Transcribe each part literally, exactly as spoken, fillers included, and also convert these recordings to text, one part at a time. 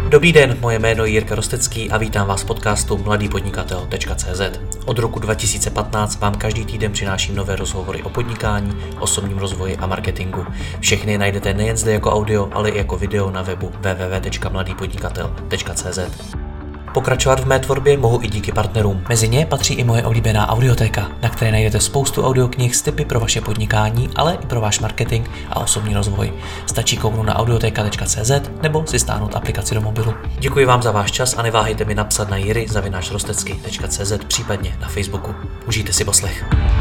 Dobrý den, moje jméno je Jirka Rostecký a vítám vás v podcastu mladý podnikatel tečka cé zet. Od roku dva tisíce patnáct vám každý týden přináším nové rozhovory o podnikání, osobním rozvoji a marketingu. Všechny najdete nejen zde jako audio, ale i jako video na webu w w w tečka mladý podnikatel tečka cé zet. Pokračovat v mé tvorbě mohu i díky partnerům. Mezi ně patří i moje oblíbená audiotéka, na které najdete spoustu audioknih s tipy pro vaše podnikání, ale i pro váš marketing a osobní rozvoj. Stačí kouknout na audioteka tečka cé zet nebo si stáhnout aplikaci do mobilu. Děkuji vám za váš čas a neváhejte mi napsat na jiry zavináč rostecky tečka cé zet, případně na Facebooku. Užijte si poslech.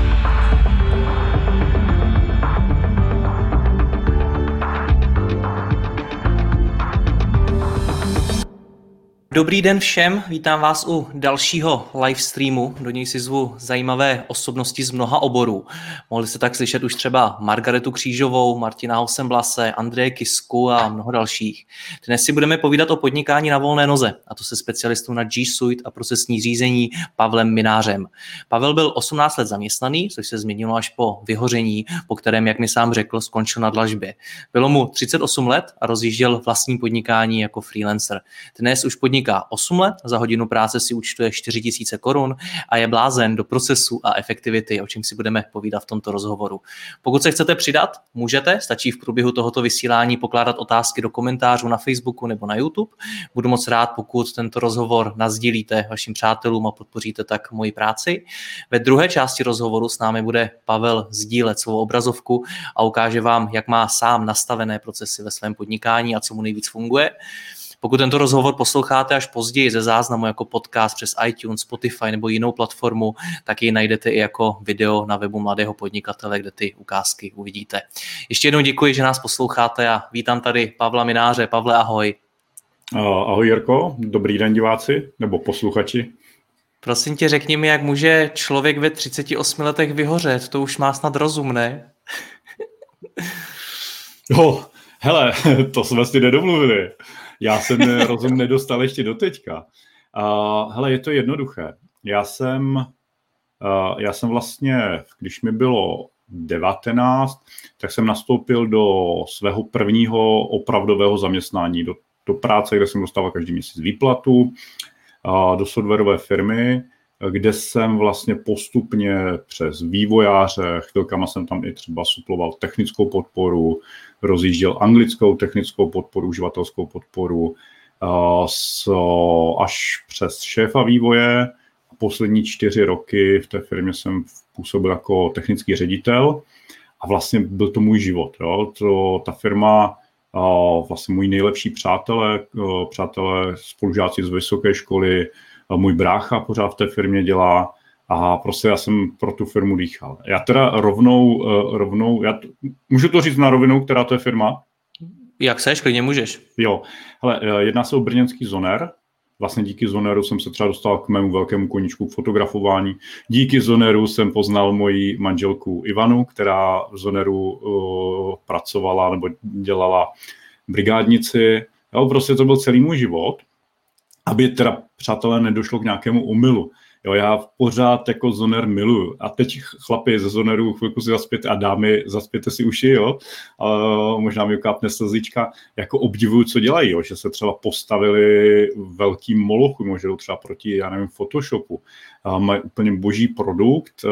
Dobrý den všem, vítám vás u dalšího livestreamu, do něj si zvu zajímavé osobnosti z mnoha oborů. Mohli jste tak slyšet už třeba Margaretu Křížovou, Martina Housenblase, Andreje Kisku a mnoho dalších. Dnes si budeme povídat o podnikání na volné noze, a to se specialistou na G Suite a procesní řízení Pavlem Mynářem. Pavel byl osmnáct let zaměstnaný, což se změnilo až po vyhoření, po kterém, jak mi sám řekl, skončil na dlažbě. Bylo mu třicet osm let a rozjížděl vlastní podnikání jako freelancer. Dnes už podniká osm let, za hodinu práce si účtuje čtyři tisíce korun a je blázen do procesu a efektivity, o čem si budeme povídat v tomto rozhovoru. Pokud se chcete přidat, můžete, stačí v průběhu tohoto vysílání pokládat otázky do komentářů na Facebooku nebo na YouTube. Budu moc rád, pokud tento rozhovor nasdílíte vašim přátelům a podpoříte tak moji práci. Ve druhé části rozhovoru s námi bude Pavel sdílet svou obrazovku a ukáže vám, jak má sám nastavené procesy ve svém podnikání a co mu nejvíc funguje. Pokud tento rozhovor posloucháte až později ze záznamu jako podcast přes iTunes, Spotify nebo jinou platformu, tak ji najdete i jako video na webu Mladého podnikatele, kde ty ukázky uvidíte. Ještě jednou děkuji, že nás posloucháte a vítám tady Pavla Mynáře. Pavle, ahoj. Ahoj Jirko, dobrý den diváci nebo posluchači. Prosím tě, řekni mi, jak může člověk ve třiceti osmi letech vyhořet, to už má snad rozum, ne? Jo, hele, to jsme si nedomluvili. Já jsem rozum nedostal ještě do teďka. Uh, hele, je to jednoduché. Já jsem, uh, já jsem vlastně, když mi bylo devatenáct, tak jsem nastoupil do svého prvního opravdového zaměstnání, do, do práce, kde jsem dostával každý měsíc výplatu, uh, do softwarové firmy, kde jsem vlastně postupně přes vývojáře, chvilkama jsem tam i třeba suploval technickou podporu, rozjížděl anglickou technickou podporu, uživatelskou podporu, až přes šéfa vývoje. Poslední čtyři roky v té firmě jsem působil jako technický ředitel a vlastně byl to můj život. Jo. To, ta firma, vlastně můj nejlepší přátelé, přátelé, spolužáci z vysoké školy, můj brácha pořád v té firmě dělá a prostě já jsem pro tu firmu dýchal. Já teda rovnou, rovnou já t- můžu to říct na rovinu, která to je firma? Jak seš, klidně můžeš. Jo, hele, jedná se o brněnský Zoner. Vlastně díky Zoneru jsem se třeba dostal k mému velkému koníčku k fotografování. Díky Zoneru jsem poznal moji manželku Ivanu, která v Zoneru uh, pracovala nebo dělala brigádnici. Jo, prostě to byl celý můj život. Aby teda, přátelé, nedošlo k nějakému omylu. Jo, já pořád jako Zoner miluju. A teď chlapi ze Zoneru chvilku si zaspěte a dámy zaspěte si uši, jo. A možná mi ukápne slzička. Jako obdivuju, co dělají, jo. Že se třeba postavili velkým molochům, možná třeba proti, já nevím, Photoshopu. A mají úplně boží produkt.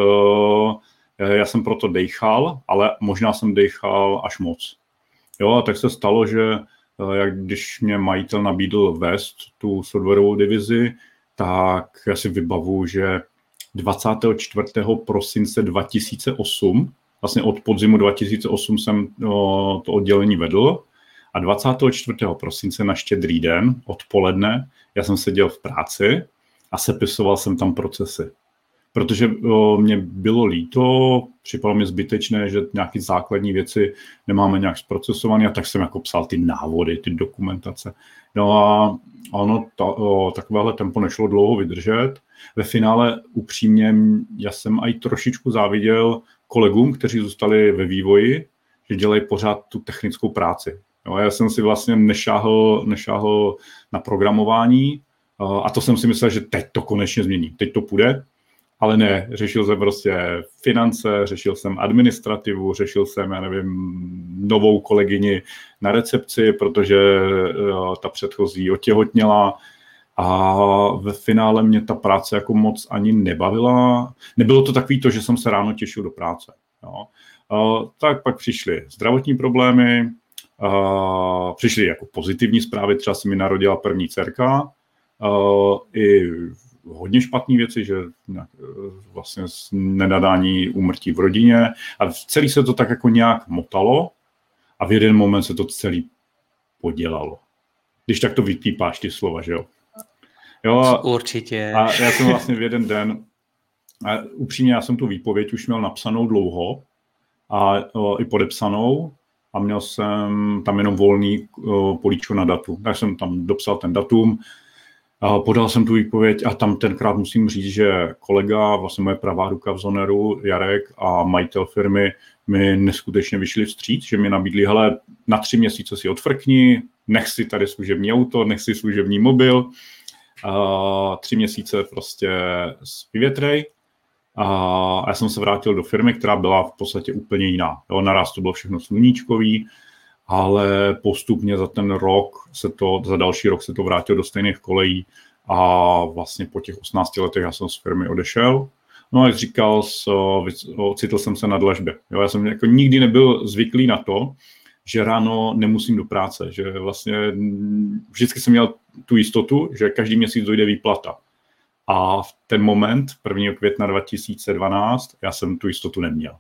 Já jsem proto dejchal, ale možná jsem dejchal až moc. Jo, a tak se stalo, že jak když mě majitel nabídl vést tu softwarovou divizi, tak já si vybavu, že dvacátého čtvrtého prosince dva tisíce osm, vlastně od podzimu dva tisíce osm jsem to oddělení vedl a dvacátého čtvrtého prosince na Štědrý den odpoledne já jsem seděl v práci a sepisoval jsem tam procesy. Protože o, mě bylo líto, připadalo mi zbytečné, že nějaké základní věci nemáme nějak zprocesované, a tak jsem jako psal ty návody, ty dokumentace. No a ono, ta, o, takovéhle tempo nešlo dlouho vydržet. Ve finále upřímně já jsem aj trošičku záviděl kolegům, kteří zůstali ve vývoji, že dělají pořád tu technickou práci. Jo, já jsem si vlastně nešáhl, nešáhl na programování a to jsem si myslel, že teď to konečně změní, teď to půjde. Ale ne, řešil jsem prostě finance, řešil jsem administrativu, řešil jsem, já nevím, novou kolegyni na recepci, protože ta předchozí otěhotněla a ve finále mě ta práce jako moc ani nebavila. Nebylo to takový to, že jsem se ráno těšil do práce. Jo. Uh, tak pak přišly zdravotní problémy, uh, přišly jako pozitivní zprávy, třeba se mi narodila první dcerka, uh, i hodně špatné věci, že vlastně nenadání úmrtí v rodině a celý se to tak jako nějak motalo a v jeden moment se to celý podělalo. Když tak to vypípáš ty slova, že jo? Jo, určitě. A já jsem vlastně v jeden den, a upřímně já jsem tu výpověď už měl napsanou dlouho a o, i podepsanou a měl jsem tam jenom volný o, políčko na datu. Tak jsem tam dopsal ten datum, a podal jsem tu výpověď a tam tenkrát musím říct, že kolega, vlastně moje pravá ruka v Zoneru, Jarek a majitel firmy mi neskutečně vyšli vstříc, že mi nabídli, hele, na tři měsíce si odfrkni, nech si tady služební auto, nech si služební mobil, a tři měsíce prostě vyvětrej. A já jsem se vrátil do firmy, která byla v podstatě úplně jiná. Jo, naraz to bylo všechno sluníčkový, ale postupně za ten rok se to, za další rok se to vrátilo do stejných kolejí a vlastně po těch osmnácti letech já jsem z firmy odešel. No a jak říkal, ocitl jsem se na dlažbě. Jo, já jsem jako nikdy nebyl zvyklý na to, že ráno nemusím do práce, že vlastně vždycky jsem měl tu jistotu, že každý měsíc dojde výplata. A v ten moment, prvního května dva tisíce dvanáct, já jsem tu jistotu neměl.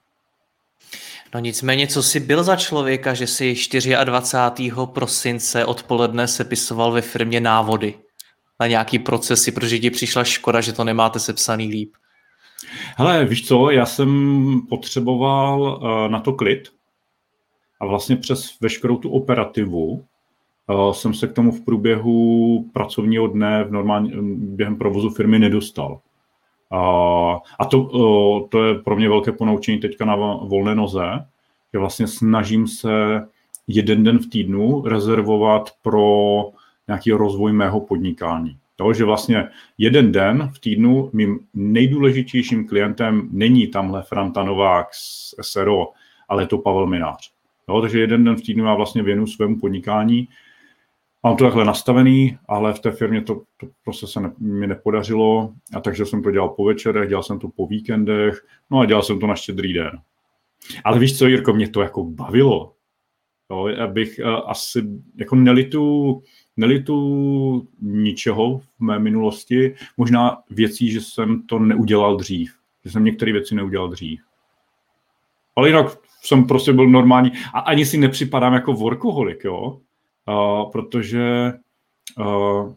No nicméně, co jsi byl za člověka, že jsi dvacátého čtvrtého prosince odpoledne sepisoval ve firmě návody na nějaký procesy, protože ti přišla škoda, že to nemáte sepsaný líp? Hele, víš co, já jsem potřeboval uh, na to klid a vlastně přes veškerou tu operativu uh, jsem se k tomu v průběhu pracovního dne v normální, během provozu firmy nedostal. Uh, a to, uh, to je pro mě velké ponaučení teďka na volné noze, že vlastně snažím se jeden den v týdnu rezervovat pro nějaký rozvoj mého podnikání. To, že vlastně jeden den v týdnu mým nejdůležitějším klientem není tamhle Franta Novák z S R O, ale je to Pavel Minář. Jo, takže jeden den v týdnu já vlastně věnuju svému podnikání. Mám to takhle nastavený, ale v té firmě to, to prostě se ne, mi nepodařilo, a takže jsem to dělal po večerech, dělal jsem to po víkendech, no a dělal jsem to na Štědrý den. Ale víš co, Jirko, mě to jako bavilo. Jo, abych uh, asi jako nelitu, nelitu ničeho v mé minulosti, možná věcí, že jsem to neudělal dřív, že jsem některé věci neudělal dřív. Ale jinak jsem prostě byl normální a ani si nepřipadám jako workoholik, jo. Uh, protože uh,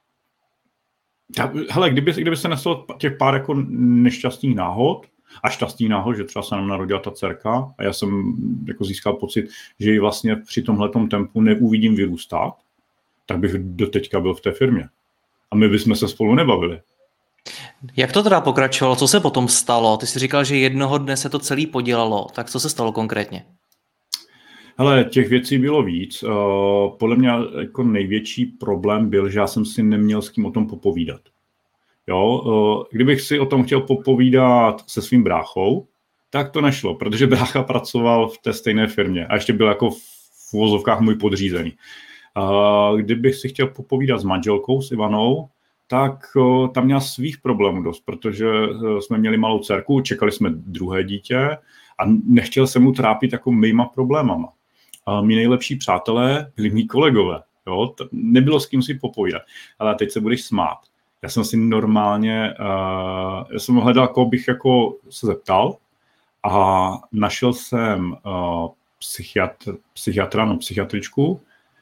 ta, hele, kdyby, kdyby se nestalo těch pár jako nešťastných náhod a šťastných náhod, že třeba se nám narodila ta dcerka a já jsem jako získal pocit, že ji vlastně při tomhletom tempu neuvidím vyrůstat, tak bych doteďka byl v té firmě. A my bychom se spolu nebavili. Jak to teda pokračovalo? Co se potom stalo? Ty jsi říkal, že jednoho dne se to celé podělalo. Tak co se stalo konkrétně? Hele, těch věcí bylo víc. Podle mě jako největší problém byl, že já jsem si neměl s kým o tom popovídat. Jo, kdybych si o tom chtěl popovídat se svým bráchou, tak to nešlo, protože brácha pracoval v té stejné firmě a ještě byl jako v uvozovkách můj podřízený. Kdybych si chtěl popovídat s manželkou, s Ivanou, tak tam měla svých problémů dost, protože jsme měli malou dcerku, čekali jsme druhé dítě a nechtěl jsem mu trápit jako mýma problémama. A mý nejlepší přátelé byli mý kolegové. Jo? Nebylo s kým si popovídat. Ale teď se budeš smát. Já jsem si normálně, uh, já jsem hledal, koho bych jako se zeptal a našel jsem uh, psychiatr, psychiatra, no psychiatričku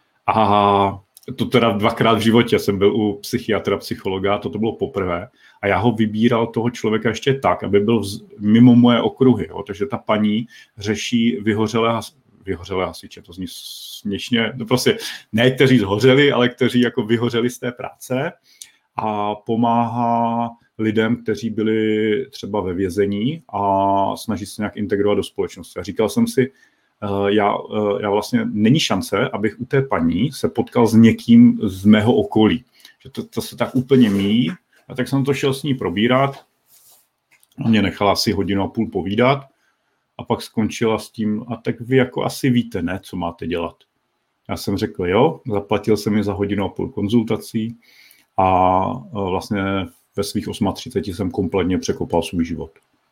a to teda dvakrát v životě jsem byl u psychiatra, psychologa, toto bylo poprvé a já ho vybíral toho člověka ještě tak, aby byl vz, mimo moje okruhy. Jo? Takže ta paní řeší vyhořelé vyhořelé hasiče, to zní směšně, no prostě ne kteří zhořeli, ale kteří jako vyhořeli z té práce a pomáhá lidem, kteří byli třeba ve vězení a snaží se nějak integrovat do společnosti. A říkal jsem si, já, já vlastně není šance, abych u té paní se potkal s někým z mého okolí. Že to, to se tak úplně míjí, a tak jsem to šel s ní probírat Mě nechala asi hodinu a půl povídat a pak skončila s tím, a tak vy jako asi víte, ne, co máte dělat. Já jsem řekl, jo, zaplatil jsem mi za hodinu a půl konzultací a vlastně ve svých třiceti osmi jsem kompletně překopal svůj život.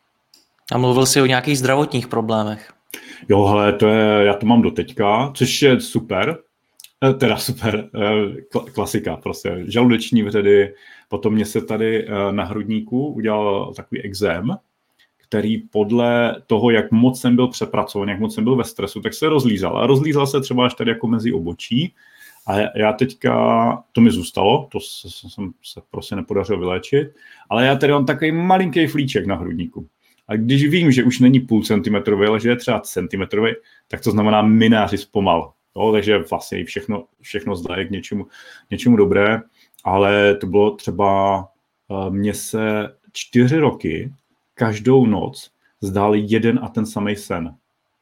A mluvil jsi o nějakých zdravotních problémech. Jo, hele, to je, já to mám doteďka, což je super, teda super, klasika prostě, žaludeční vředy, potom mě se tady na hrudníku udělal takový ekzém, který podle toho, jak moc jsem byl přepracovaný, jak moc jsem byl ve stresu, tak se rozlízal. A rozlízal se třeba až tady jako mezi obočí. A já teďka, to mi zůstalo, to jsem se prostě nepodařil vyléčit, ale já tady mám takový malinký flíček na hrudníku. A když vím, že už není půl centimetrový, ale že je třeba centimetrový, tak to znamená mináři zpomal. Jo, takže vlastně všechno, všechno zdaje k něčemu, něčemu dobré, ale to bylo třeba, mně se čtyři roky každou noc zdáli jeden a ten samý sen.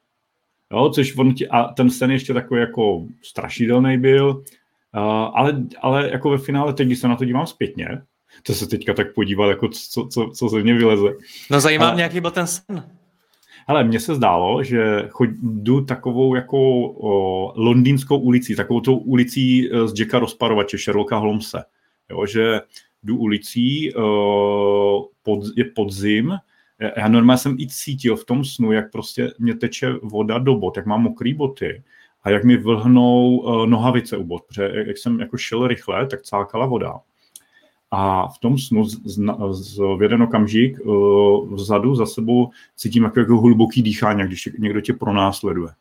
Jo, což on ti, a ten sen ještě takový jako strašidelný byl, uh, ale, ale jako ve finále teď, když se na to dívám zpětně, to se teďka tak podíval, jako co, co, co ze mě vyleze. No zajímá mě, jaký byl ten sen. Hele, mně se zdálo, že jdu takovou jako o, londýnskou ulicí, takovou tou ulicí z Jacka Rozparovače, Sherlocka Holmese. Jo, že jdu ulicí, o, pod, je podzim, já normálně jsem i cítil v tom snu, jak prostě mě teče voda do bot, jak mám mokrý boty a jak mi vlhnou o, nohavice u bot, protože jak jsem jako šel rychle, tak cákala voda. A v tom snu z, z, z, v jeden okamžik uh, vzadu za sebou cítím jako, jako hluboký dýchání, když někdo tě pronásleduje.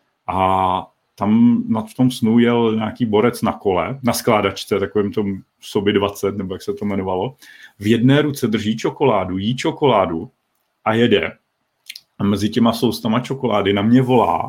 A tam v tom snu jel nějaký borec na kole, na skládačce, takovým tom Sobi dvacet, nebo jak se to jmenovalo. V jedné ruce drží čokoládu, jí čokoládu a jede. A mezi těma soustama čokolády na mě volá: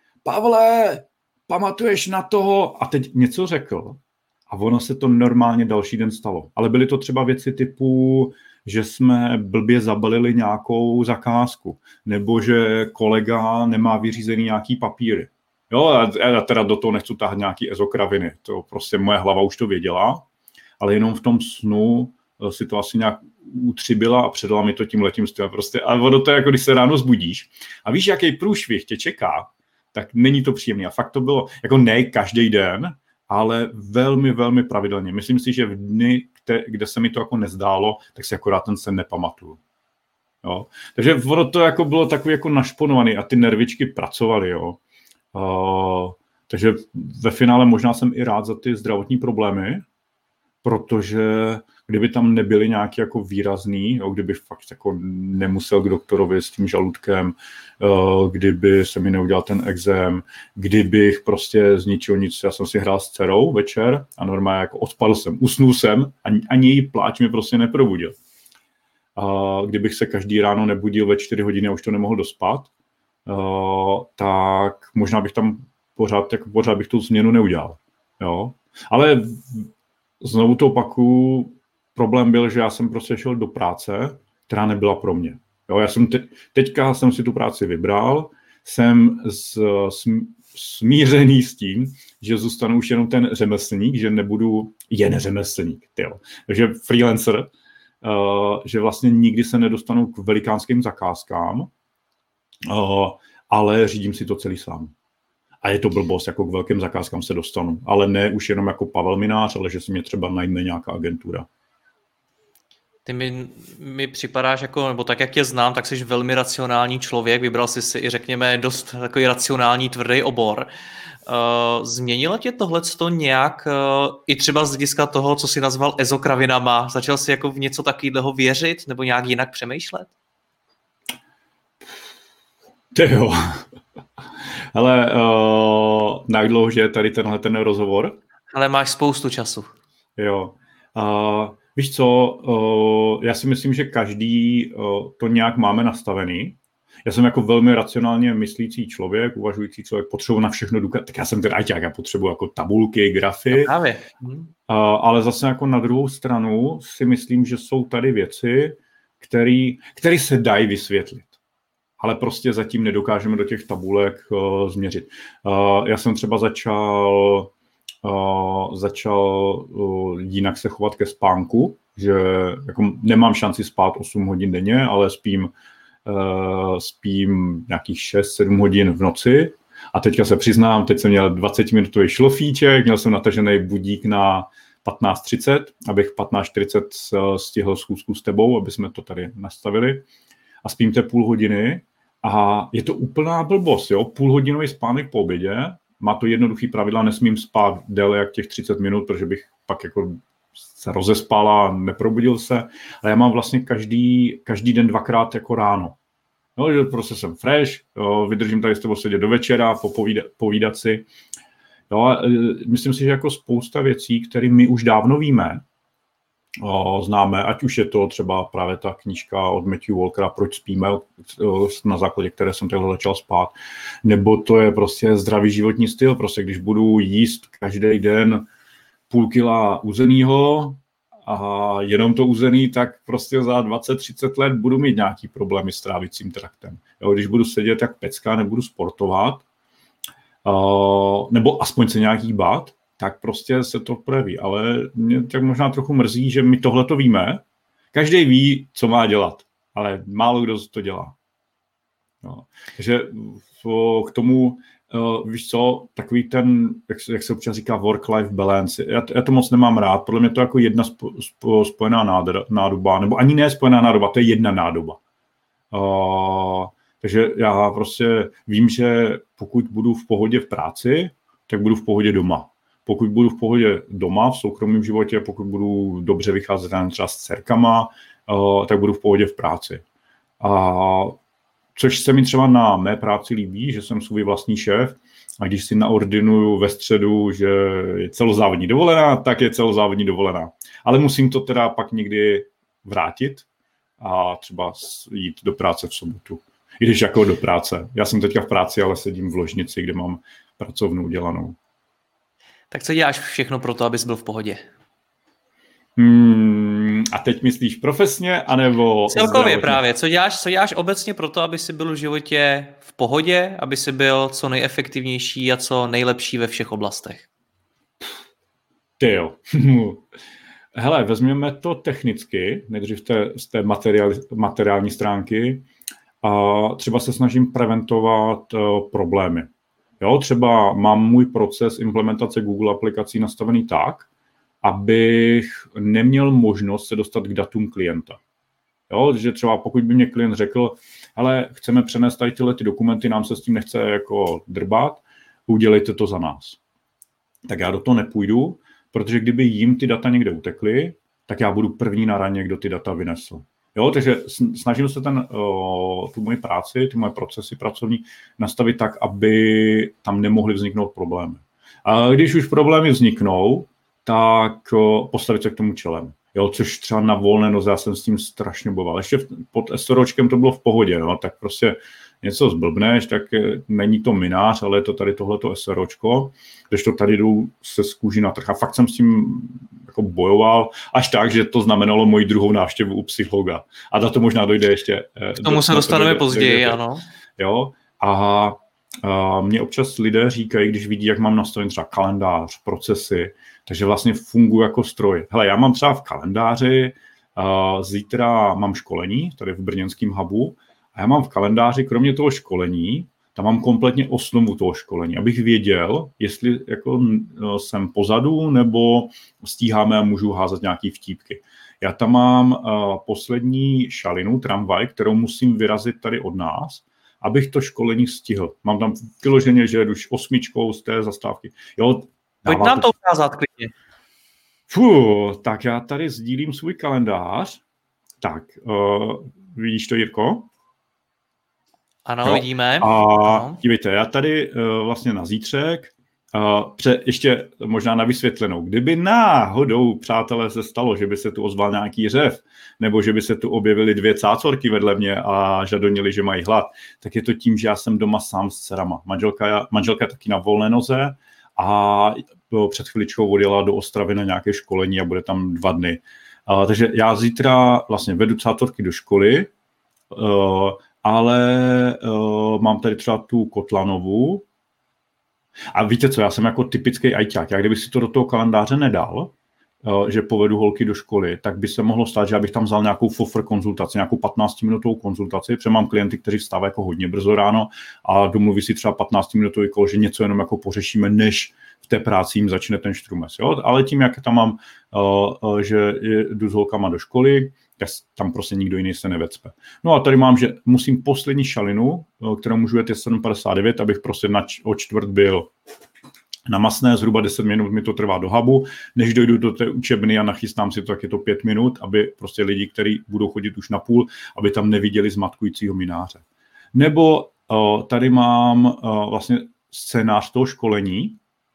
Pavle, pamatuješ na toho? A teď něco řekl. A ono se to normálně další den stalo. Ale byly to třeba věci typu, že jsme blbě zabalili nějakou zakázku, nebo že kolega nemá vyřízený nějaký papíry. Jo, já teda do toho nechci tahat nějaký ezokraviny. To prostě moje hlava už to věděla, ale jenom v tom snu si to asi nějak utřibila a předala mi to tím letím stylem. Prostě, a ono to je jako, když se ráno zbudíš a víš, jaký průšvih tě čeká, tak není to příjemné. A fakt to bylo, jako ne každý den, ale velmi, velmi pravidelně. Myslím si, že v dny, kde, kde se mi to jako nezdálo, tak si akorát ten sen nepamatuju. Jo? Takže ono to jako bylo takový jako našponovaný a ty nervičky pracovaly. Jo? Uh, takže ve finále možná jsem i rád za ty zdravotní problémy, protože kdyby tam nebyly nějaký jako výrazný, jo, kdyby fakt jako nemusel k doktorovi s tím žaludkem, uh, kdyby se mi neudělal ten exém, kdybych prostě z ničeho nic, já jsem si hrál s dcerou večer a normálně jako odpadl jsem, usnul jsem, ani, ani její pláč mě prostě neprobudil. Uh, kdybych se každý ráno nebudil ve čtyři hodiny a už to nemohl dospat, uh, tak možná bych tam pořád, jako pořád bych tu změnu neudělal. Jo? Ale znovu to opakuju, problém byl, že já jsem prostě šel do práce, která nebyla pro mě. Jo, já jsem te, teďka jsem si tu práci vybral, jsem s, sm, smířený s tím, že zůstanu už jenom ten řemeslník, že nebudu jen řemeslník. Tyjo. Takže freelancer, uh, že vlastně nikdy se nedostanu k velikánským zakázkám, uh, ale řídím si to celý sám. A je to blbost, jako k velkým zakázkám se dostanu. Ale ne už jenom jako Pavel Minář, ale že si mě třeba najme nějaká agentura. Ty mi, mi připadáš jako, nebo tak, jak tě znám, tak jsi velmi racionální člověk, vybral jsi si i, řekněme, dost takový racionální, tvrdý obor. Uh, změnilo tě tohleto nějak, uh, i třeba z hlediska toho, co jsi nazval ezokravinama? Začal jsi jako v něco takového věřit, nebo nějak jinak přemýšlet? Ty jo. Hele, uh, na jak dlouho je tady tenhle ten rozhovor? Ale máš spoustu času. Jo. Uh, víš co, uh, já si myslím, že každý uh, to nějak máme nastavený. Já jsem jako velmi racionálně myslící člověk, uvažující člověk, potřebuji na všechno důkaz. Tak já jsem ten ajťák, já potřebuji jako tabulky, grafy. No právě. Uh, ale zase jako na druhou stranu si myslím, že jsou tady věci, které se dají vysvětlit. Ale prostě zatím nedokážeme do těch tabulek uh, změřit. Uh, já jsem třeba začal uh, začal uh, jinak se chovat ke spánku, že jako nemám šanci spát osm hodin denně, ale spím, uh, spím nějakých šest sedm hodin v noci. A teďka se přiznám, teď jsem měl dvacetiminutový šlofíček, měl jsem natažený budík na patnáct třicet, abych v patnáct čtyřicet stihl schůzku s tebou, aby jsme to tady nastavili. A spím te půl hodiny a je to úplná blbost, jo? Půlhodinový spánek po obědě, má to jednoduchý pravidla, nesmím spát déle jak těch třicet minut, protože bych pak jako se rozespal a neprobudil se. Ale já mám vlastně každý, každý den dvakrát jako ráno. No, že prostě jsem fresh, jo, vydržím tady s tebou sedět do večera, popovídat, povídat si. Jo, myslím si, že jako spousta věcí, které my už dávno víme, o, známe, ať už je to třeba právě ta knížka od Matthew Walkera Proč spíme, na základě které jsem takhle začal spát, nebo to je prostě zdravý životní styl, prostě když budu jíst každý den půl kila uzenýho, a jenom to uzený, tak prostě za dvacet třicet let budu mít nějaký problémy s trávicím traktem. Jo, když budu sedět jak pecka, nebudu sportovat, uh, nebo aspoň se nějak hýbat, tak prostě se to projeví. Ale mě tak možná trochu mrzí, že my tohle to víme. Každý ví, co má dělat, ale málo kdo to dělá. No. Takže k tomu, Uh, víš co, takový ten, jak se, jak se občas říká, work-life balance. Já, já to moc nemám rád, podle mě to je jako jedna spo, spo, spojená nádr, nádoba, nebo ani ne spojená nádoba, to je jedna nádoba. Uh, takže já prostě vím, že pokud budu v pohodě v práci, tak budu v pohodě doma. Pokud budu v pohodě doma, v soukromém životě, pokud budu dobře vycházet třeba s dcerkama, uh, tak budu v pohodě v práci. A uh, Což se mi třeba na mé práci líbí, že jsem svůj vlastní šéf a když si naordinuju ve středu, že je celozávodní dovolená, tak je celozávodní dovolená. Ale musím to teda pak někdy vrátit a třeba jít do práce v sobotu. I když jako do práce. Já jsem teďka v práci, ale sedím v ložnici, kde mám pracovnu udělanou. Tak co děláš všechno pro to, abys byl v pohodě? Hmm, a teď myslíš profesně, anebo celkově zdravotně? Právě. Co děláš, co děláš obecně pro to, aby jsi byl v životě v pohodě, aby jsi byl co nejefektivnější a co nejlepší ve všech oblastech? Ty jo. Hele, vezměme to technicky, nejdřív té, z té materiál, materiální stránky a třeba se snažím preventovat uh, problémy. Jo, třeba mám můj proces implementace Google aplikací nastavený tak, abych neměl možnost se dostat k datům klienta. Jo, že třeba pokud by mě klient řekl, hele, chceme přenést tady tyhle ty dokumenty, nám se s tím nechce jako drbat, udělejte to za nás. Tak já do toho nepůjdu, protože kdyby jim ty data někde utekly, tak já budu první na raně, kdo ty data vynesl. Jo, takže snažím se ten, o, tu moji práci, ty moje procesy pracovní nastavit tak, aby tam nemohly vzniknout problémy. A když už problémy vzniknou, tak o, postavit se k tomu čelem. Jo, což třeba na volné noze, já jsem s tím strašně bojoval. Ještě pod SROčkem to bylo v pohodě, no, tak prostě něco zblbneš, tak není to minář, ale je to tady tohleto SROčko, když to tady jdu se z kůží na trh. A fakt jsem s tím jako bojoval, až tak, že to znamenalo moji druhou návštěvu u psychologa. A na to možná dojde ještě. K tomu do, se dostaneme dojde, později, dojde, ano. Jo, a, a mě občas lidé říkají, když vidí, jak mám nastaven třeba kalendář, procesy, takže vlastně funguji jako stroj. Hele, já mám třeba v kalendáři, uh, zítra mám školení, tady v brněnském hubu, a já mám v kalendáři, kromě toho školení, tam mám kompletně osnovu toho školení, abych věděl, jestli jako uh, jsem pozadu, nebo stíháme a můžu házet nějaký vtípky. Já tam mám uh, poslední šalinu, tramvaj, kterou musím vyrazit tady od nás, abych to školení stihl. Mám tam vyloženě, že jdu osmičkou z té zastávky. Jo, pojď nám to ukázat klidně. Fuh, tak já tady sdílím svůj kalendář. Tak, uh, vidíš to, Jirko? Ano, jo. Vidíme. A ano. Dívejte, já tady uh, vlastně na zítřek, uh, pře, ještě možná na vysvětlenou, kdyby náhodou, přátelé, se stalo, že by se tu ozval nějaký řev, nebo že by se tu objevily dvě cácorky vedle mě a žadonili, že mají hlad, tak je to tím, že já jsem doma sám s dcerama. Manželka, manželka je taky na volné noze, a před chviličkou odjela do Ostravy na nějaké školení a bude tam dva dny. Uh, takže já zítra vlastně vedu cátorky do školy, uh, ale uh, mám tady třeba tu Kotlanovu A víte co, já jsem jako typický ajťák. Já kdybych si to do toho kalendáře nedal, že povedu holky do školy, tak by se mohlo stát, že abych tam vzal nějakou fofr konzultaci, nějakou patnáctiminutovou konzultaci, protože mám klienty, kteří vstávají jako hodně brzo ráno a domluví si třeba patnáctiminutový kol, že něco jenom jako pořešíme, než v té práci jim začne ten štrumes. Jo? Ale tím, jak tam mám, že jdu s holkama do školy, tak tam prostě nikdo jiný se nevecpe. No a tady mám, že musím poslední šalinu, kterou můžu jet je sedm padesát devět, abych prostě na č- o čtvrt byl na masné, zhruba deset minut mi to trvá do hubu, než dojdu do té učebny a nachystám si to, tak je to pět minut, aby prostě lidi, kteří budou chodit už na půl, aby tam neviděli zmatkujícího mináře. Nebo uh, tady mám uh, vlastně scénář toho školení,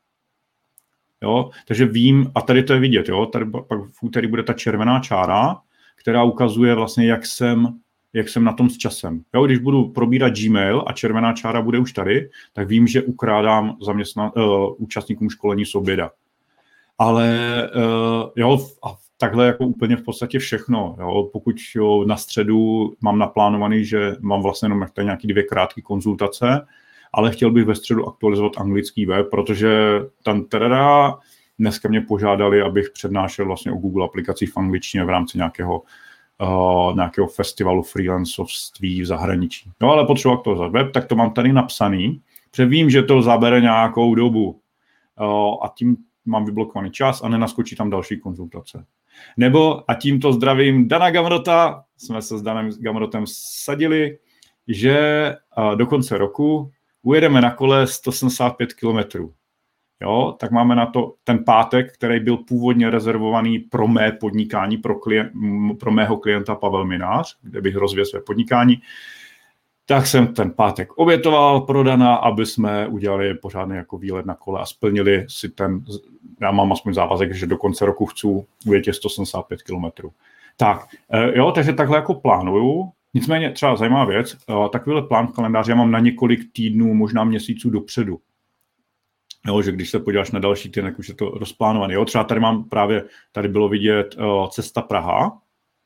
jo, takže vím, a tady to je vidět, jo, tady pak v úterý bude ta červená čára, která ukazuje vlastně, jak jsem jak jsem na tom s časem. Jo, když budu probírat Gmail a červená čára bude už tady, tak vím, že ukrádám zaměstnan- uh, účastníkům školení z oběda. Ale uh, jo, a takhle jako úplně v podstatě všechno. Jo. Pokud jo, na středu mám naplánovaný, že mám vlastně jenom nějaké dvě krátké konzultace, ale chtěl bych ve středu aktualizovat anglický web, protože tam teda dneska mě požádali, abych přednášel vlastně o Google aplikacích v angličtině v rámci nějakého Uh, nějakého festivalu freelancovství v zahraničí. No ale potřebuji aktualizovat web, tak to mám tady napsaný, protože vím, že to zabere nějakou dobu uh, a tím mám vyblokovaný čas a nenaskočí tam další konzultace. Nebo, a tímto zdravím Dana Gamrota, jsme se s Danem Gamrotem sadili, že uh, do konce roku ujedeme na kole sto sedmdesát pět kilometrů. Jo, tak máme na to ten pátek, který byl původně rezervovaný pro mé podnikání, pro, klient, pro mého klienta Pavel Minář, kde bych rozvíjel své podnikání. Tak jsem ten pátek obětoval pro Dana, aby jsme udělali pořádný jako výlet na kole a splnili si ten, já mám aspoň závazek, že do konce roku chci ujet sto sedmdesát pět kilometrů. Tak, jo, takže takhle jako plánuju. Nicméně třeba zajímavá věc, takovýhle plán v kalendáři já mám na několik týdnů, možná měsíců dopředu. Jo, že když se podíváš na další týden, tak už je to rozplánované. Jo, třeba tady mám právě, tady bylo vidět uh, cesta Praha.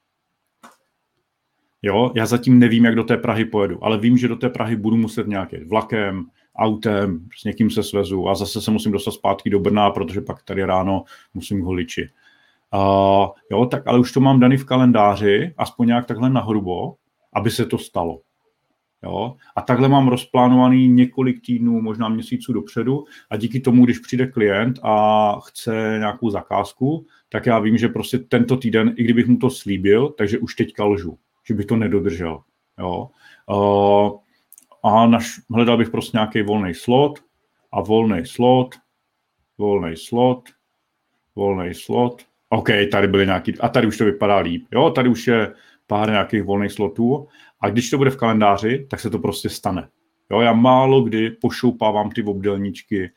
Jo, já zatím nevím, jak do té Prahy pojedu, ale vím, že do té Prahy budu muset nějaký vlakem, autem, s někým se svezu a zase se musím dostat zpátky do Brna, protože pak tady ráno musím k holiči. Uh, jo, tak ale už to mám daný v kalendáři, aspoň nějak takhle nahrubo, aby se to stalo. Jo? A takhle mám rozplánovaný několik týdnů, možná měsíců dopředu a díky tomu, když přijde klient a chce nějakou zakázku, tak já vím, že prostě tento týden, i kdybych mu to slíbil, takže už teďka lžu, že bych to nedodržel. Jo? Uh, a naš, hledal bych prostě nějaký volný slot a volný slot, volný slot, volný slot. OK, tady byly nějaký, a tady už to vypadá líp. Jo, tady už je pár nějakých volných slotů a když to bude v kalendáři, tak se to prostě stane. Jo, já málo kdy pošoupávám ty obdélníčky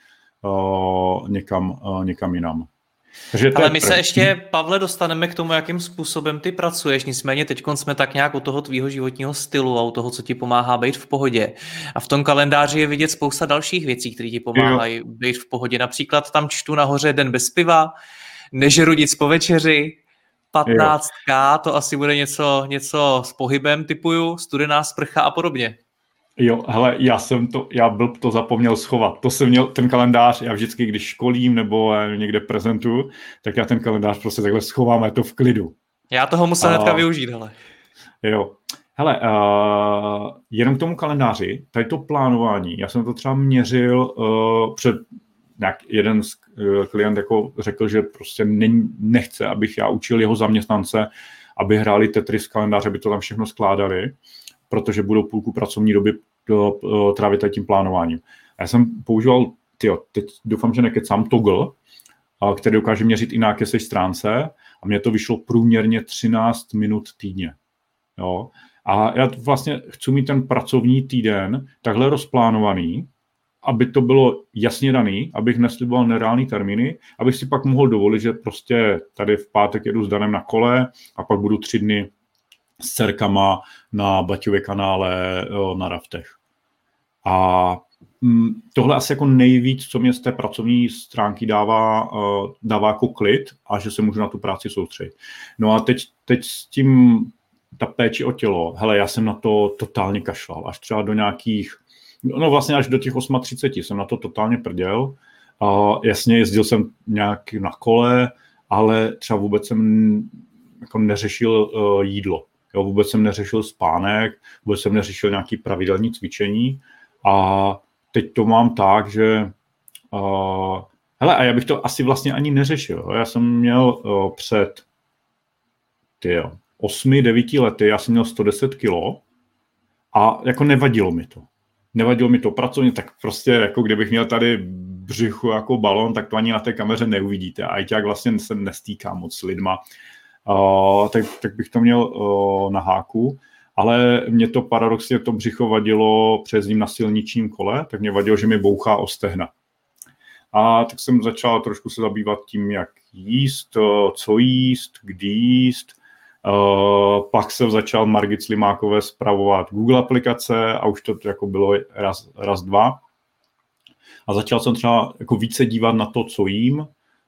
uh, někam, uh, někam jinam. Takže ale my se ještě, Pavle, dostaneme k tomu, jakým způsobem ty pracuješ. Nicméně teď jsme tak nějak u toho tvýho životního stylu a u toho, co ti pomáhá být v pohodě. A v tom kalendáři je vidět spousta dalších věcí, které ti pomáhají jo. být v pohodě. Například tam čtu nahoře den bez piva, nežeru nic po večeři, patnáct ká, to asi bude něco, něco s pohybem, typuju, studená sprcha a podobně. Jo, hele, já jsem to, já byl to zapomněl schovat. To jsem měl, ten kalendář, já vždycky, když školím nebo někde prezentuju, tak já ten kalendář prostě takhle schovám, je to v klidu. Já toho musím uh, hnedka využít, hele. Jo. Hele, uh, jenom k tomu kalendáři, tady to plánování, já jsem to třeba měřil uh, před nějak jeden z uh, klient jako řekl, že prostě ne, nechce, abych já učil jeho zaměstnance, aby hráli Tetris v kalendáři, aby to tam všechno skládali, protože budou půlku pracovní doby do, uh, trávit tím plánováním. Já jsem používal, tyjo, teď doufám, že nekecám, Toggle, uh, který dokáže měřit i na jaké seš stránce a mně to vyšlo průměrně třináct minut týdně. Jo. A já vlastně chci mít ten pracovní týden takhle rozplánovaný, aby to bylo jasně daný, abych nesliboval nereální termíny, abych si pak mohl dovolit, že prostě tady v pátek jedu s Danem na kole a pak budu tři dny s dcerkama na Baťově kanále na raftech. A tohle asi jako nejvíc, co mě z té pracovní stránky dává, dává jako klid a že se můžu na tu práci soustředit. No a teď, teď s tím ta péči o tělo, hele, já jsem na to totálně kašlal, až třeba do nějakých no vlastně až do těch třiceti osmi jsem na to totálně prděl. A jasně, jezdil jsem nějak na kole, ale třeba vůbec jsem jako neřešil uh, jídlo. Jo, vůbec jsem neřešil spánek, vůbec jsem neřešil nějaké pravidelné cvičení. A teď to mám tak, že uh, hele, a já bych to asi vlastně ani neřešil. Já jsem měl uh, před tyjo, osmi, devíti lety, já jsem měl sto deset kilo a jako nevadilo mi to. Nevadilo mi to pracovně, tak prostě jako kdybych měl tady břichu jako balon, tak to ani na té kameře neuvidíte. A jak vlastně se nestýkám moc s lidma, uh, tak, tak bych to měl uh, na háku. Ale mě to paradoxně to břicho vadilo přes ním na silničním kole, tak mě vadilo, že mi bouchá o stehna. A tak jsem začal trošku se zabývat tím, jak jíst, co jíst, kdy jíst. Uh, pak jsem začal Margit Slimákové spravovat Google aplikace a už to jako bylo raz, raz dva. A začal jsem třeba jako více dívat na to, co jím.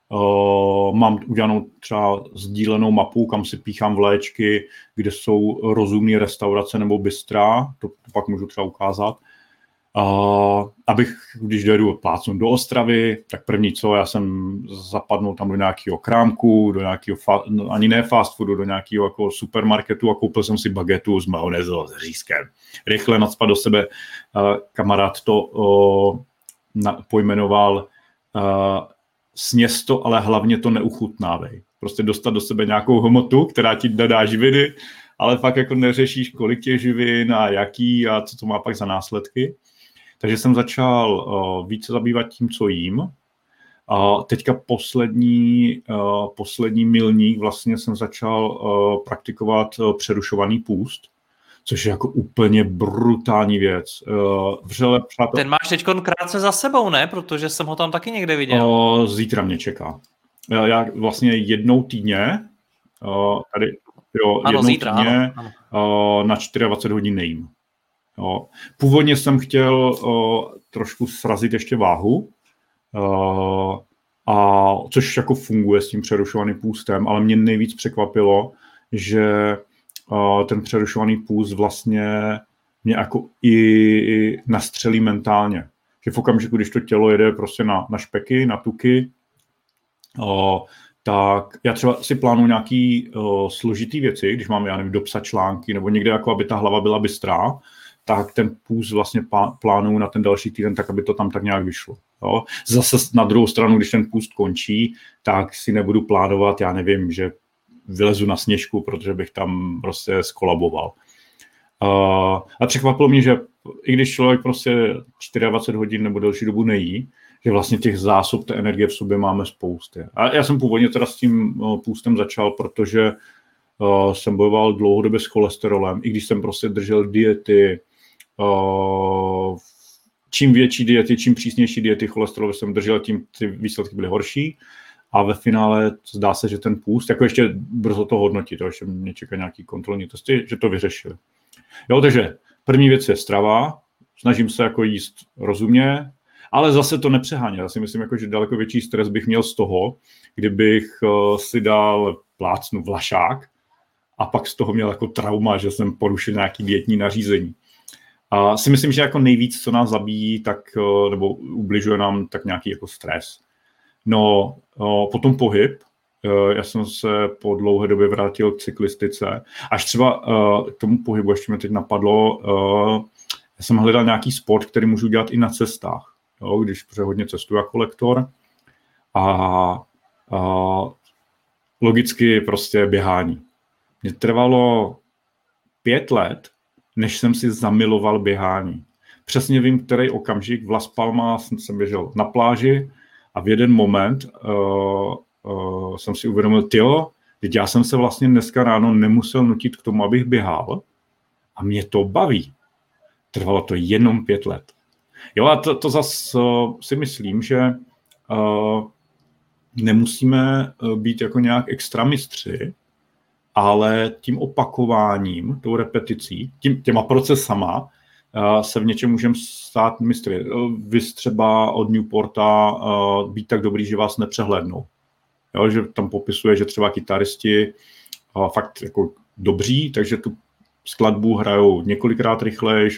Uh, mám udělanou třeba sdílenou mapu, kam si píchám vléčky, kde jsou rozumné restaurace nebo bystra, to, to pak můžu třeba ukázat. Uh, abych, když dojedu plácnout do Ostravy, tak první co, já jsem zapadnul tam do nějakého krámku, do nějakého, fa- no, ani ne fast foodu, do nějakého jako supermarketu a koupil jsem si bagetu s majonézou, s řízkem. Rychle nacpat do sebe, uh, kamarád to uh, na, pojmenoval uh, sněz to, ale hlavně to neuchutnávej. Prostě dostat do sebe nějakou hmotu, která ti dodá živiny, ale fakt jako neřešíš, kolik těch živin a jaký a co to má pak za následky. Takže jsem začal uh, více zabývat tím, co jím. Uh, teďka poslední, uh, poslední milník vlastně jsem začal uh, praktikovat uh, přerušovaný půst, což je jako úplně brutální věc. Uh, vřele, přátel... Ten máš teď krátce za sebou, ne? Protože jsem ho tam taky někde viděl. Uh, zítra mě čeká. Uh, já vlastně jednou týdně, uh, tady, jo, ano, jednou zítra, týdně ano, ano. Uh, na dvacet čtyři hodin nejím. Jo. Původně jsem chtěl uh, trošku srazit ještě váhu, uh, a což jako funguje s tím přerušovaným půstem, ale mě nejvíc překvapilo, že uh, ten přerušovaný půst vlastně mě jako i, i nastřelí mentálně. Že v okamžiku, když to tělo jede prostě na, na špeky, na tuky, uh, tak já třeba si plánuju nějaký uh, složitý věci, když mám, já nevím, dopsat články, nebo někde jako, aby ta hlava byla bystrá, tak ten půst vlastně plánuju na ten další týden, tak aby to tam tak nějak vyšlo. Jo. Zase na druhou stranu, když ten půst končí, tak si nebudu plánovat, já nevím, že vylezu na sněžku, protože bych tam prostě skolaboval. Uh, a překvapilo mě, že i když člověk prostě dvacet čtyři hodin nebo delší dobu nejí, že vlastně těch zásob té energie v sobě máme spousty. A já jsem původně teda s tím uh, půstem začal, protože uh, jsem bojoval dlouhodobě s cholesterolem, i když jsem prostě držel diety, uh, čím větší diety, čím přísnější diety cholesterolové jsem držel, tím ty výsledky byly horší. A ve finále zdá se, že ten půst, jako ještě brzo to hodnotit, to ještě mě čeká nějaký kontrolní testy, že to vyřešili. Jo, takže první věc je strava, snažím se jako jíst rozumně, ale zase to nepřehánět. Já si myslím, jako, že daleko větší stres bych měl z toho, kdybych uh, si dal plácnu vlašák a pak z toho měl jako trauma, že jsem porušil nějaký dietní nařízení. A si myslím, že jako nejvíc, co nás zabíjí, tak, uh, nebo ubližuje nám, tak nějaký jako stres. No, uh, potom pohyb. Uh, já jsem se po dlouhé době vrátil k cyklistice. Až třeba uh, k tomu pohybu, ještě mi teď napadlo, uh, já jsem hledal nějaký sport, který můžu dělat i na cestách. Jo, když hodně cestuju jako lektor. A uh, logicky prostě běhání. Mně trvalo pět let, než jsem si zamiloval běhání. Přesně vím, který okamžik v Las Palmas jsem běžel na pláži a v jeden moment uh, uh, jsem si uvědomil, tyjo, teď já jsem se vlastně dneska ráno nemusel nutit k tomu, abych běhal a mě to baví. Trvalo to jenom pět let. Jo, a to, to zase uh, si myslím, že uh, nemusíme být jako nějak extra mistři, ale tím opakováním, tou repeticí, tím, těma procesama uh, se v něčem můžeme stát mistry. Vy třeba od Newporta uh, být tak dobrý, že vás nepřehlédnou. Jo, že tam popisuje, že třeba kytaristi uh, fakt jako dobří, takže tu skladbu hrajou několikrát rychlejš,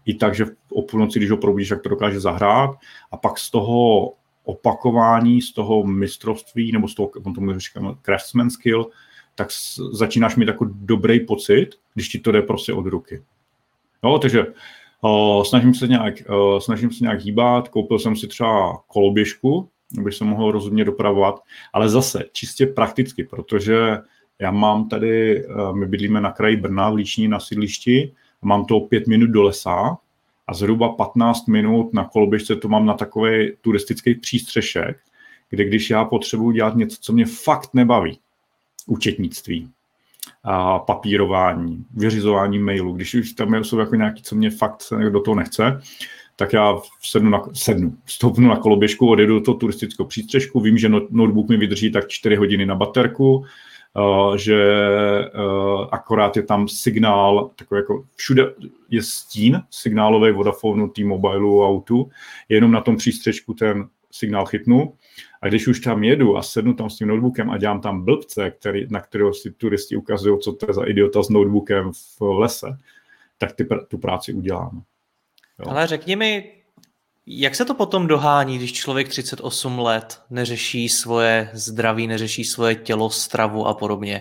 i tak, že o půlnoci, když ho probudíš, tak to dokáže zahrát a pak z toho opakování, z toho mistrovství, nebo z toho, on tomu říkáme craftsman skill, tak začínáš mít jako dobrý pocit, když ti to jde prostě od ruky. No, takže uh, snažím se nějak, uh, snažím se nějak hýbat, koupil jsem si třeba koloběžku, abych se mohl rozhodně dopravovat, ale zase čistě prakticky, protože já mám tady, uh, my bydlíme na kraji Brna v Líšni na sídlišti, mám to pět minut do lesa a zhruba patnáct minut na koloběžce to mám na takový turistický přístřešek, kde když já potřebuji dělat něco, co mě fakt nebaví, účetnictví, a papírování, vyřizování mailů, když už tam jsou jako nějaký, co mě fakt do toho nechce, tak já sednu, na, sednu stoupnu na koloběžku, odjedu do toho turistického přístřešku, vím, že notebook mi vydrží tak čtyři hodiny na baterku, uh, že uh, akorát je tam signál, takový jako všude je stín signálový Vodafonu, T-Mobileu, autu, jenom na tom přístřešku ten signál chytnu. A když už tam jedu a sednu tam s tím notebookem a dělám tam blbce, který, na kterého si turisti ukazují, co to je za idiota s notebookem v lese, tak ty, tu práci udělám. Jo. Ale řekni mi, jak se to potom dohání, když člověk třicet osm let neřeší svoje zdraví, neřeší svoje tělo, stravu a podobně?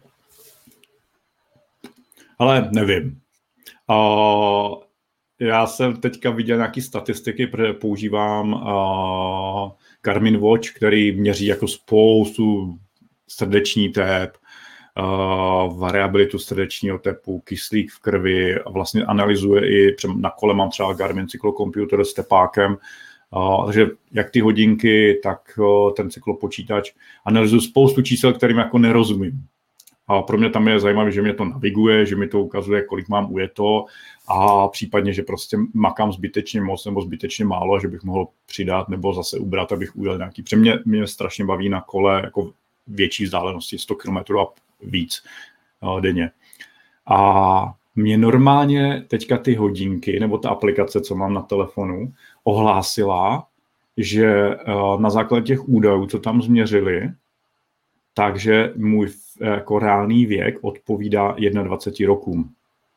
Ale nevím. Uh, já jsem teďka viděl nějaké statistiky, protože používám uh, Garmin Watch, který měří jako spoustu srdeční tep, uh, variabilitu srdečního tepu, kyslík v krvi a vlastně analyzuje i, na kole mám třeba Garmin cyklocomputer s tepákem, uh, takže jak ty hodinky, tak uh, ten cyklopočítač analyzuje spoustu čísel, kterým jako nerozumím. A pro mě tam je zajímavé, že mě to naviguje, že mi to ukazuje, kolik mám ujeto a případně, že prostě makám zbytečně moc nebo zbytečně málo, že bych mohl přidat nebo zase ubrat, abych ujel nějaký. Protože mě, mě strašně baví na kole jako větší vzdálenosti, sto kilometrů a víc uh, denně. A mě normálně teďka ty hodinky nebo ta aplikace, co mám na telefonu, ohlásila, že uh, na základě těch údajů, co tam změřili, takže můj jako reálný věk odpovídá dvaceti jednomu rokům.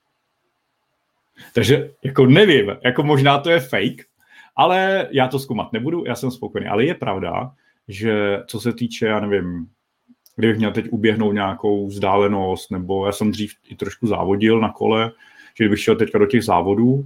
Takže jako nevím, jako možná to je fake, ale já to zkoumat nebudu, já jsem spokojený. Ale je pravda, že co se týče, já nevím, kdybych měl teď uběhnout nějakou vzdálenost, nebo já jsem dřív i trošku závodil na kole, že kdybych šel teďka do těch závodů,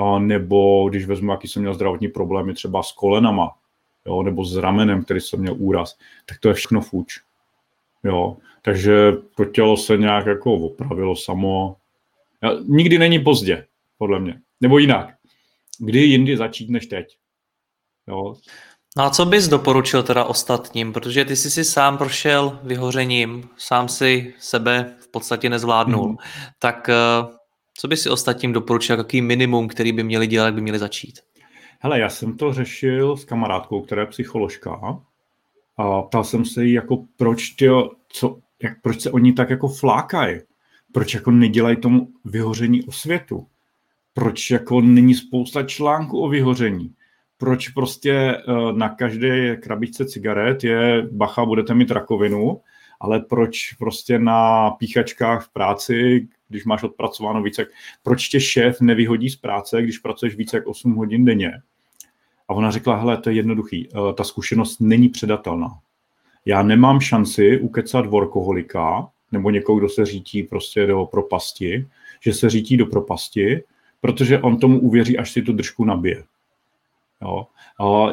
nebo když vezmu, jaký jsem měl zdravotní problémy třeba s kolenama, jo, nebo s ramenem, který jsem měl úraz, tak to je všechno fuč. Jo, takže to tělo se nějak jako opravilo samo. Nikdy není pozdě, podle mě. Nebo jinak. Kdy jindy začít než teď. Jo. No a co bys doporučil teda ostatním? Protože ty jsi si sám prošel vyhořením, sám si sebe v podstatě nezvládnul. Hmm. Tak co bys si ostatním doporučil, jaký minimum, který by měli dělat, jak by měli začít? Hele, já jsem to řešil s kamarádkou, která je psycholožka. A ptal jsem se jí, jako proč, tyjo, co, jak, proč se oni tak jako flákají? Proč jako nedělají tomu vyhoření osvětu? Proč jako není spousta článků o vyhoření? Proč prostě uh, na každé krabičce cigaret je bacha, budete mít rakovinu, ale proč prostě na píchačkách v práci, když máš odpracováno více, proč tě šéf nevyhodí z práce, když pracuješ více jak osm hodin denně? A ona řekla, hele, to je jednoduchý, ta zkušenost není předatelná. Já nemám šanci ukecat workoholika nebo někoho, kdo se řítí prostě do propasti, že se řítí do propasti, protože on tomu uvěří, až si tu držku nabije. Jo. A,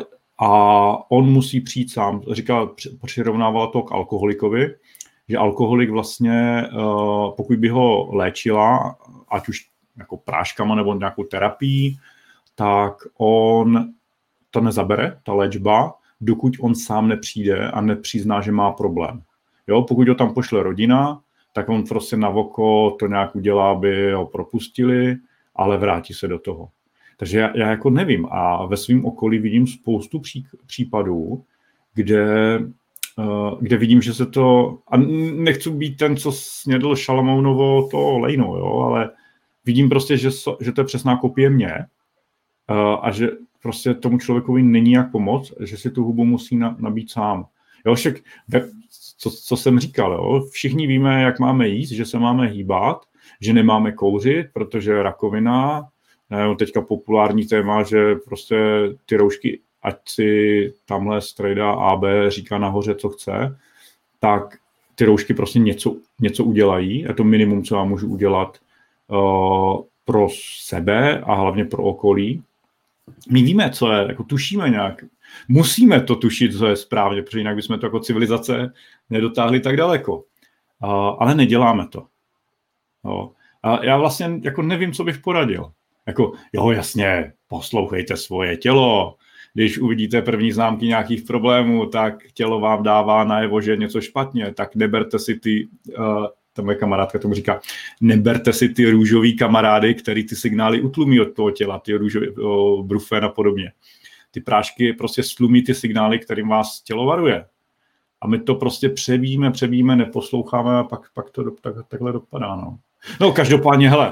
a on musí přijít sám. Říkala, přirovnávala to k alkoholikovi, že alkoholik vlastně, pokud by ho léčila, ať už jako práškama nebo nějakou terapii, tak on to nezabere, ta léčba, dokud on sám nepřijde a nepřizná, že má problém. Jo, pokud ho tam pošle rodina, tak on prostě na oko to nějak udělá, aby ho propustili, ale vrátí se do toho. Takže já, já jako nevím a ve svém okolí vidím spoustu pří, případů, kde, uh, kde vidím, že se to, a nechci být ten, co snědl Šalamounovo to lejno, jo, ale vidím prostě, že, so, že to je přesná kopie mě uh, a že prostě tomu člověkovi není jak pomoct, že si tu hubu musí na, nabít sám. Jo, však, co, co jsem říkal, jo, všichni víme, jak máme jíst, že se máme hýbat, že nemáme kouřit, protože rakovina, ne, teďka populární téma, že prostě ty roušky, ať si tamhle strejda A B říká nahoře, co chce, tak ty roušky prostě něco, něco udělají. Je to minimum, co já můžu udělat uh, pro sebe a hlavně pro okolí. My víme, co je, jako tušíme nějak. Musíme to tušit, co je správně, protože jinak bychom to jako civilizace nedotáhli tak daleko. Uh, ale neděláme to. No. A já vlastně jako nevím, co bych poradil. Jako, jo, jasně, poslouchejte svoje tělo. Když uvidíte první známky nějakých problémů, tak tělo vám dává najevo, že je něco špatně, tak neberte si ty, uh, ta moje kamarádka tomu říká, neberte si ty růžový kamarády, který ty signály utlumí od toho těla, ty růžový uh, brufen a podobně. Ty prášky prostě stlumí ty signály, kterým vás tělo varuje. A my to prostě přebíme, přebíme, neposloucháme a pak, pak to do, tak, takhle dopadá. No, no každopádně, hele,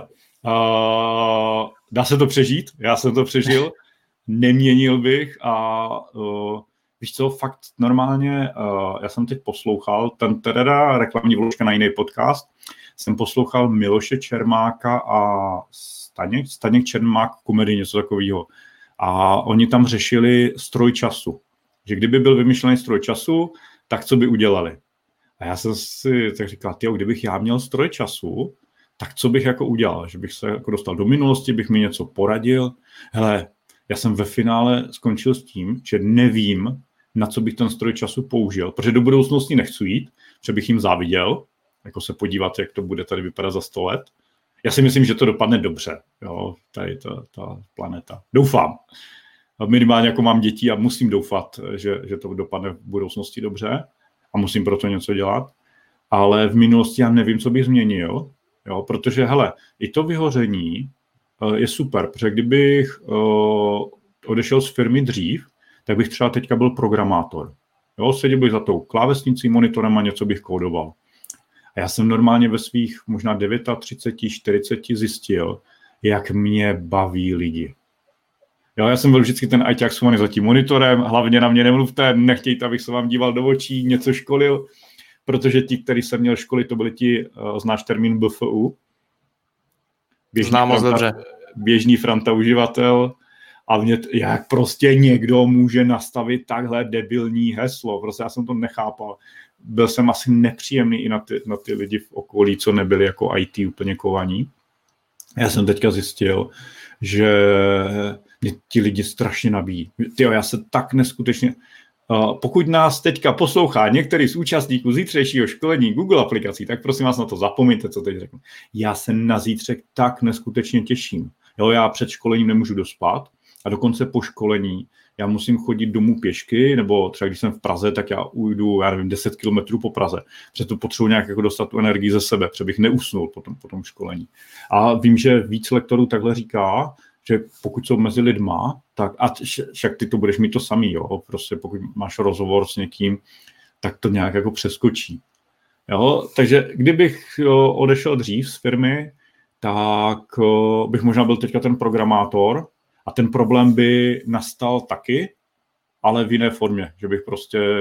uh, dá se to přežít, já jsem to přežil, neměnil bych a uh, víš co, fakt normálně, uh, já jsem teď poslouchal, ten teda reklamní vložka na jiný podcast, jsem poslouchal Miloše Čermáka a Staněk, Staněk Čermák komedii, něco takového. A oni tam řešili stroj času. Že kdyby byl vymyšlený stroj času, tak co by udělali? A já jsem si tak říkal, tyjo, kdybych já měl stroj času, tak co bych jako udělal? Že bych se jako dostal do minulosti, bych mi něco poradil. Hele, já jsem ve finále skončil s tím, že nevím, na co bych ten stroj času použil, protože do budoucnosti nechci jít, protože bych jim záviděl, jako se podívat, jak to bude tady vypadat za sto let. Já si myslím, že to dopadne dobře, jo, tady ta, ta planeta. Doufám. Minimálně jako mám děti a musím doufat, že, že to dopadne v budoucnosti dobře a musím pro to něco dělat. Ale v minulosti já nevím, co bych změnil, jo, protože hele, i to vyhoření uh, je super, protože kdybych uh, odešel z firmy dřív, tak bych třeba teďka byl programátor. Jo, seděl bych za tou klávesnicí, monitorem a něco bych kódoval. A já jsem normálně ve svých možná třicet devět, čtyřicet zjistil, jak mě baví lidi. Jo, já jsem byl vždycky ten ajťák schovaný za tím monitorem, hlavně na mě nemluvte, nechtějte, abych se vám díval do očí, něco školil, protože ti, který jsem měl školit, to byli ti, uh, znáš termín B F U? Běžný Znám moc franta, dobře. Běžný franta uživatel. A mě, jak prostě někdo může nastavit takhle debilní heslo. Prostě já jsem to nechápal. Byl jsem asi nepříjemný i na ty, na ty lidi v okolí, co nebyli jako í té úplně kovaní. Já jsem teďka zjistil, že mě ti lidi strašně nabíjí. Tyjo, já se tak neskutečně... Uh, pokud nás teďka poslouchá některý z účastníků zítřejšího školení Google aplikací, tak prosím vás na to zapomeňte, co teď řeknu. Já se na zítřek tak neskutečně těším. Jo, já před školením nemůžu dospat a dokonce po školení já musím chodit domů pěšky, nebo třeba když jsem v Praze, tak já ujdu, já nevím, deset kilometrů po Praze. Protože potřebuji nějak jako dostat tu energii ze sebe, protože bych neusnul po tom, po tom školení. A vím, že víc lektorů takhle říká, že pokud jsou mezi lidma, tak a však ty to budeš mít to samý, jo, prostě pokud máš rozhovor s někým, tak to nějak jako přeskočí. Jo, takže kdybych jo, odešel dřív z firmy, tak jo, bych možná byl teďka ten programátor a ten problém by nastal taky, ale v jiné formě, že bych prostě...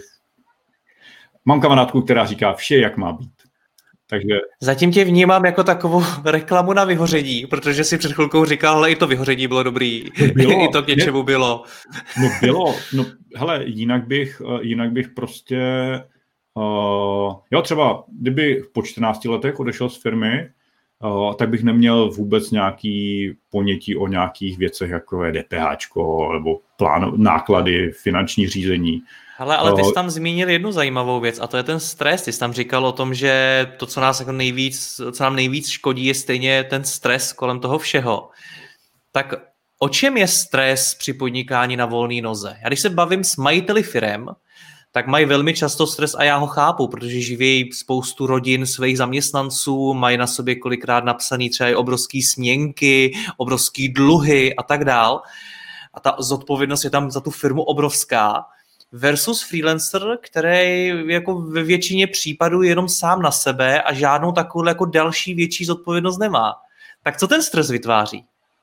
Mám kamarádku, která říká vše, jak má být. Takže... Zatím tě vnímám jako takovou reklamu na vyhoření, protože si před chvilkou říkal, ale i to vyhoření bylo dobrý, bylo, i to k něčemu ne, bylo. No bylo, no hele, jinak bych, jinak bych prostě, uh, jo třeba, kdyby po čtrnácti letech odešel z firmy, uh, tak bych neměl vůbec nějaký ponětí o nějakých věcech, jako je DPHčko, nebo plán, náklady, finanční řízení. Ale, ale ty jsi tam zmínil jednu zajímavou věc a to je ten stres. Ty jsi tam říkal o tom, že to, co nás jako nejvíc, co nám nejvíc škodí, je stejně ten stres kolem toho všeho. Tak o čem je stres při podnikání na volné noze? Já když se bavím s majiteli firem, tak mají velmi často stres a já ho chápu, protože živí spoustu rodin svých zaměstnanců, mají na sobě kolikrát napsaný třeba i obrovský směnky, obrovský dluhy a tak dál. A ta zodpovědnost je tam za tu firmu obrovská. Versus freelancer, který jako ve většině případů je jenom sám na sebe a žádnou takovou jako další větší zodpovědnost nemá. Tak co ten stres vytváří?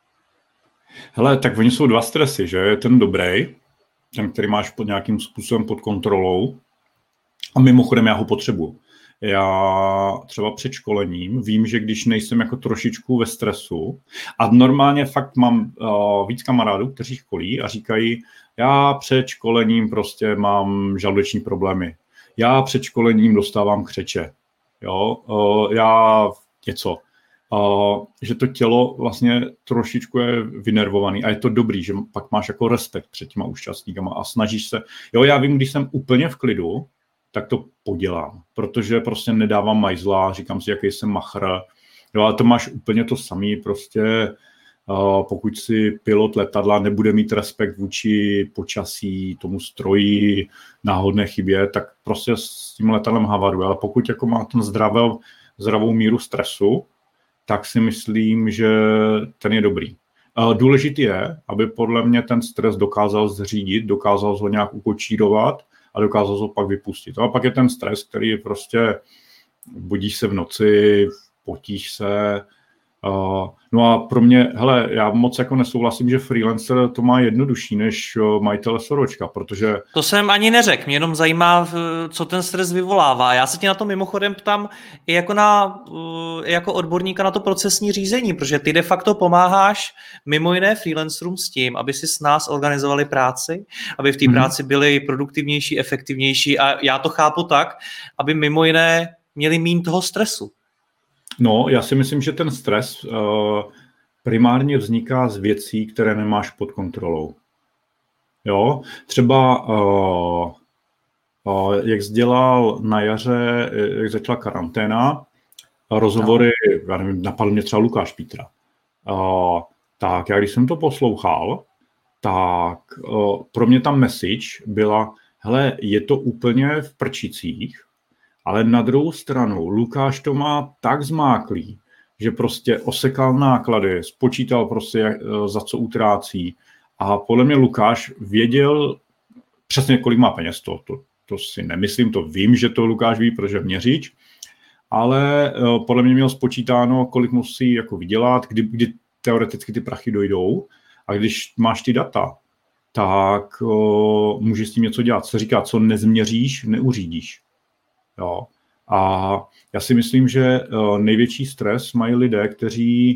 Hele, tak oni jsou dva stresy, že? Je ten dobrý, ten, který máš pod nějakým způsobem pod kontrolou a mimochodem já ho potřebuju. Já třeba před školením vím, že když nejsem jako trošičku ve stresu a normálně fakt mám uh, víc kamarádů, kteří školí a říkají, já před školením prostě mám žaludeční problémy. Já před školením dostávám křeče. Jo? Uh, já něco. Uh, že to tělo vlastně trošičku je vynervovaný a je to dobrý, že pak máš jako respekt před těma účastníkama a snažíš se. Jo, já vím, když jsem úplně v klidu, tak to podělám, protože prostě nedávám majzla, říkám si, jaký jsem machr. Jo, ale to máš úplně to samý, prostě uh, pokud si pilot letadla nebude mít respekt vůči počasí, tomu stroji, náhodné chybě, tak prostě s tím letadlem havaruje. Ale pokud jako má ten zdravou, zdravou míru stresu, tak si myslím, že ten je dobrý. Uh, důležitý je, aby podle mě ten stres dokázal zřídit, dokázal ho nějak ukočírovat, a dokázal ho pak vypustit. A pak je ten stres, který je prostě budíš se v noci, potíš se. Uh, no a pro mě, hele, já moc jako nesouhlasím, že freelancer to má jednodušší než majitel soročka, protože... To jsem ani neřekl, mě jenom zajímá, co ten stres vyvolává. Já se tě na to mimochodem ptám i jako, na, jako odborníka na to procesní řízení, protože ty de facto pomáháš mimo jiné freelancerům s tím, aby si s nás organizovali práci, aby v té mm-hmm. práci byli produktivnější, efektivnější a já to chápu tak, aby mimo jiné měli míň toho stresu. No, já si myslím, že ten stres uh, primárně vzniká z věcí, které nemáš pod kontrolou. Jo, třeba uh, uh, jak sdělal na jaře, jak začala karanténa, rozhovory, no. Já nevím, napadl mě třeba Lukáš Pítra. Uh, tak já když jsem to poslouchal, tak uh, pro mě ta message byla, hele, je to úplně v prčicích, ale na druhou stranu Lukáš to má tak zmáklý, že prostě osekal náklady, spočítal prostě, za co utrácí a podle mě Lukáš věděl přesně, kolik má peněz. To, to, to si nemyslím, to vím, že to Lukáš ví, protože měříč, ale podle mě měl spočítáno, kolik musí jako vydělat, kdy, kdy teoreticky ty prachy dojdou a když máš ty data, tak o, můžeš s tím něco dělat. Se říká, co nezměříš, neuřídíš. Jo. A já si myslím, že uh, největší stres mají lidé, kteří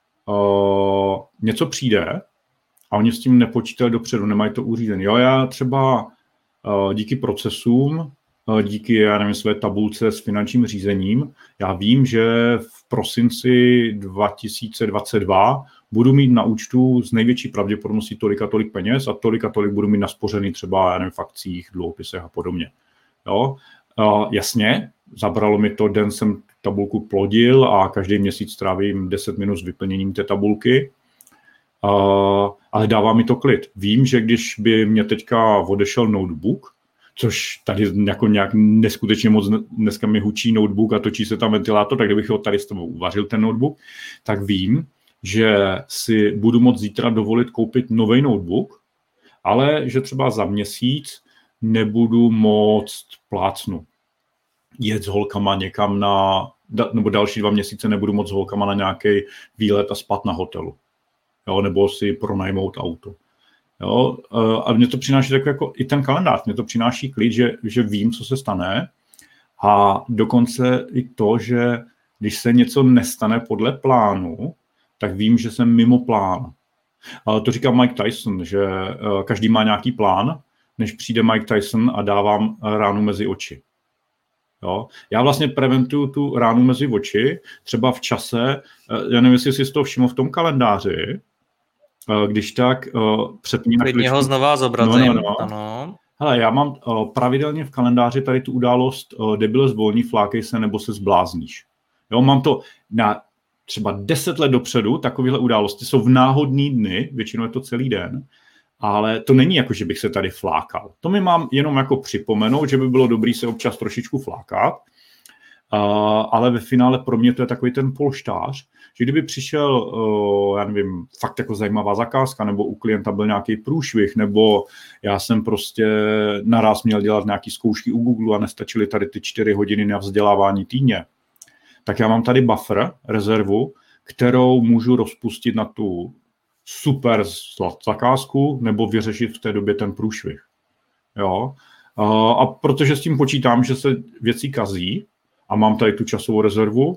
uh, něco přijde a oni s tím nepočítali dopředu, nemají to uřízené. Jo, já třeba uh, díky procesům, uh, díky, já nevím, své tabulce s finančním řízením, já vím, že v prosinci dva tisíce dvacet dva budu mít na účtu z největší pravděpodobností tolik a tolik peněz a tolik a tolik budu mít naspořený třeba, já nevím, v akcích, dluhopisech a podobně. Jo. Uh, jasně, zabralo mi to, den jsem tabulku plodil a každý měsíc trávím deset minut s vyplněním té tabulky, uh, ale dává mi to klid. Vím, že když by mě teďka odešel notebook, což tady jako nějak neskutečně moc dneska mi hučí notebook a točí se tam ventilátor, tak kdybych ho tady s tebou uvařil ten notebook, tak vím, že si budu moct zítra dovolit koupit nový notebook, ale že třeba za měsíc nebudu moct plácnu. Jet s holkama někam na, nebo další dva měsíce nebudu moct s holkama na nějaký výlet a spát na hotelu. Jo, nebo si pronajmout auto. Jo, a mě to přináší tak jako i ten kalendář, mě to přináší klid, že, že vím, co se stane a dokonce i to, že když se něco nestane podle plánu, tak vím, že jsem mimo plán. Ale to říká Mike Tyson, že každý má nějaký plán, než přijde Mike Tyson a dávám ránu mezi oči. Jo? Já vlastně preventuju tu ránu mezi oči, třeba v čase, já nevím, jestli jsi to všiml v tom kalendáři, když tak přepni na kličku. Ho znova zobrazím. No, no, no. Ano. Hele, já mám pravidelně v kalendáři tady tu událost debil zvolní, flákej se nebo se zblázníš. Jo, mám to na třeba deset let dopředu, takovéhle události jsou v náhodný dny, většinou je to celý den, ale to není jako, že bych se tady flákal. To mi mám jenom jako připomenout, že by bylo dobré se občas trošičku flákat, uh, ale ve finále pro mě to je takový ten polštář, že kdyby přišel, uh, já nevím, fakt jako zajímavá zakázka, nebo u klienta byl nějaký průšvih, nebo já jsem prostě naraz měl dělat nějaký zkoušky u Google a nestačily tady ty čtyři hodiny na vzdělávání týdně, tak já mám tady buffer, rezervu, kterou můžu rozpustit na tu super zakázku nebo vyřešit v té době ten průšvih. Jo? A protože s tím počítám, že se věci kazí a mám tady tu časovou rezervu,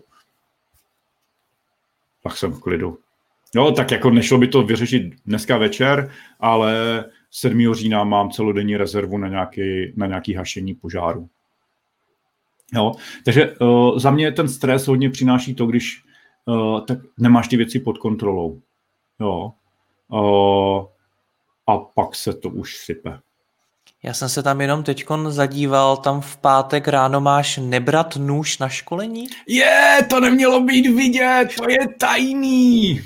tak jsem v klidu. Jo, tak jako nešlo by to vyřešit dneska večer, ale sedmého října mám celodenní rezervu na nějaký, na nějaký hašení požáru. Jo, takže uh, za mě ten stres hodně přináší to, když uh, tak nemáš ty věci pod kontrolou. Jo. Uh, a pak se to už sype. Já jsem se tam jenom teďkon zadíval, tam v pátek ráno máš nebrat nůž na školení? Je, to nemělo být vidět, to je tajný.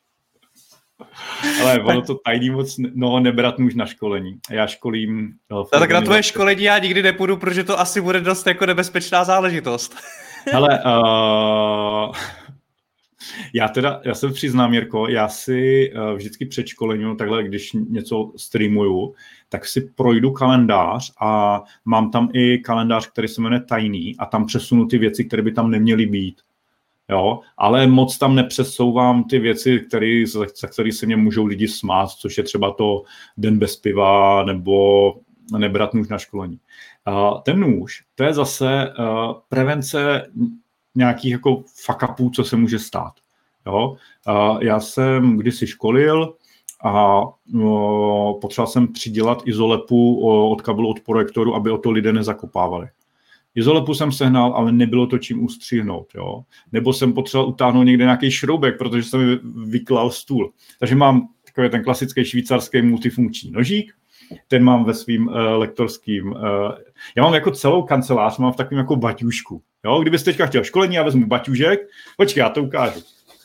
Ale ono to tajný moc, no nebrat nůž na školení. Já školím... No, tak na tvoje školení já nikdy nepůjdu, protože to asi bude dost jako nebezpečná záležitost. Hele, uh, já teda, já se přiznám, Jirko, já si uh, vždycky před školením, takhle, když něco streamuju, tak si projdu kalendář a mám tam i kalendář, který se jmenuje tajný a tam přesunu ty věci, které by tam neměly být. Jo, ale moc tam nepřesouvám ty věci, který, za, za které se mě můžou lidi smát, což je třeba to den bez piva nebo nebrat nůž na školení. Uh, ten nůž, to je zase uh, prevence nějakých jako fuck upů, co se může stát. Jo? Uh, já jsem kdysi školil a uh, potřeboval jsem přidělat izolepu od kabelu od projektoru, aby o to lidé nezakopávali. Izolepu jsem sehnal, ale nebylo to čím ustřihnout. Jo? Nebo jsem potřeboval utáhnout někde nějaký šroubek, protože jsem mi vyklal stůl. Takže mám takový ten klasický švýcarský multifunkční nožík, ten mám ve svým uh, lektorským... Uh, já mám jako celou kancelář, mám v takovém jako baťušku. Jo? Kdybyste teďka chtěl školení, já vezmu baťužek. Počkej, já to ukážu.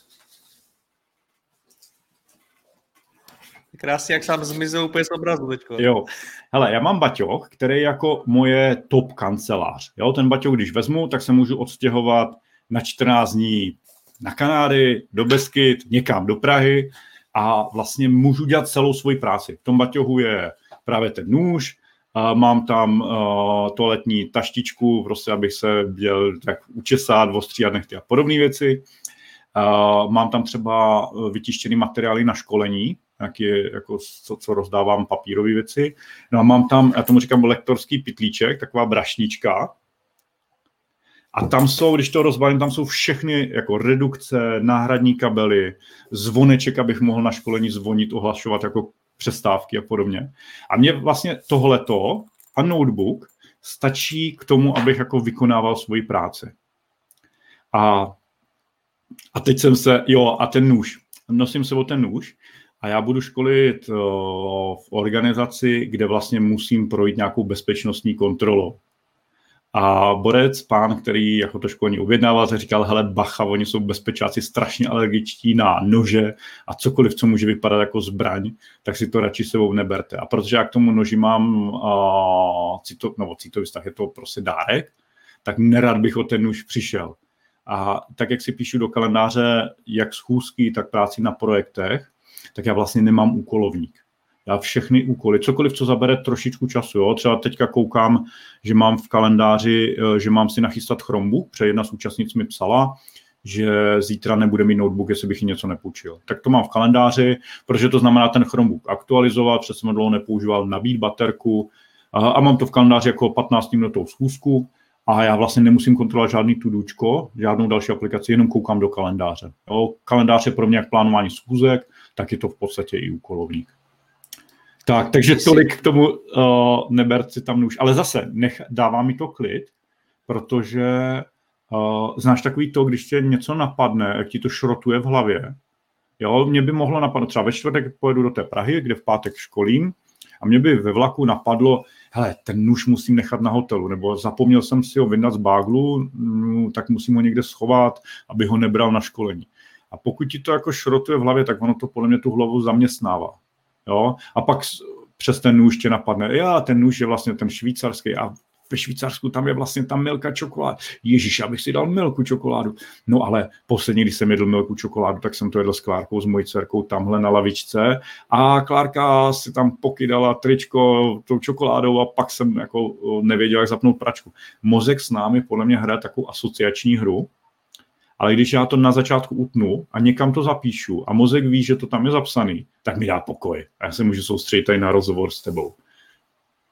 Krásně, jak sám zmizel úplně z obrazu teďko. Jo. Hele, já mám baťoch, který je jako moje top kancelář. Jo? Ten baťoch, když vezmu, tak se můžu odstěhovat na čtrnáct dní na Kanáry, do Beskyt, někam do Prahy a vlastně můžu dělat celou svoji práci. V tom baťohu je právě ten nůž, mám tam uh, toaletní taštičku, prostě abych se měl tak učesat, ostříhat nechty a podobné věci. Uh, mám tam třeba vytištěný materiály na školení, nějaký, jako, co, co rozdávám papírové věci. No a mám tam, já tomu říkám lektorský pytlíček, taková brašnička. A tam jsou, když to rozbalím, tam jsou všechny jako redukce, náhradní kabely, zvoneček, abych mohl na školení zvonit, ohlašovat jako přestávky a podobně. A mně vlastně tohleto a notebook stačí k tomu, abych jako vykonával svoji práci. A, a teď jsem se, jo, a ten nůž. Nosím sebou ten nůž a já budu školit o, v organizaci, kde vlastně musím projít nějakou bezpečnostní kontrolu. A borec, pán, který jako to školení objednával, se říkal, hele bacha, oni jsou bezpečáci strašně alergičtí na nože a cokoliv, co může vypadat jako zbraň, tak si to radši sebou neberte. A protože já k tomu noži mám uh, cito, no, citový vztah, je to prostě dárek, tak nerad bych o ten nůž přišel. A tak, jak si píšu do kalendáře, jak schůzky, tak práci na projektech, tak já vlastně nemám úkolovník. Já všechny úkoly, cokoliv, co zabere trošičku času. Jo? Třeba teďka koukám, že mám v kalendáři, že mám si nachystat Chromebook, protože jedna z účastnic mi psala, že zítra nebude mít notebook, jestli bych ji něco nepůjčil. Tak to mám v kalendáři, protože to znamená ten Chromebook aktualizovat, protože jsem dlouho nepoužíval, nabít baterku a, a mám to v kalendáři jako patnáctiminutovou schůzku a já vlastně nemusím kontrolovat žádný tudůčko, žádnou další aplikaci, jenom koukám do kalendáře. Jo? Kalendář je pro mě jak plánování schůzek, tak je to v podstatě i úkolovník. Tak, takže tolik k tomu uh, neber si tam nůž. Ale zase nech, dává mi to klid, protože uh, znáš takový to, když tě něco napadne, jak ti to šrotuje v hlavě. Jo, mě by mohlo napadnout, třeba ve čtvrtek pojedu do té Prahy, kde v pátek školím a mě by ve vlaku napadlo, hele, ten nůž musím nechat na hotelu, nebo zapomněl jsem si ho vyndat z báglu, no, tak musím ho někde schovat, aby ho nebral na školení. A pokud ti to jako šrotuje v hlavě, tak ono to podle mě tu hlavu zaměstnává. Jo? A pak přes ten nůž tě napadne, já, ten nůž je vlastně ten švýcarský a ve Švýcarsku tam je vlastně ta Milka čokoláda. Ježiš, abych si dal Milku čokoládu. No ale posledně, když jsem jedl Milku čokoládu, tak jsem to jedl s Klárkou, s mojí dcerkou tamhle na lavičce a Klárka si tam pokydala tričko tou čokoládou a pak jsem jako nevěděl, jak zapnout pračku. Mozek s námi podle mě hraje takovou asociační hru, ale když já to na začátku utnu a někam to zapíšu a mozek ví, že to tam je zapsaný, tak mi dá pokoj. A já se můžu soustředit tady na rozhovor s tebou.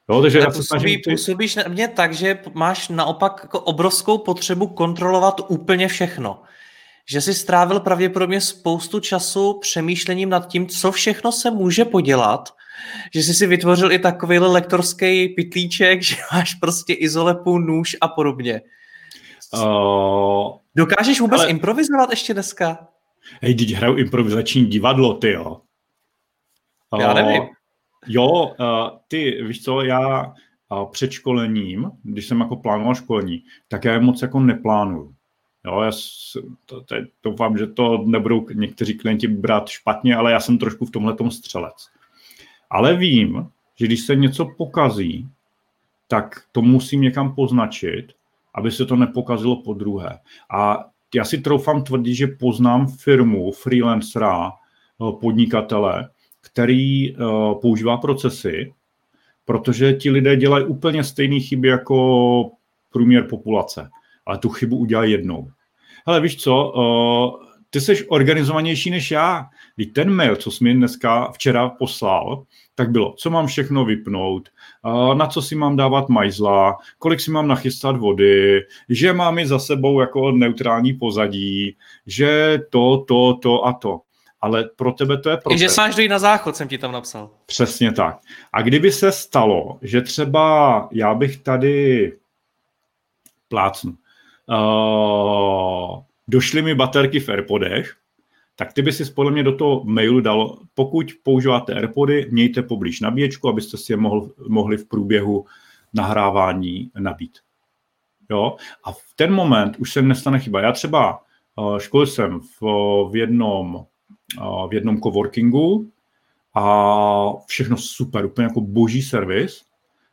Jo, takže já se působí, snažím... Ty... Působíš na mě tak, že máš naopak jako obrovskou potřebu kontrolovat úplně všechno. Že jsi strávil pravděpodobně spoustu času přemýšlením nad tím, co všechno se může podělat, že jsi si vytvořil i takovýhle lektorský pytlíček, že máš prostě izolepu, nůž a podobně. Uh, Dokážeš vůbec ale... improvizovat ještě dneska? Hej, teď hraju improvizační divadlo, ty jo. Uh, já nevím. Jo, uh, ty, víš co, já uh, před školením, když jsem jako plánoval školení, tak já je moc jako neplánuju. Jo, já to, to, doufám, že to nebudou někteří klienti brát špatně, ale já jsem trošku v tomhletom střelec. Ale vím, že když se něco pokazí, tak to musím někam poznačit, aby se to nepokazilo po druhé. A já si troufám tvrdit, že poznám firmu, freelancera, podnikatele, který uh, používá procesy, protože ti lidé dělají úplně stejné chyby jako průměr populace. Ale tu chybu udělají jednou. Hele, víš co, uh, ty jsi organizovanější než já. Víš, ten mail, co jsi mi dneska, včera poslal, tak bylo, co mám všechno vypnout, uh, na co si mám dávat majzla, kolik si mám nachystat vody, že mám i za sebou jako neutrální pozadí, že to, to, to a to. Ale pro tebe to je proces. I že máš dojít na záchod, jsem ti tam napsal. Přesně tak. A kdyby se stalo, že třeba já bych tady plácnu, Uh, došly mi baterky v AirPodech, tak ty by si podle mě do toho mailu dal, pokud používáte AirPody, mějte poblíž nabíječku, abyste si je mohl, mohli v průběhu nahrávání nabít. Jo? A v ten moment už se nestane chyba. Já třeba uh, školil jsem v, v, jednom, uh, v jednom coworkingu a všechno super, úplně jako boží servis.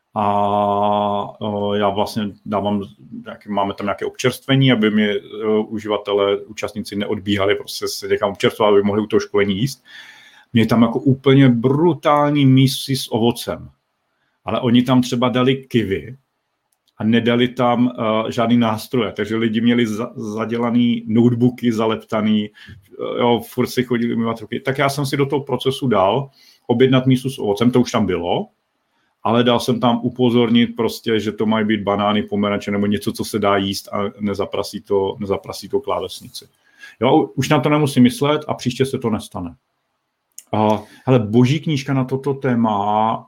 A uh, já vlastně dávám, máme tam nějaké občerstvení, aby mi uh, uživatelé, účastníci neodbíhali, prostě se někam občerstvovat, aby mohli u toho školení jíst. Měli tam jako úplně brutální mísy s ovocem. Ale oni tam třeba dali kiwi a nedali tam uh, žádný nástroje, takže lidi měli za, zadělaný notebooky, zaleptaný, uh, jo, furt si chodili umývat ruky. Tak já jsem si do toho procesu dal objednat mísu s ovocem, to už tam bylo, ale dal jsem tam upozornit prostě, že to mají být banány, pomeranče nebo něco, co se dá jíst a nezaprasí to, nezaprasí to klávesnici. Jo, už na to nemusím myslet a příště se to nestane. A, hele, boží knížka na toto téma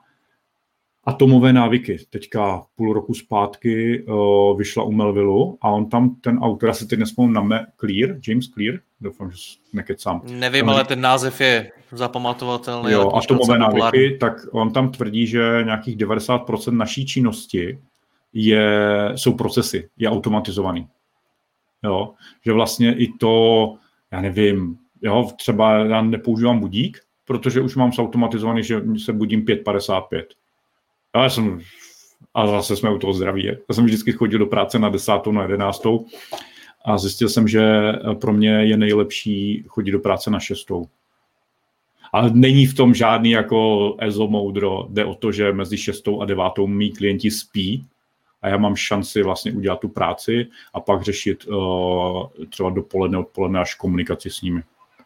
Atomové návyky. Teďka půl roku zpátky uh, vyšla u Melvillu a on tam, ten autor, já se teď nespomínám na Clear, James Clear, doufám, že nekecám. Nevím, ale ten název je zapamatovatelný. Jo, Atomové návyky, tak on tam tvrdí, že nějakých devadesát procent naší činnosti je, jsou procesy, je automatizovaný. Jo, že vlastně i to, já nevím, jo, třeba já nepoužívám budík, protože už mám zautomatizovaný, že se budím pět padesát pět. Já jsem, a zase jsme u toho zdraví. Já jsem vždycky chodil do práce na desátou, na jedenáctou a zjistil jsem, že pro mě je nejlepší chodit do práce na šestou. Ale není v tom žádný jako ezo moudro, jde o to, že mezi šestou a devátou mý klienti spí a já mám šanci vlastně udělat tu práci a pak řešit uh, třeba dopoledne, odpoledne až komunikaci s nimi.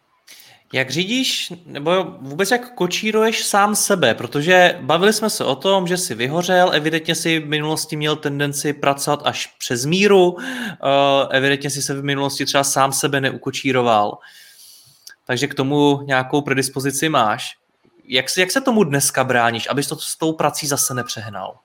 Jak řídíš, nebo vůbec jak kočíruješ sám sebe, protože bavili jsme se o tom, že jsi vyhořel, evidentně si v minulosti měl tendenci pracovat až přes míru, evidentně si se v minulosti třeba sám sebe neukočíroval, takže k tomu nějakou predispozici máš. Jak, jak se tomu dneska bráníš, abys to s tou prací zase nepřehnal?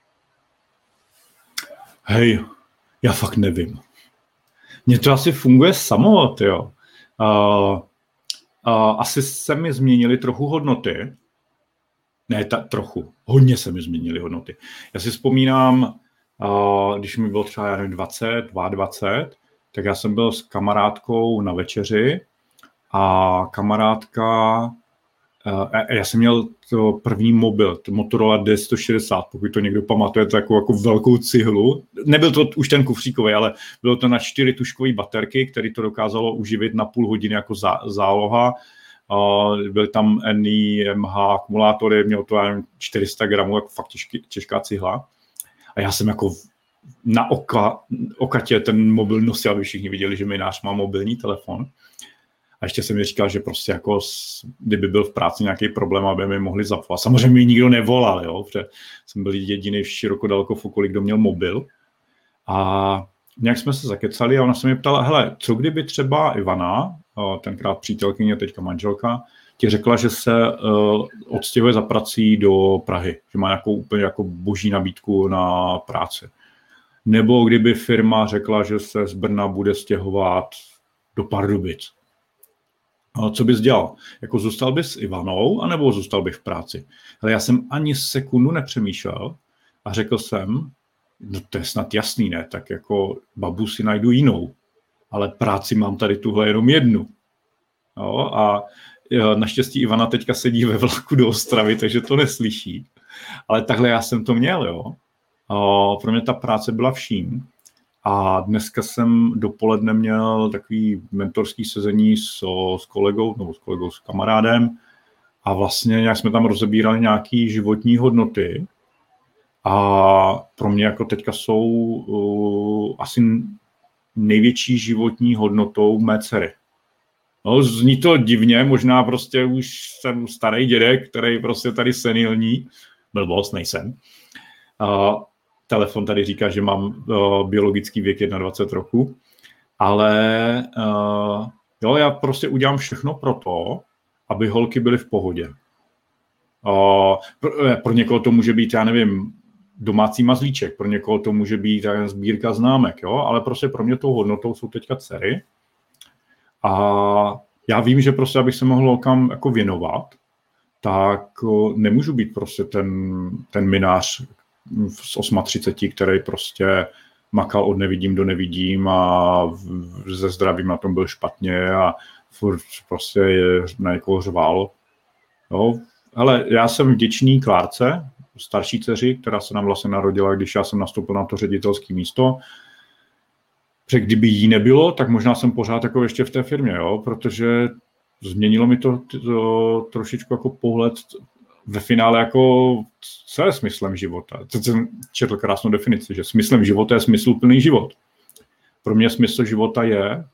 Hej, já fakt nevím. Mně to asi funguje samo, tyjo. Uh... Uh, asi se mi změnily trochu hodnoty. Ne, ta, trochu. Hodně se mi změnily hodnoty. Já si vzpomínám, uh, když mi bylo třeba já nevím, dvacet, dvacet dva, tak já jsem byl s kamarádkou na večeři a kamarádka, uh, já jsem měl to první mobil, to Motorola D sto šedesát, pokud to někdo pamatuje, to jako, jako velkou cihlu. Nebyl to už ten kufříkový, ale bylo to na čtyři tuškové baterky, které to dokázalo uživit na půl hodiny jako zá, záloha. Uh, byl tam N I M H akumulátory, měl to čtyři sta gramů, jako fakt těžký, těžká cihla. A já jsem jako na oka, okatě ten mobil nosil, aby všichni viděli, že minář má mobilní telefon. A ještě jsem mi říkal, že prostě jako, kdyby byl v práci nějaký problém, aby mi mohli zavolat. Samozřejmě mi nikdo nevolal, jo, protože jsem byl jediný v široko daleko v okolí, kdo měl mobil. A nějak jsme se zakecali a ona se mi ptala, hele, co kdyby třeba Ivana, tenkrát přítelkyně, teďka manželka, ti řekla, že se uh, odstěhuje za prací do Prahy, že má nějakou úplně jako boží nabídku na práci. Nebo kdyby firma řekla, že se z Brna bude stěhovat do Pardubic. A co bys dělal? Jako zůstal bys s Ivanou, anebo zůstal bych v práci? Ale já jsem ani sekundu nepřemýšlel a řekl jsem, no to je snad jasný, ne? Tak jako babu si najdu jinou, ale práci mám tady tuhle jenom jednu. Jo? A jo, naštěstí Ivana teďka sedí ve vlaku do Ostravy, takže to neslyší. Ale takhle já jsem to měl, jo. A pro mě ta práce byla vším. A dneska jsem dopoledne měl takový mentorský sezení s, s kolegou, nebo s kolegou, s kamarádem. A vlastně nějak jsme tam rozebírali nějaký životní hodnoty. A pro mě jako teďka jsou uh, asi největší životní hodnotou mé dcery. No, zní to divně, možná prostě už jsem starý dědek, který prostě tady senilní. Blbost, nejsem. Uh, telefon tady říká, že mám uh, biologický věk dvacet jedna roku, ale uh, jo, já prostě udělám všechno pro to, aby holky byly v pohodě. Uh, pro, pro někoho to může být, já nevím, domácí mazlíček, pro někoho to může být sbírka známek, jo, ale prostě pro mě tou hodnotou jsou teďka dcery. A já vím, že prostě, abych se mohl holkám jako věnovat, tak nemůžu být prostě ten, ten minář z třicet osm, který prostě makal od nevidím do nevidím a ze zdravím na tom byl špatně a furt prostě je na někoho řval. Jo. Hele, já jsem vděčný Klárce, starší dceři, která se nám vlastně narodila, když já jsem nastoupil na to ředitelské místo. Protože kdyby jí nebylo, tak možná jsem pořád jako ještě v té firmě, jo? Protože změnilo mi to, to trošičku jako pohled ve finále jako co je smyslem života. Teď jsem četl krásnou definici, že smyslem života je smysluplný život. Pro mě smysl života je,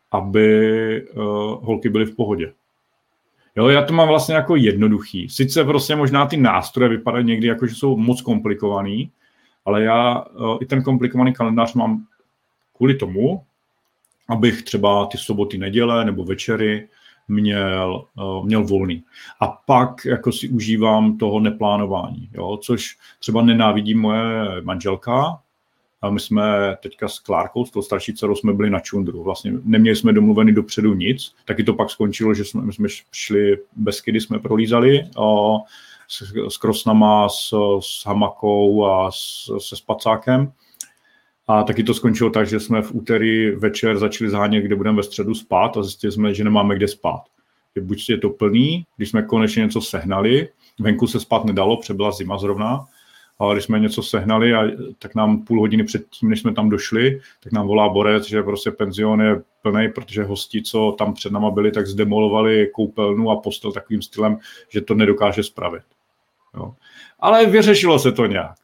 aby uh, holky byly v pohodě. Jo, já to mám vlastně jako jednoduchý. Sice prostě možná ty nástroje vypadají někdy jako, že jsou moc komplikovaný, ale já uh, i ten komplikovaný kalendář mám kvůli tomu, abych třeba ty soboty, neděle nebo večery měl, uh, měl volný. A pak jako si užívám toho neplánování, jo? Což třeba nenávidí moje manželka. A my jsme teďka s Klárkou, s tou starší dcerou, jsme byli na čundru. Vlastně neměli jsme domluvený dopředu nic, taky to pak skončilo, že jsme, my jsme šli Beskydy, jsme prolízali uh, s, s krosnama, s, s hamakou a s, se spacákem. A taky to skončilo tak, že jsme v úterý večer začali zhánět, kde budeme ve středu spát a zjistili jsme, že nemáme kde spát. Je buď je to plný, když jsme konečně něco sehnali, venku se spát nedalo, protože byla zima zrovna, ale když jsme něco sehnali, a tak nám půl hodiny předtím, než jsme tam došli, tak nám volá borec, že prostě penzion je plný, protože hosti, co tam před náma byli, tak zdemolovali koupelnu a postel takovým stylem, že to nedokáže spravit. Jo. Ale vyřešilo se to nějak.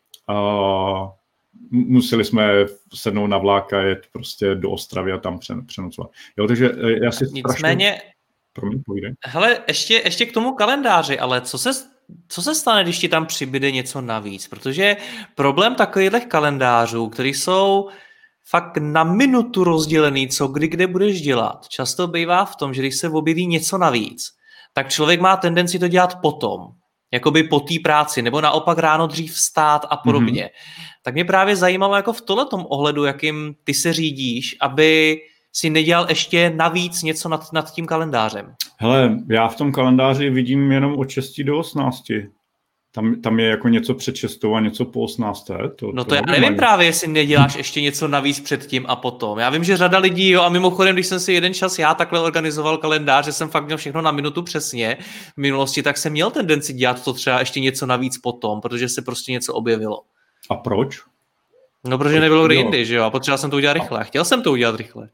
Uh, museli jsme sednout na vlák a jet prostě do Ostravy a tam přenocovat. Jo, takže já si Nicméně, strašně... Promiň, povídej. Hele, ještě, ještě k tomu kalendáři, ale co se, co se stane, když ti tam přibyde něco navíc? Protože problém takových kalendářů, který jsou fakt na minutu rozdělený, co kdy kde budeš dělat, často bývá v tom, že když se objeví něco navíc, tak člověk má tendenci to dělat potom, jakoby po té práci, nebo naopak ráno dřív vstát a podobně. Mm-hmm. Tak mě právě zajímalo jako v tohletom ohledu, jakým ty se řídíš, aby si nedělal ještě navíc něco nad, nad tím kalendářem. Hele, já v tom kalendáři vidím jenom od šesti do osmnácti. Tam, tam je jako něco před šestou a něco po osmnácté. To, no to, to já nevím mají. Právě, jestli neděláš ještě něco navíc před tím a potom. Já vím, že řada lidí, jo, a mimochodem, když jsem si jeden čas já takhle organizoval kalendář, že jsem fakt měl všechno na minutu přesně v minulosti, tak jsem měl tendenci dělat to třeba ještě něco navíc potom, protože se prostě něco objevilo. A proč? No, protože nebylo kde jindy, že jo, a potřeboval jsem to udělat rychle. A chtěl jsem to udělat rychle.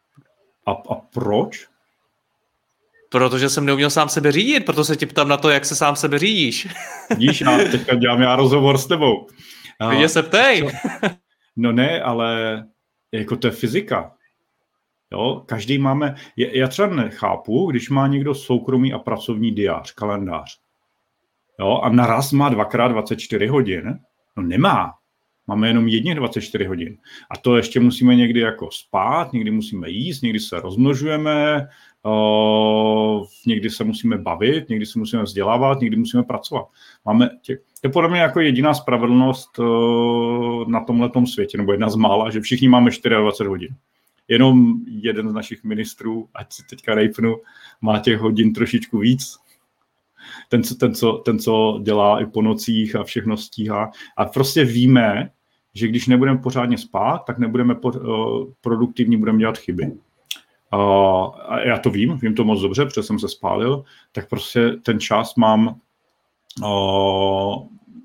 A, a proč? Protože jsem neuměl sám sebe řídit, proto se tě ptám na to, jak se sám sebe řídíš. Vidíš, já teďka dělám já rozhovor s tebou. Vidě se ptej. No ne, ale jako to je fyzika. Jo, každý máme, já třeba nechápu, když má někdo soukromý a pracovní diář, kalendář. Jo, a naraz má dvakrát dvacet čtyři hodin. No nemá. Máme jenom jedně dvacet čtyři hodin. A to ještě musíme někdy jako spát, někdy musíme jíst, někdy se rozmnožujeme, uh, někdy se musíme bavit, někdy se musíme vzdělávat, někdy musíme pracovat. Máme tě, to je podle mě jako jediná spravedlnost uh, na tomhletom světě, nebo jedna z mála, že všichni máme dvacet čtyři hodin. Jenom jeden z našich ministrů, ať si teďka rejpnu, má těch hodin trošičku víc. Ten co, ten, co, ten, co dělá i po nocích a všechno stíhá. A prostě víme, že když nebudeme pořádně spát, tak nebudeme po, uh, produktivní, budeme dělat chyby. Uh, a já to vím, vím to moc dobře, protože jsem se spálil, tak prostě ten čas mám... Uh,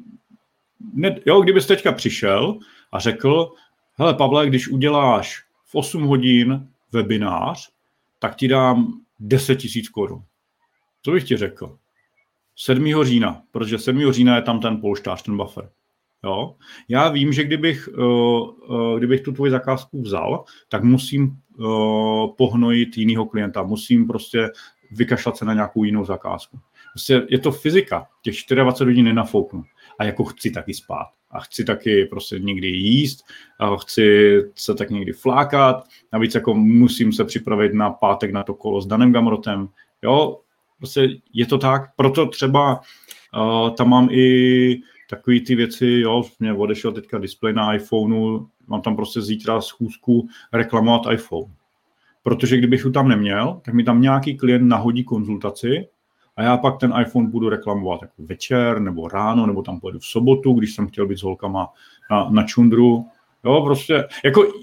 ne, jo, kdybyste teďka přišel a řekl, hele Pavle, když uděláš v osm hodin webinář, tak ti dám deset tisíc korun. Co bych ti řekl? sedmého října, protože sedmého října je tam ten polštář, ten buffer. Jo? Já vím, že kdybych, uh, uh, kdybych tu tvoji zakázku vzal, tak musím uh, pohnojit jinýho klienta, musím prostě vykašlat se na nějakou jinou zakázku. Prostě je to fyzika, těch dvacet čtyři hodin nenafouknu. A jako chci taky spát. A chci taky prostě někdy jíst, a chci se tak někdy flákat, navíc jako musím se připravit na pátek na to kolo s Danem Gamrotem. Jo, prostě je to tak, proto třeba uh, tam mám i takové ty věci, jo, mě odešel teďka displej na iPhoneu, mám tam prostě zítra schůzku reklamovat iPhone. Protože kdybych ho tam neměl, tak mi tam nějaký klient nahodí konzultaci a já pak ten iPhone budu reklamovat jako večer nebo ráno, nebo tam pojedu v sobotu, když jsem chtěl být s holkama na, na čundru. Jo, prostě jako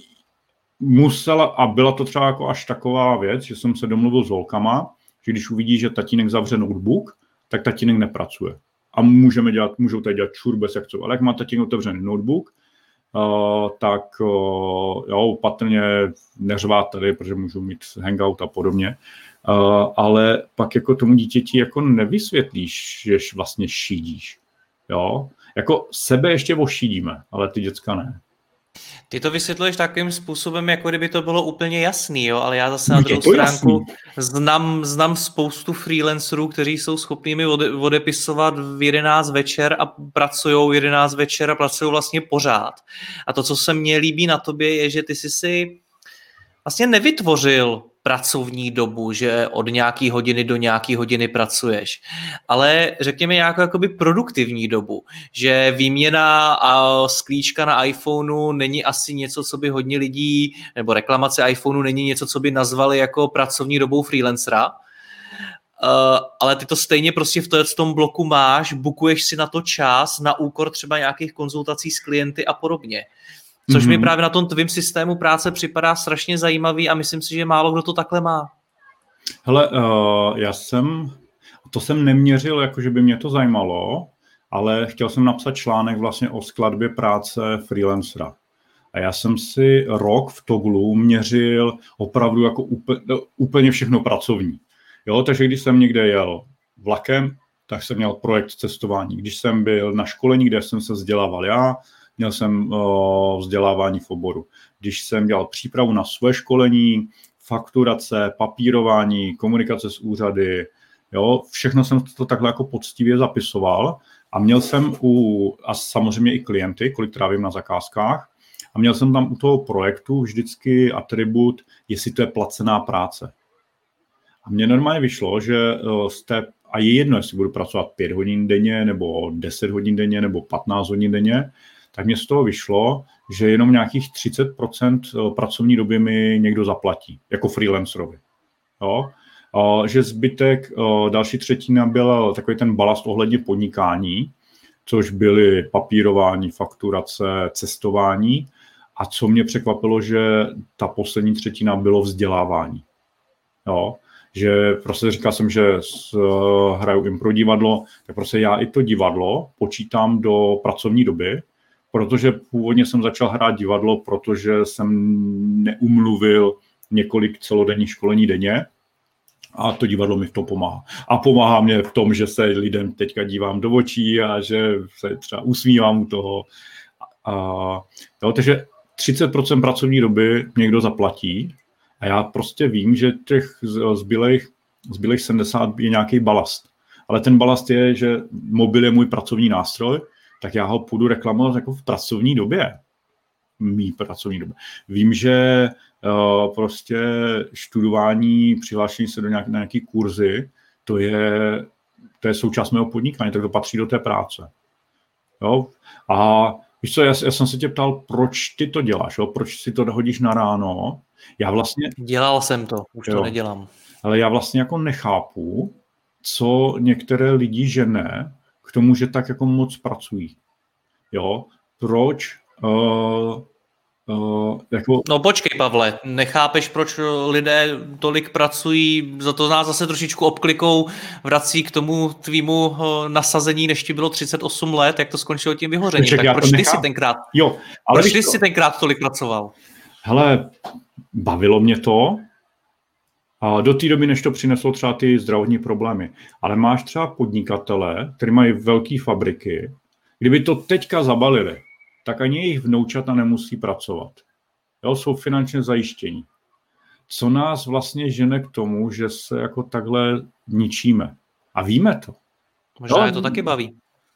musela, a byla to třeba jako až taková věc, že jsem se domluvil s holkama, že když uvidí, že tatínek zavře notebook, tak tatínek nepracuje. A můžeme dělat, můžou tady dělat čurbes, jak co. Ale jak má tatínek otevřený notebook, uh, tak uh, jo, patrně neřvát tady, protože můžou mít hangout a podobně. Uh, ale pak jako tomu dítěti jako nevysvětlíš, že vlastně šídíš. Jo? Jako sebe ještě ošídíme, ale ty děcka ne. Ty to vysvětluješ takovým způsobem, jako kdyby to bylo úplně jasný, jo? Ale já zase na druhou stránku znám, znám spoustu freelancerů, kteří jsou schopní mi ode, odepisovat v jedenáct večer a pracují jedenáct večer a pracují vlastně pořád. A to, co se mně líbí na tobě, je, že ty jsi si vlastně nevytvořil pracovní dobu, že od nějaký hodiny do nějaký hodiny pracuješ, ale řekněme nějakou jakoby produktivní dobu, že výměna a sklíčka na iPhoneu není asi něco, co by hodně lidí, nebo reklamace iPhoneu není něco, co by nazvali jako pracovní dobou freelancera, uh, ale ty to stejně prostě v tom bloku máš, bookuješ si na to čas na úkor třeba nějakých konzultací s klienty a podobně. Což mi právě na tom tvým systému práce připadá strašně zajímavý a myslím si, že málo kdo to takhle má. Hele, uh, já jsem, to jsem neměřil, jako že by mě to zajímalo, ale chtěl jsem napsat článek vlastně o skladbě práce freelancera. A já jsem si rok v Toglu měřil opravdu jako úplně, úplně všechno pracovní. Jo, takže když jsem někde jel vlakem, tak jsem měl projekt cestování. Když jsem byl na školení, kde jsem se vzdělával já, měl jsem uh, vzdělávání v oboru. Když jsem dělal přípravu na své školení, fakturace, papírování, komunikace s úřady, jo, všechno jsem to takhle jako poctivě zapisoval a měl jsem u, a samozřejmě i klienty, kolik trávím na zakázkách, a měl jsem tam u toho projektu vždycky atribut, jestli to je placená práce. A mně normálně vyšlo, že uh, jste, a je jedno, jestli budu pracovat pět hodin denně, nebo deset hodin denně, nebo patnáct hodin denně, tak mě z toho vyšlo, že jenom nějakých třicet procent pracovní doby mi někdo zaplatí, jako freelancerovi. Jo? Že zbytek, další třetina byla takový ten balast ohledně podnikání, což byly papírování, fakturace, cestování. A co mě překvapilo, že ta poslední třetina bylo vzdělávání. Jo? Že prostě říkal jsem, že hraju impro divadlo, tak prostě já i to divadlo počítám do pracovní doby, protože původně jsem začal hrát divadlo, protože jsem neumluvil několik celodenních školení denně a to divadlo mi v tom pomáhá. A pomáhá mě v tom, že se lidem teďka dívám do očí a že se třeba usmívám u toho. A, jo, takže třicet procent pracovní doby někdo zaplatí A já prostě vím, že těch zbylých, zbylých sedmdesát je nějaký balast. Ale ten balast je, že mobil je můj pracovní nástroj, tak já ho půjdu reklamovat jako v pracovní době. Mý pracovní době. Vím, že uh, prostě studování, přihlášení se do nějak, na nějaký kurzy, to je, to je součást mého podnikání, tak to patří do té práce. Jo? A víš co, já, já jsem se tě ptal, proč ty to děláš, jo? Proč si to hodíš na ráno? Já vlastně... Dělal jsem to, už jo. to nedělám. Ale já vlastně jako nechápu, co některé lidi žene k tomu, že tak jako moc pracují. Jo? Proč... Uh, uh, jako... No počkej, Pavle, nechápeš, proč lidé tolik pracují, za to nás zase trošičku obklikou vrací k tomu tvýmu uh, nasazení, než ti bylo třicet osm let, jak to skončilo tím vyhořením. Tak proč ty jsi tenkrát, jo, ale proč ty to... jsi tenkrát tolik pracoval? Hele, bavilo mě to, a do té doby, než to přineslo třeba ty zdravotní problémy. Ale máš třeba podnikatele, kteří mají velké fabriky, kdyby to teďka zabalili, tak ani jejich vnoučata nemusí pracovat. Jo, jsou finančně zajištění. Co nás vlastně žene k tomu, že se jako takhle ničíme? A víme to. Možná je to taky baví.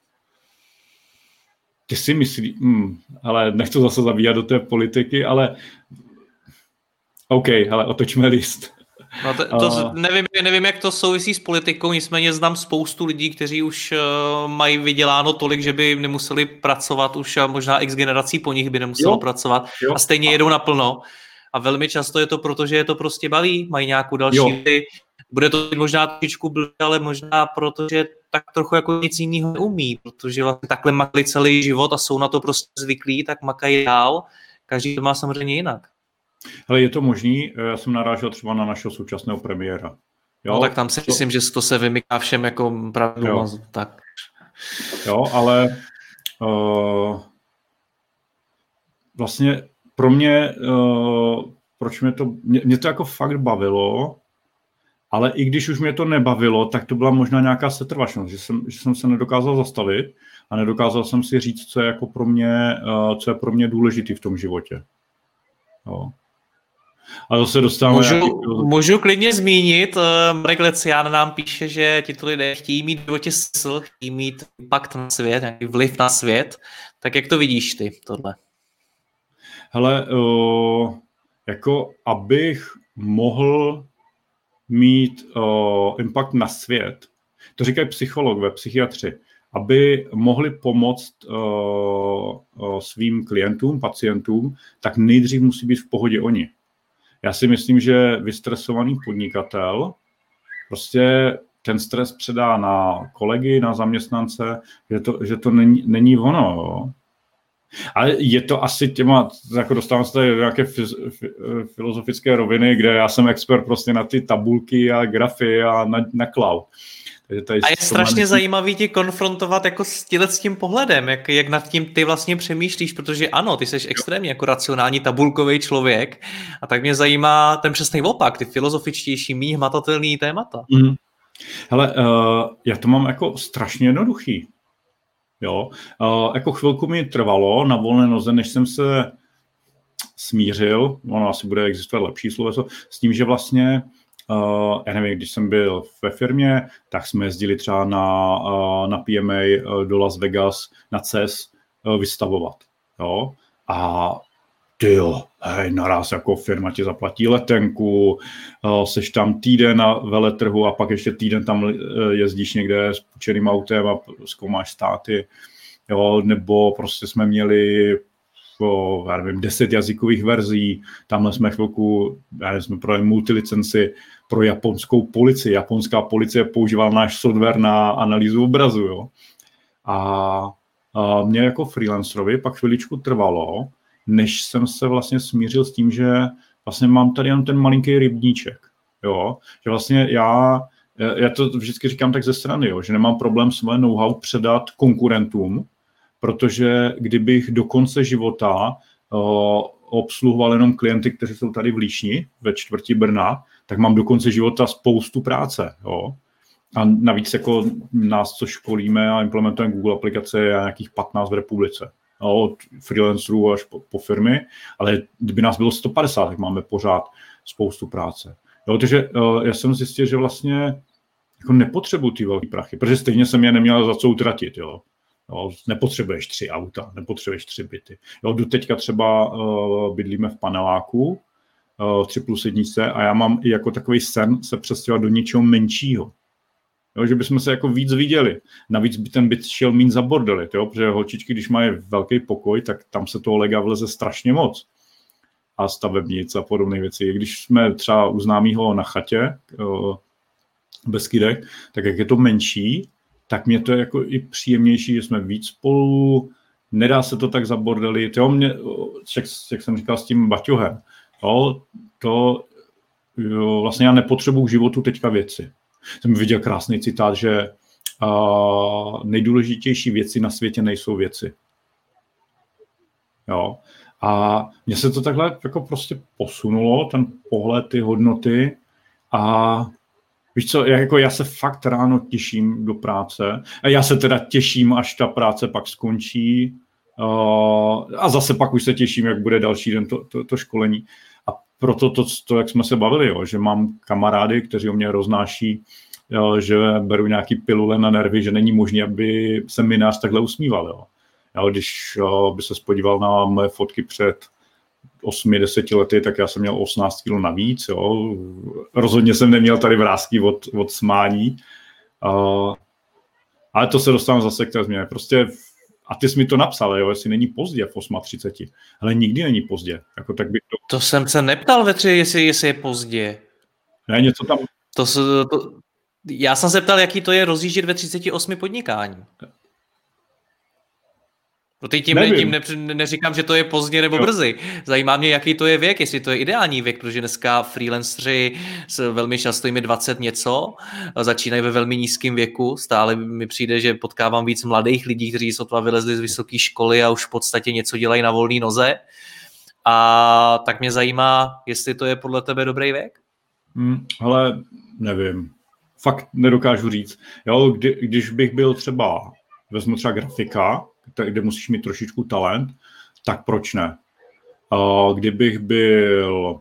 Ty si myslíš, hmm, ale nechci zase zabíjat do té politiky, ale OK, hele, otočme list. No to, to nevím, nevím, jak to souvisí s politikou, nicméně znám spoustu lidí, kteří už uh, mají vyděláno tolik, že by nemuseli pracovat už a možná x generací po nich by nemuselo jo, pracovat jo. A stejně jedou naplno. A velmi často je to proto, že je to prostě baví, mají nějakou další věci. Bude to možná trošičku blbě, ale možná proto, že tak trochu jako nic jiného neumí, protože vlastně takhle makali celý život a jsou na to prostě zvyklí, tak makají dál. Každý to má samozřejmě jinak. Hele, je to možný, já jsem narážel třeba na našeho současného premiéra. Jo? No tak tam si to... myslím, že to se vymyká všem jako pravdu. Tak. Jo, ale uh, vlastně pro mě, uh, proč mě to, mě, mě to jako fakt bavilo, ale i když už mě to nebavilo, tak to byla možná nějaká setrvačnost, že jsem, že jsem se nedokázal zastavit a nedokázal jsem si říct, co je jako pro mě, uh, co je pro mě důležitý v tom životě. Jo. A to se dostáváme... Můžu, nějaký... můžu klidně zmínit, Marek Lecián nám píše, že tito lidé chtějí mít v životě smysl, chtějí mít impact na svět, nějaký vliv na svět. Tak jak to vidíš ty, tohle? Hele, uh, jako abych mohl mít uh, impact na svět, to říkají psychologové, psychiatři, aby mohli pomoct uh, uh, svým klientům, pacientům, tak nejdřív musí být v pohodě oni. Já si myslím, že vystresovaný podnikatel prostě ten stres předá na kolegy, na zaměstnance, že to, že to není, není ono. Jo. Ale je to asi těma, jako dostávám se tady do nějaké filozofické roviny, kde já jsem expert prostě na ty tabulky a grafy a na, na cloud. A je strašně myslím... zajímavý tě konfrontovat jako s, tíhle, s tím pohledem, jak, jak nad tím ty vlastně přemýšlíš, protože ano, ty jsi extrémně jako racionální tabulkový člověk a tak mě zajímá ten přesný opak, ty filozofičtější, méně hmatatelný témata. Mm. Hele, uh, já to mám jako strašně jednoduchý. Jo? Uh, jako chvilku mi trvalo na volné noze, než jsem se smířil, ono asi bude existovat lepší sloveso, s tím, že vlastně Uh, já nevím, když jsem byl ve firmě, tak jsme jezdili třeba na, uh, na P M A uh, do Las Vegas, na C E S uh, vystavovat. Jo? A ty jo, hej, naraz jako firma ti zaplatí letenku, uh, seš tam týden na veletrhu a pak ještě týden tam uh, jezdíš někde s půjčeným autem a zkoumáš státy. Jo? Nebo prostě jsme měli po, já nevím, deset jazykových verzí, tamhle jsme chvilku, já nevím, jsme pro multilicenci pro japonskou policii. Japonská policie používala náš software na analýzu obrazu, jo. A, a mě jako freelancerovi pak chviličku trvalo, než jsem se vlastně smířil s tím, že vlastně mám tady jenom ten malinký rybníček, jo. Že vlastně já, já to vždycky říkám tak ze strany, jo, že nemám problém svoje know-how předat konkurentům, protože kdybych do konce života uh, obsluhoval jenom klienty, kteří jsou tady v Líšni, ve čtvrti Brna, tak mám do konce života spoustu práce. Jo? A navíc jako nás, co školíme a implementujeme Google aplikace, je nějakých patnáct v republice. od freelancerů až po, po firmy, ale kdyby nás bylo sto padesát, tak máme pořád spoustu práce. Jo, takže uh, já jsem zjistil, že vlastně jako nepotřebuji ty velké prachy, protože stejně jsem je neměl za co utratit. Jo. Jo, nepotřebuješ tři auta, nepotřebuješ tři byty. Jo, do teďka třeba uh, bydlíme v paneláku, uh, tři plus jedničce, a já mám i jako takový sen se přestěhovat do něčeho menšího. Jo, že bychom se jako víc viděli. Navíc by ten byt šel míň zabordelit, jo, protože holčičky, když mají velký pokoj, tak tam se toho lega vleze strašně moc. A stavebnic a podobné věci. Když jsme třeba u známýho na chatě, uh, bez kydek, tak jak je to menší, tak mě to je jako i příjemnější, že jsme víc spolu, nedá se to tak zabordelit. Jo, mě, jak, jak jsem říkal s tím baťohem, jo, to jo, vlastně já nepotřebuji k životu teďka věci. Jsem viděl krásný citát, že uh, nejdůležitější věci na světě nejsou věci. Jo. A mně se to takhle jako prostě posunulo, ten pohled, ty hodnoty, a víš co, já, jako já se fakt ráno těším do práce. A já se teda těším, až ta práce pak skončí. Uh, a zase pak už se těším, jak bude další den to, to, to školení. A proto to, to, jak jsme se bavili, jo, že mám kamarády, kteří o mě roznáší, jo, že beru nějaký pilule na nervy, že není možné, aby se minář takhle usmíval. Jo. Jo, když jo, by se spodíval na moje fotky před osmi deseti lety, tak já jsem měl osmnáct kilo navíc. Jo. Rozhodně jsem neměl tady vrásky od, od smání. Uh, ale to se dostávám zase k té změně. Prostě, a ty jsi mi to napsal, jo, jestli není pozdě v třiceti osmi. Ale nikdy není pozdě. Jako, tak bych to... to jsem se neptal ve tři, jestli, jestli je pozdě. Ne, něco tam... To, to, já jsem se ptal, jaký to je rozjíždět ve třiceti osmi podnikání. Protože tím, tím ne, neříkám, že to je pozdě nebo jo. brzy. Zajímá mě, jaký to je věk, jestli to je ideální věk, protože dneska freelanceri s velmi často jimi dvacet něco, začínají ve velmi nízkém věku. Stále mi přijde, že potkávám víc mladých lidí, kteří sotva vylezli z vysoké školy a už v podstatě něco dělají na volné noze. A tak mě zajímá, jestli to je podle tebe dobrý věk? Hmm, ale nevím. Fakt nedokážu říct. Jo, kdy, když bych byl třeba, vezmu třeba grafika, kde musíš mít trošičku talent, tak proč ne? Kdybych byl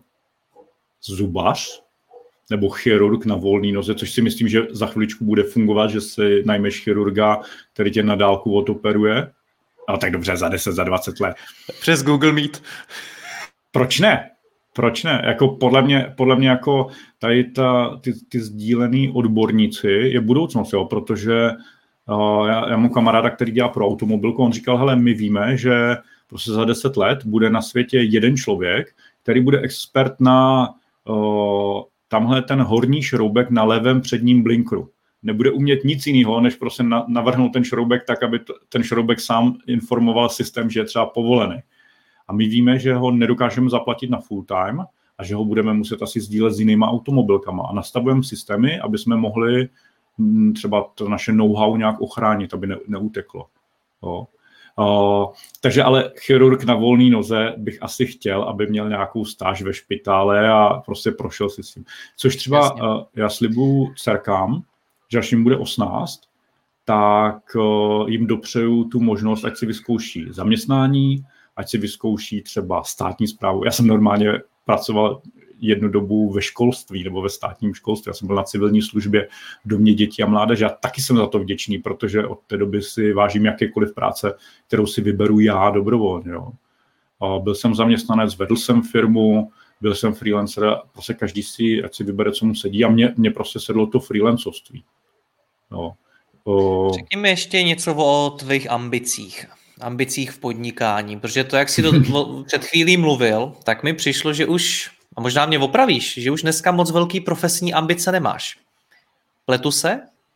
zubař nebo chirurg na volné noze, což si myslím, že za chviličku bude fungovat, že si najmeš chirurga, který tě na dálku odoperuje, no tak dobře, za deset, za dvacet let. Přes Google Meet. Proč ne? Proč ne? Jako podle mě, podle mě jako tady ta, ty, ty sdílený odborníci je budoucnost, jo, protože Uh, já, já mám kamaráda, který dělá pro automobilku, on říkal, hele, my víme, že prostě za deset let bude na světě jeden člověk, který bude expert na uh, tamhle ten horní šroubek na levém předním blinkru. Nebude umět nic jiného, než prostě na, navrhnout ten šroubek tak, aby to, ten šroubek sám informoval systém, že je třeba povolený. A my víme, že ho nedokážeme zaplatit na full time a že ho budeme muset asi sdílet s jinýma automobilkama. A nastavujeme systémy, aby jsme mohli třeba to naše know-how nějak ochránit, aby ne, neuteklo. Jo. Uh, takže ale chirurg na volné noze bych asi chtěl, aby měl nějakou stáž ve špitále a prostě prošel si s tím. Což třeba uh, já slibuju dcerkám, že až jim bude osmnáct, tak uh, jim dopřeju tu možnost, ať si vyzkouší zaměstnání, ať si vyzkouší třeba státní správu. Já jsem normálně pracoval jednu dobu ve školství nebo ve státním školství. Já jsem byl na civilní službě v domě dětí a mládeže a taky jsem za to vděčný, protože od té doby si vážím jakékoliv práce, kterou si vyberu já dobrovolně. Jo. A byl jsem zaměstnanec, vedl jsem firmu, byl jsem freelancer, prostě každý si, ať si vybere, co mu sedí a mě, mě prostě sedlo to freelancovství. Jo. O... Řekni mi ještě něco o tvých ambicích. ambicích v podnikání, protože to, jak jsi to před chvílí mluvil, tak mi přišlo, že už, a možná mě opravíš, že už dneska moc velký profesní ambice nemáš. Pletu se?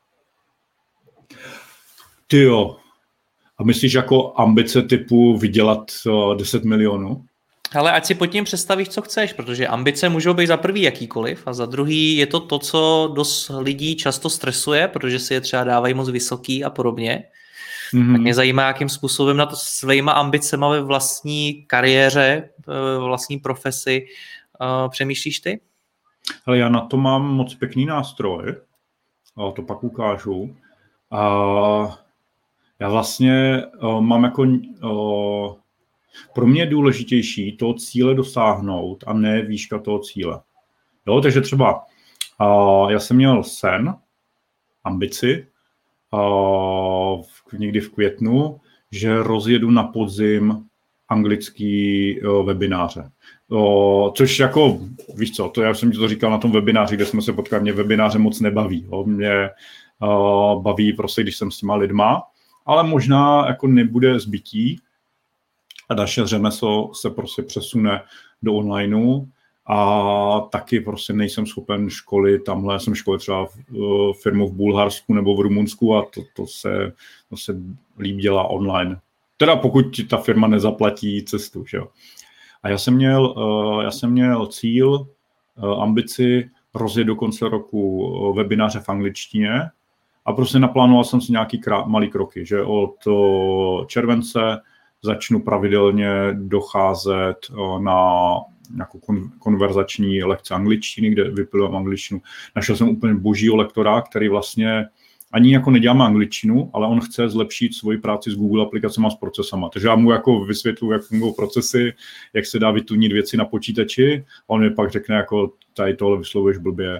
Ty jo. A myslíš jako ambice typu vydělat uh, deset milionů? Ale ať si pod tím představíš, co chceš, protože ambice můžou být za prvý jakýkoliv a za druhý je to to, co dost lidí často stresuje, protože si je třeba dávají moc vysoký a podobně. Mm-hmm. Tak mě zajímá, jakým způsobem na to svýma ambicema ve vlastní kariéře, ve vlastní profesi uh, přemýšlíš ty? Ale já na to mám moc pěkný nástroj, a to pak ukážu. A Já vlastně uh, mám jako... Uh, pro mě je důležitější toho cíle dosáhnout a ne výška toho cíle. Jo, takže třeba uh, já jsem měl sen, ambici, uh, někdy v květnu, že rozjedu na podzim anglický uh, webináře. Uh, což jako, víš co, to já jsem ti to říkal na tom webináři, kde jsme se potkali, mě webináře moc nebaví. Jo. Mě uh, baví prostě, když jsem s těma lidma, ale možná jako nebude zbytí a naše řemeslo se prostě přesune do onlineu a taky prostě nejsem schopen školit, tamhle jsem školit třeba uh, firmu v Bulharsku nebo v Rumunsku a to, to, se, to se líp dělá online. Teda pokud ti ta firma nezaplatí cestu, že jo. A já jsem měl, uh, já jsem měl cíl, uh, ambici rozjet do konce roku uh, webináře v angličtině a prostě naplánoval jsem si nějaký krá- malý kroky, že od uh, července začnu pravidelně docházet uh, na nějakou kon- konverzační lekce angličtiny, kde vypilujem angličtinu. Našel jsem úplně božího lektora, který vlastně ani jako neděláme angličtinu, ale on chce zlepšit svoji práci s Google aplikacemi a s procesama. Takže já mu jako vysvětluji, jak fungují procesy, jak se dá vytunit věci na počítači. A on mi pak řekne, jako tady tohle vyslovuješ blbě.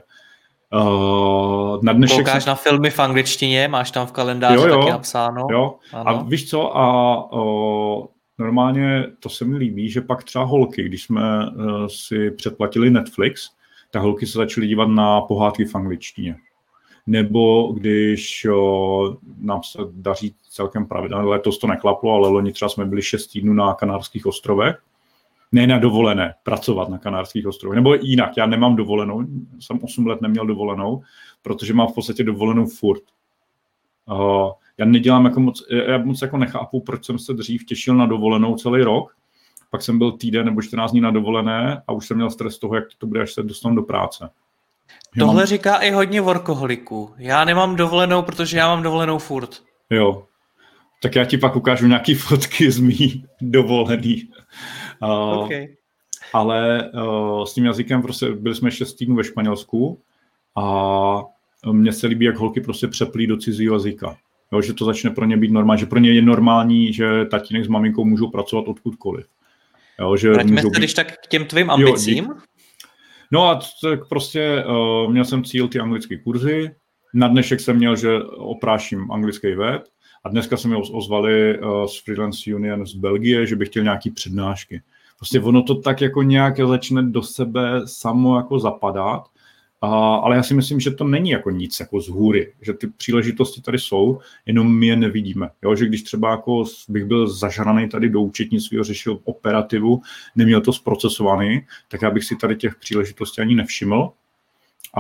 Uh, na dnešek Koukáš jsem... na filmy v angličtině, máš tam v kalendáři jo, jo, taky napsáno. Jo. A víš co, a uh, normálně to se mi líbí, že pak třeba holky, když jsme uh, si předplatili Netflix, tak holky se začaly dívat na pohádky v angličtině. Nebo když o, nám se daří celkem pravidelně, letos to neklaplo, ale loni třeba jsme byli šest týdnů na Kanárských ostrovech, ne na dovolené, pracovat na Kanárských ostrovech, nebo jinak, já nemám dovolenou, jsem osm let neměl dovolenou, protože mám v podstatě dovolenou furt. Uh, já nedělám jako moc, já moc jako nechápu, proč jsem se dřív těšil na dovolenou celý rok, pak jsem byl týden nebo čtrnáct dní na dovolené a už jsem měl stres z toho, jak to bude, až se dostanu do práce. Tohle mám... říká i hodně workoholiků. Já nemám dovolenou, protože já mám dovolenou furt. Jo. Tak já ti pak ukážu nějaký fotky z mý dovolený. Uh, okay. Ale uh, s tím jazykem prostě byli jsme šest týdnů ve Španělsku a mně se líbí, jak holky prostě přeplí do cizího jazyka. Jo, že to začne pro ně být normální, že pro ně je normální, že tatínek s maminkou můžou pracovat odkudkoliv. Jo, že Vraťme se být... když tak k těm tvým ambicím. Jo, no a tak prostě uh, měl jsem cíl ty anglické kurzy. Na dnešek jsem měl, že opráším anglický web a dneska se mi ozvali uh, z Freelance Union z Belgie, že bych chtěl nějaký přednášky. Prostě ono to tak jako nějak začne do sebe samo jako zapadat, uh, ale já si myslím, že to není jako nic jako z hůry, že ty příležitosti tady jsou, jenom my je nevidíme. Jo? Že když třeba jako bych byl zažraný tady do účetnictví, řešil operativu, neměl to zprocesovaný, tak já bych si tady těch příležitostí ani nevšiml a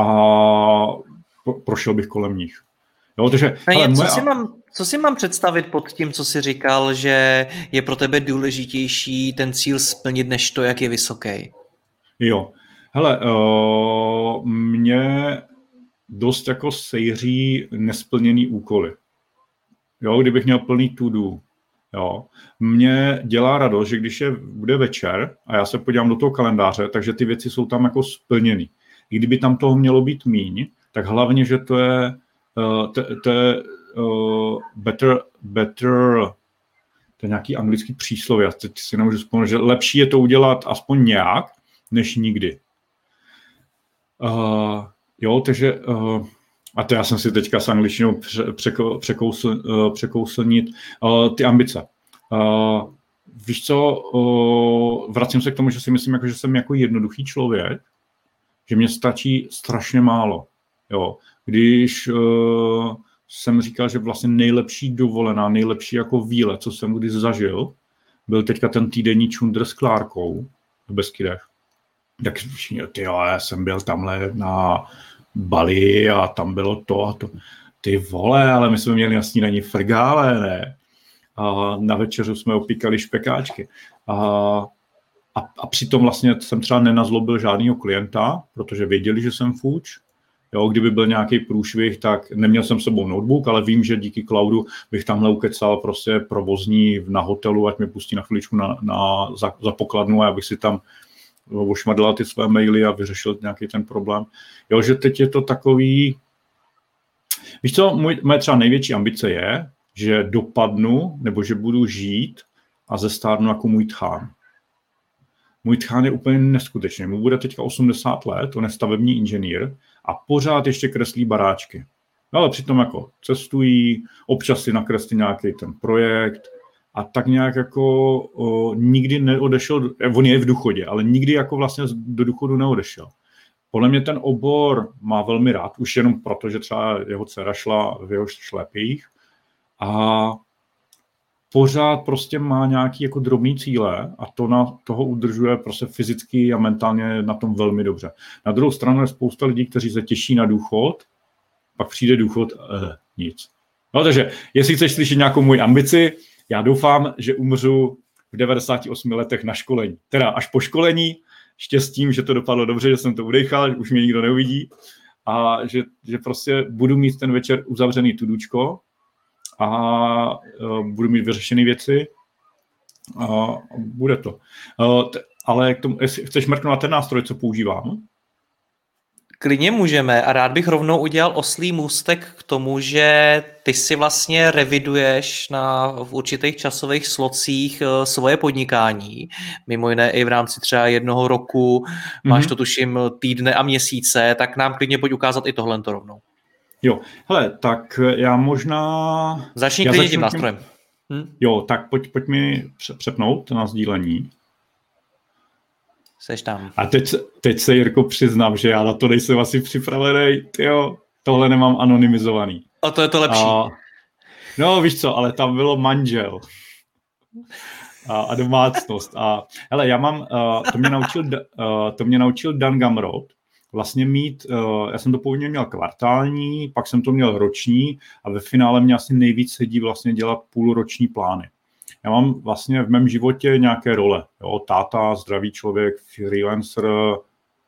prošel bych kolem nich. Jo, takže, hele, co, moje... si mám, co si mám představit pod tím, co jsi říkal, že je pro tebe důležitější ten cíl splnit, než to, jak je vysoký? Jo, hele, uh, mě dost jako sejří nesplněný úkoly. Jo, kdybych měl plný to-do. Jo. Mně dělá radost, že když je, bude večer a já se podívám do toho kalendáře, takže ty věci jsou tam jako splněný. I kdyby tam toho mělo být míň, tak hlavně, že to je uh, to, to je uh, better, better, to je nějaký anglický přísloví, já teď si nemůžu vzpomenout, že lepší je to udělat aspoň nějak, než nikdy. Uh, jo, takže uh, a to já jsem si teďka s angličtinou pře, překo, překousl, uh, překouslnit uh, ty ambice. Uh, víš co, uh, vracím se k tomu, že si myslím, jako, že jsem jako jednoduchý člověk, že mě stačí strašně málo. Jo. Když uh, jsem říkal, že vlastně nejlepší dovolená, nejlepší jako výlet, co jsem kdy zažil, byl teďka ten týdenní čundr s Klárkou v Beskydech. Tak tyjo, já jsem byl tamhle na Bali a tam bylo to a to. Ty vole, ale my jsme měli na snídani frgále, ne? A na večeřu jsme opíkali špekáčky. A, a, a přitom vlastně jsem třeba nenazlobil žádnýho klienta, protože věděli, že jsem fuč. Jo, kdyby byl nějaký průšvih, tak neměl jsem s sebou notebook, ale vím, že díky cloudu bych tamhle ukecal prostě provozní na hotelu, ať mě pustí na chviličku na, na, za, za pokladnu a já bych si tam ošmadila ty své maily a vyřešil nějaký ten problém. Jo, že teď je to takový... Víš co, můj, moje třeba největší ambice je, že dopadnu, nebo že budu žít a zestárnu jako můj tchán. Můj tchán je úplně neskutečný. Mu bude teďka osmdesát let, on je stavební inženýr a pořád ještě kreslí baráčky. Ale přitom jako cestují, občas si nakreslí nějaký ten projekt a tak nějak jako o, nikdy neodešel, on je v důchodě, ale nikdy jako vlastně do důchodu neodešel. Podle mě ten obor má velmi rád, už jenom proto, že třeba jeho dcera šla v jeho šlépích a pořád prostě má nějaký jako drobný cíle a to na, toho udržuje prostě fyzicky a mentálně na tom velmi dobře. Na druhou stranu je spousta lidí, kteří se těší na důchod, pak přijde důchod, eh, nic. No takže, jestli chceš slyšet nějakou moji ambici, já doufám, že umřu v devadesáti osmi letech na školení. Teda až po školení, štěstím, že to dopadlo dobře, že jsem to udechal, že už mě nikdo neuvidí a že, že prostě budu mít ten večer uzavřený tudučko a uh, budu mít vyřešené věci a bude to. Uh, t- ale k tomu, jestli chceš mrknout na ten nástroj, co používám? Klidně můžeme a rád bych rovnou udělal oslý můstek k tomu, že ty si vlastně reviduješ na, v určitých časových slocích svoje podnikání, mimo jiné i v rámci třeba jednoho roku, mm-hmm. máš to tuším týdne a měsíce, tak nám klidně pojď ukázat i tohle rovnou. Jo, hele, tak já možná... Začni klidně tím nástrojem. Hm? Jo, tak pojď, pojď mi přepnout na sdílení. Seš tam. A teď, teď se, Jirko, přiznám, že já na to nejsem asi připravený. Tyjo, tohle nemám anonymizovaný. A to je to lepší. A, no, víš co, ale tam bylo manžel a, a domácnost. A hele, já mám, uh, to, mě naučil, uh, to mě naučil Dan Gamrod, vlastně mít, uh, já jsem to původně měl kvartální, pak jsem to měl roční a ve finále mě asi nejvíc sedí vlastně dělat půlroční plány. Já mám vlastně v mém životě nějaké role. Jo? Táta, zdravý člověk, freelancer, uh,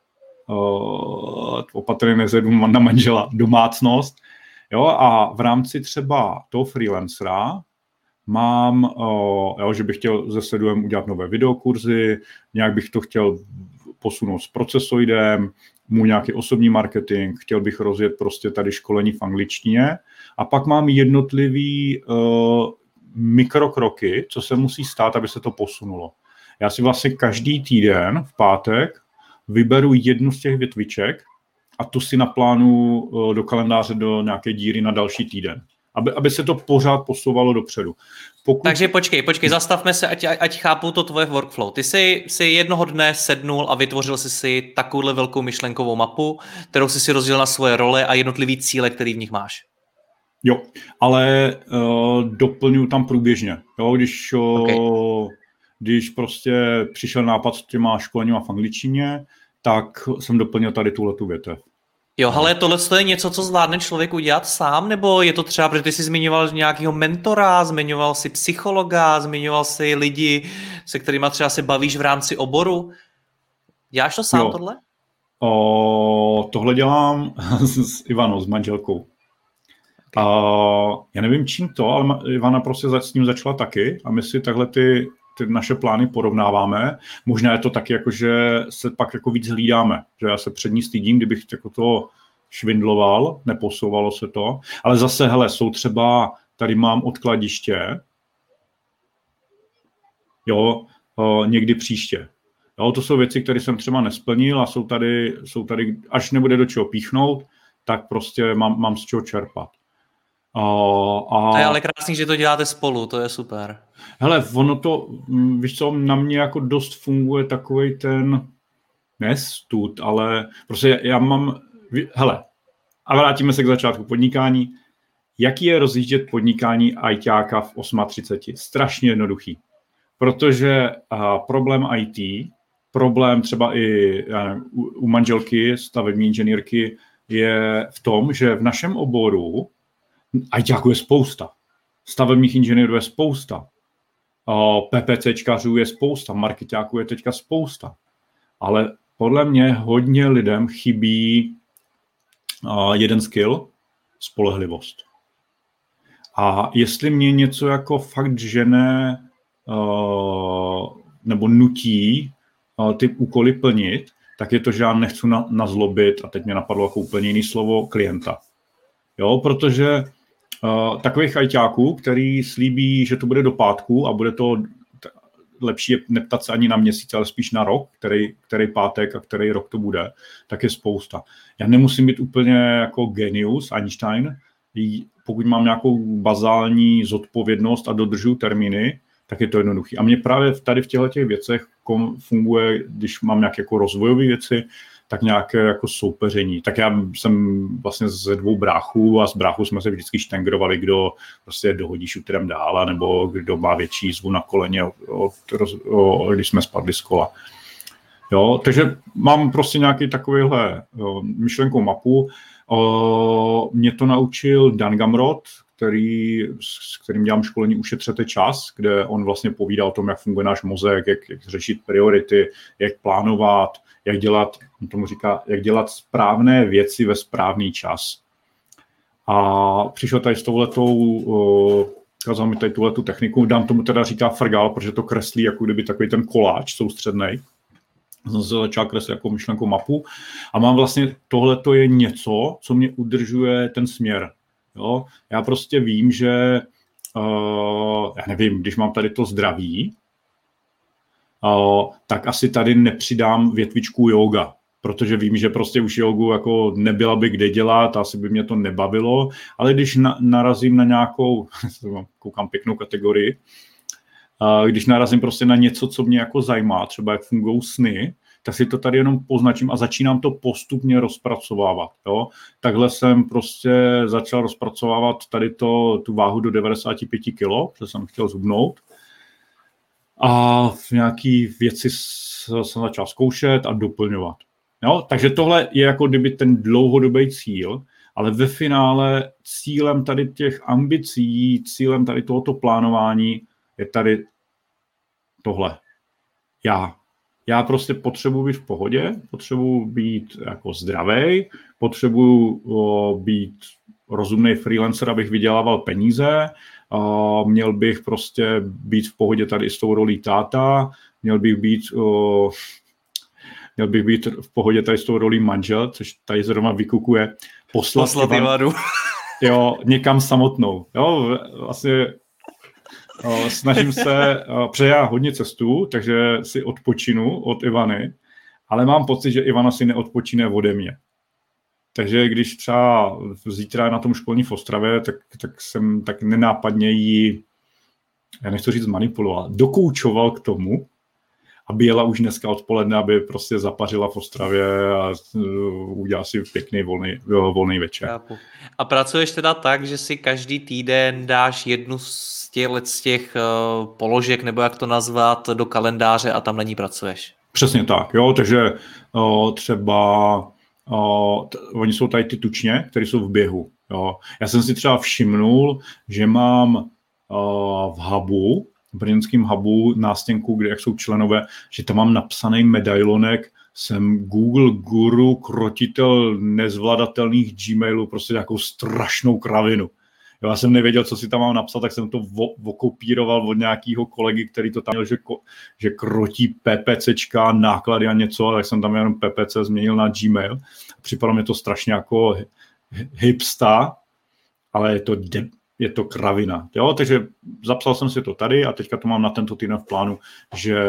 opatrně nezjedu na manžela, domácnost. Jo? A v rámci třeba toho freelancera mám, uh, jo, že bych chtěl se Seduem udělat nové videokurzy, nějak bych to chtěl posunout s procesoidem, mu nějaký osobní marketing, chtěl bych rozjet prostě tady školení v angličtině. A pak mám jednotlivý uh, mikrokroky, co se musí stát, aby se to posunulo. Já si vlastně každý týden v pátek vyberu jednu z těch větviček a tu si naplánu do kalendáře do nějaké díry na další týden. Aby, aby se to pořád posouvalo dopředu. Pokud... Takže počkej, počkej, zastavme se, ať, ať chápu to tvoje workflow. Ty jsi, jsi jednoho dne sednul a vytvořil jsi si takovouhle velkou myšlenkovou mapu, kterou jsi si rozdělil na svoje role a jednotlivý cíle, který v nich máš. Jo, ale uh, doplňuji tam průběžně. Jo, když, uh, okay. když prostě přišel nápad s těma školeníma v angličtině, tak jsem doplnil tady tuhletu větev. Jo, ale tohle je něco, co zvládne člověk udělat sám, nebo je to třeba, protože ty jsi zmiňoval nějakého mentora, zmiňoval si psychologa, zmiňoval si lidi, se kterými třeba se bavíš v rámci oboru. Děláš to sám, jo. tohle? O, tohle dělám s Ivanou, s manželkou. Okay. A já nevím, čím to, ale Ivana prostě s ním začala taky a my si takhle ty, ty naše plány porovnáváme. Možná je to taky, jako, že se pak jako víc hlídáme, že já se před ní stydím, kdybych jako to švindloval, neposouvalo se to, ale zase, hele, jsou třeba, tady mám odkladiště, jo, o, někdy příště. Jo, to jsou věci, které jsem třeba nesplnil a jsou tady, jsou tady, až nebude do čeho píchnout, tak prostě mám, mám z čeho čerpat. A, a... To je ale krásný, že to děláte spolu, to je super. Hele, ono to, víš co, na mě jako dost funguje takovej ten, ne stud, ale prostě já mám, hele, a vrátíme se k začátku podnikání. Jaký je rozjíždět podnikání ajťáka v třiceti osmi? Strašně jednoduchý. Protože a, problém í té, problém třeba i já nevím, u, u manželky, stavební inženýrky, je v tom, že v našem oboru ajťáků je spousta, stavebních inženýrů je spousta, PPCčkařů je spousta, markeťáků je teďka spousta. Ale podle mě hodně lidem chybí jeden skill, spolehlivost. A jestli mě něco jako fakt žene nebo nutí ty úkoly plnit, tak je to, že já nechci nazlobit, a teď mě napadlo jako úplně jiný slovo, klienta. Jo, protože uh, takových ajťáků, který slíbí, že to bude do pátku a bude to lepší je neptat se ani na měsíc, ale spíš na rok, který, který pátek a který rok to bude, tak je spousta. Já nemusím být úplně jako genius, Einstein, pokud mám nějakou bazální zodpovědnost a dodržuju termíny, tak je to jednoduchý. A mě právě tady v těchto věcech funguje, když mám nějaké jako rozvojové věci, tak nějaké jako soupeření. Tak já jsem vlastně ze dvou bráchů a z bráchů jsme se vždycky štengrovali, kdo prostě dohodí šuterem dál, nebo kdo má větší jízvu na koleně, o, o, o, když jsme spadli z kola. Jo, takže mám prostě nějaký takovýhle o, myšlenkou mapu. O, mě to naučil Dan Gamrot, který, s kterým dělám školení Ušetřete čas, kde on vlastně povídá o tom, jak funguje náš mozek, jak, jak řešit priority, jak plánovat, jak dělat, on tomu říká, jak dělat správné věci ve správný čas. A přišel tady s touhletou, ukázal mi tady tuhletu techniku, dám tomu teda říká frgal, protože to kreslí jako kdyby takový ten koláč soustřednej. Jsem se začal kreslit jako myšlenkou mapu a mám vlastně, tohleto je něco, co mě udržuje ten směr. Jo? Já prostě vím, že uh, já nevím, když mám tady to zdraví, uh, tak asi tady nepřidám větvičku yoga, protože vím, že prostě už jogu jako nebyla by kde dělat, asi by mě to nebavilo, ale když na, narazím na nějakou, koukám pěknou kategorii, uh, když narazím prostě na něco, co mě jako zajímá, třeba jak fungují sny, tak si to tady jenom poznačím a začínám to postupně rozpracovávat. Jo? Takhle jsem prostě začal rozpracovávat tady to, tu váhu do devadesát pět kilo, protože jsem chtěl zhubnout. A v nějaký věci jsem začal zkoušet a doplňovat. Jo? Takže tohle je jako kdyby ten dlouhodobý cíl, ale ve finále cílem tady těch ambicí, cílem tady tohoto plánování je tady tohle. Já. Já prostě potřebuji být v pohodě, potřebuji být jako zdravej, potřebuji o, být rozumný freelancer, abych vydělával peníze, o, měl bych prostě být v pohodě tady s tou rolí táta, měl bych být, o, měl bych být v pohodě tady s tou rolí manžel, což tady zrovna vykukuje, poslat, poslat Ivanu. Jo, někam samotnou. Jo, vlastně snažím se, protože já hodně cestuju, takže si odpočinu od Ivany, ale mám pocit, že Ivana si neodpočine ode mě. Takže když třeba zítra na tom školní v Ostravě, tak, tak jsem tak nenápadně jí, já nechci říct manipuloval, dokoučoval k tomu, aby jela už dneska odpoledne, aby prostě zapařila v Ostravě a udělala si pěkný volný, volný večer. A pracuješ teda tak, že si každý týden dáš jednu z těch, z těch uh, položek, nebo jak to nazvat, do kalendáře a tam na ní pracuješ? Přesně tak, jo, takže uh, třeba uh, t- oni jsou tady ty tučně, které jsou v běhu. Jo. Já jsem si třeba všimnul, že mám uh, v hubu, v brněnském hubu nástěnku, kde jak jsou členové, že tam mám napsaný medailonek, jsem Google guru, krotitel nezvladatelných Gmailů, prostě nějakou strašnou kravinu. Jo, já jsem nevěděl, co si tam mám napsat, tak jsem to vo- okopíroval od nějakého kolegy, který to tam měl, že, ko- že krotí PPCčka, náklady a něco, tak jsem tam jenom P P C změnil na Gmail. Připadalo mě to strašně jako hipsta, ale je to, de- je to kravina. Jo, takže zapsal jsem si to tady a teďka to mám na tento týden v plánu, že,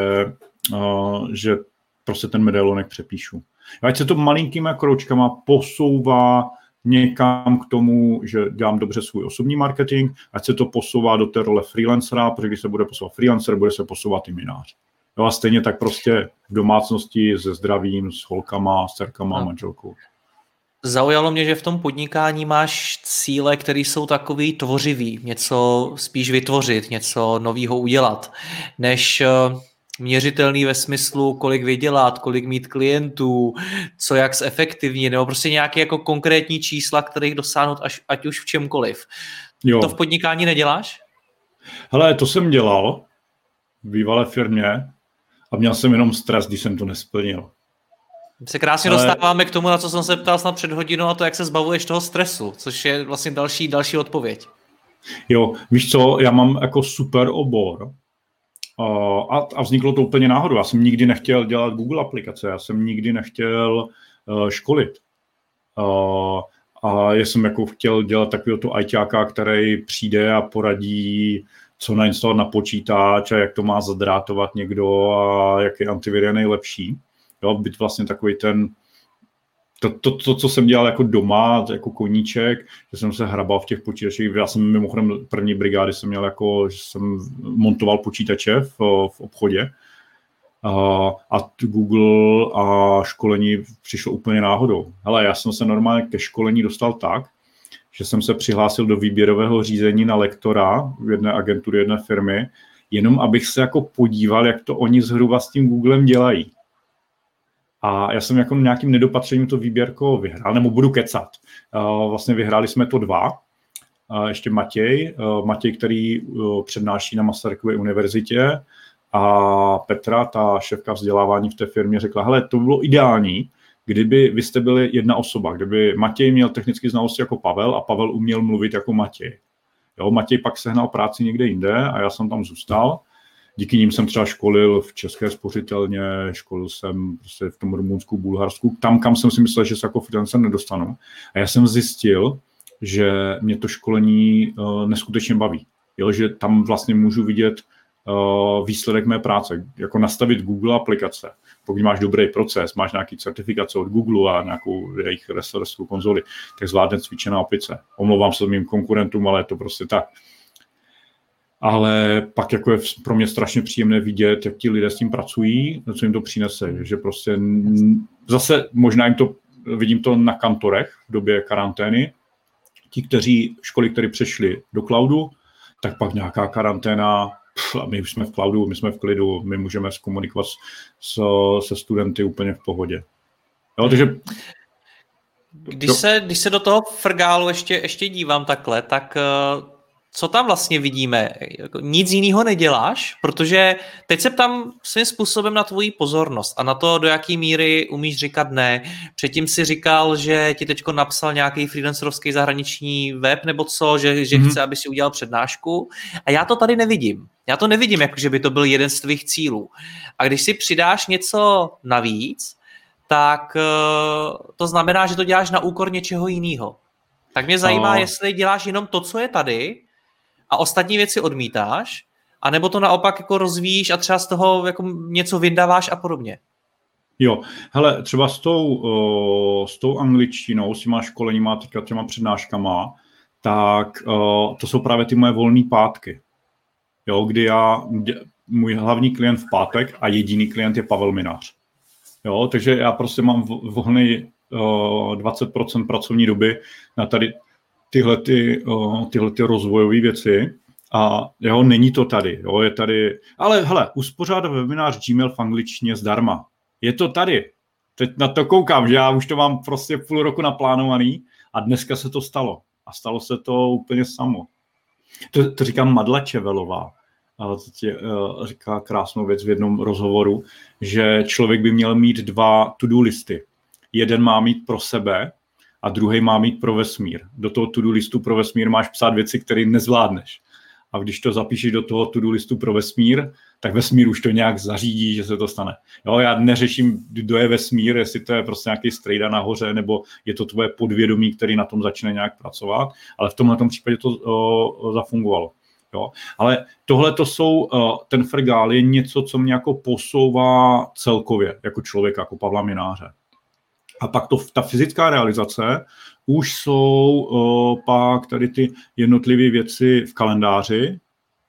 uh, že prostě ten medailonek přepíšu. Ať se to malinkýma kroučkama posouvá někam k tomu, že dělám dobře svůj osobní marketing, ať se to posouvá do té role freelancera, protože když se bude posouvat freelancer, bude se posouvat i minář. Jo, a stejně tak prostě v domácnosti se zdravím, s holkama, s dcerkama, no. manželkou. Zaujalo mě, že v tom podnikání máš cíle, které jsou takový tvořivý, něco spíš vytvořit, něco novýho udělat, než měřitelný ve smyslu, kolik vydělat, kolik mít klientů, co jak zefektivnit, nebo prostě nějaké jako konkrétní čísla, kterých dosáhnout až, ať už v čemkoliv. Jo. To v podnikání neděláš? Hele, to jsem dělal v bývalé firmě a měl jsem jenom stres, když jsem to nesplnil. Se krásně Ale... dostáváme k tomu, na co jsem se ptal snad před hodinou, a to, jak se zbavuješ toho stresu, což je vlastně další, další odpověď. Jo, víš co, já mám jako super obor, Uh, a, a vzniklo to úplně náhodou. Já jsem nikdy nechtěl dělat Google aplikace, já jsem nikdy nechtěl uh, školit. Uh, a já jsem jako chtěl dělat takového to ajťáka, který přijde a poradí, co nainstalovat na počítač a jak to má zadrátovat někdo a jaký antivir je nejlepší. Jo, být vlastně takový ten, to, to, to, co jsem dělal jako doma, jako koníček, že jsem se hrabal v těch počítačích. Já jsem mimochodem první brigády jsem měl jako, že jsem montoval počítače v, v obchodě. A, a Google a školení přišlo úplně náhodou. Hele, já jsem se normálně ke školení dostal tak, že jsem se přihlásil do výběrového řízení na lektora v jedné agentury, jedné firmy, jenom abych se jako podíval, jak to oni zhruba s tím Googlem dělají. A já jsem jako nějakým nedopatřením to výběrko vyhrál, nebo budu kecat. Vlastně vyhráli jsme to dva. Ještě Matěj, Matěj, který přednáší na Masarykově univerzitě, a Petra, ta šéfka vzdělávání v té firmě, řekla, hele, to by bylo ideální, kdyby vy jste byli jedna osoba, kdyby Matěj měl technické znalosti jako Pavel a Pavel uměl mluvit jako Matěj. Jo, Matěj pak sehnal práci někde jinde a já jsem tam zůstal. Díky nim jsem třeba školil v České spořitelně, školil jsem prostě v tom Rumunsku, Bulharsku, tam, kam jsem si myslel, že se jako freelancer nedostanu. A já jsem zjistil, že mě to školení uh, neskutečně baví. Jo, že tam vlastně můžu vidět uh, výsledek mé práce, jako nastavit Google aplikace. Pokud máš dobrý proces, máš nějaký certifikace od Google a nějakou jejich resellerskou konzoli, tak zvládne cvičená opice. Omlouvám se mým konkurentům, ale je to prostě tak. Ale pak jako je pro mě strašně příjemné vidět, jak ti lidé s tím pracují, co jim to přinese, že prostě zase možná jim to, vidím to na kantorech v době karantény, ti, kteří školy, které přešli do cloudu, tak pak nějaká karanténa, pff, my už jsme v cloudu, my jsme v klidu, my můžeme komunikovat s, se studenty úplně v pohodě. Jo, takže... Když se, když se do toho frgálu ještě, ještě dívám takhle, tak... Co tam vlastně vidíme? Nic jiného neděláš, protože teď se ptám svým způsobem na tvoji pozornost a na to, do jaký míry umíš říkat ne. Předtím si říkal, že ti teďko napsal nějaký freelancerovský zahraniční web nebo co, že, že mm-hmm. chce, aby si udělal přednášku a já to tady nevidím. Já to nevidím, jako že by to byl jeden z tvých cílů. A když si přidáš něco navíc, tak to znamená, že to děláš na úkor něčeho jiného. Tak mě zajímá, oh. jestli děláš jenom to, co je tady, a ostatní věci odmítáš, anebo to naopak jako rozvíjíš a třeba z toho jako něco vydáváš a podobně. Jo, hele, třeba s tou, uh, s tou angličtinou, s těma školeníma, teďka těma přednáškama, tak uh, to jsou právě ty moje volné pátky. Jo, kdy já, můj hlavní klient v pátek a jediný klient je Pavel Minář. Jo, takže já prostě mám volný uh, dvacet procent pracovní doby na tady tyhle, ty, uh, tyhle ty rozvojové věci a jo, není to tady, jo, je tady, ale hele, uspořádat webinář Gmail v angličtině zdarma. Je to tady. Teď na to koukám, že já už to mám prostě půl roku naplánovaný a dneska se to stalo. A stalo se to úplně samo. To, to říkám Madla Čevelová. A tě, uh, říká krásnou věc v jednom rozhovoru, že člověk by měl mít dva to-do listy. Jeden má mít pro sebe a druhý má mít pro vesmír. Do toho to-do listu pro vesmír máš psát věci, které nezvládneš. A když to zapíšeš do toho to-do listu pro vesmír, tak vesmír už to nějak zařídí, že se to stane. Jo, já neřeším, kdo je vesmír, jestli to je prostě nějaký strejda nahoře, nebo je to tvoje podvědomí, který na tom začne nějak pracovat, ale v tomhle případě to o, zafungovalo. Jo. Ale tohle to jsou, ten frgál je něco, co mě jako posouvá celkově, jako člověka, jako Pavla Mináře. A pak to, ta fyzická realizace už jsou uh, pak tady ty jednotlivé věci v kalendáři.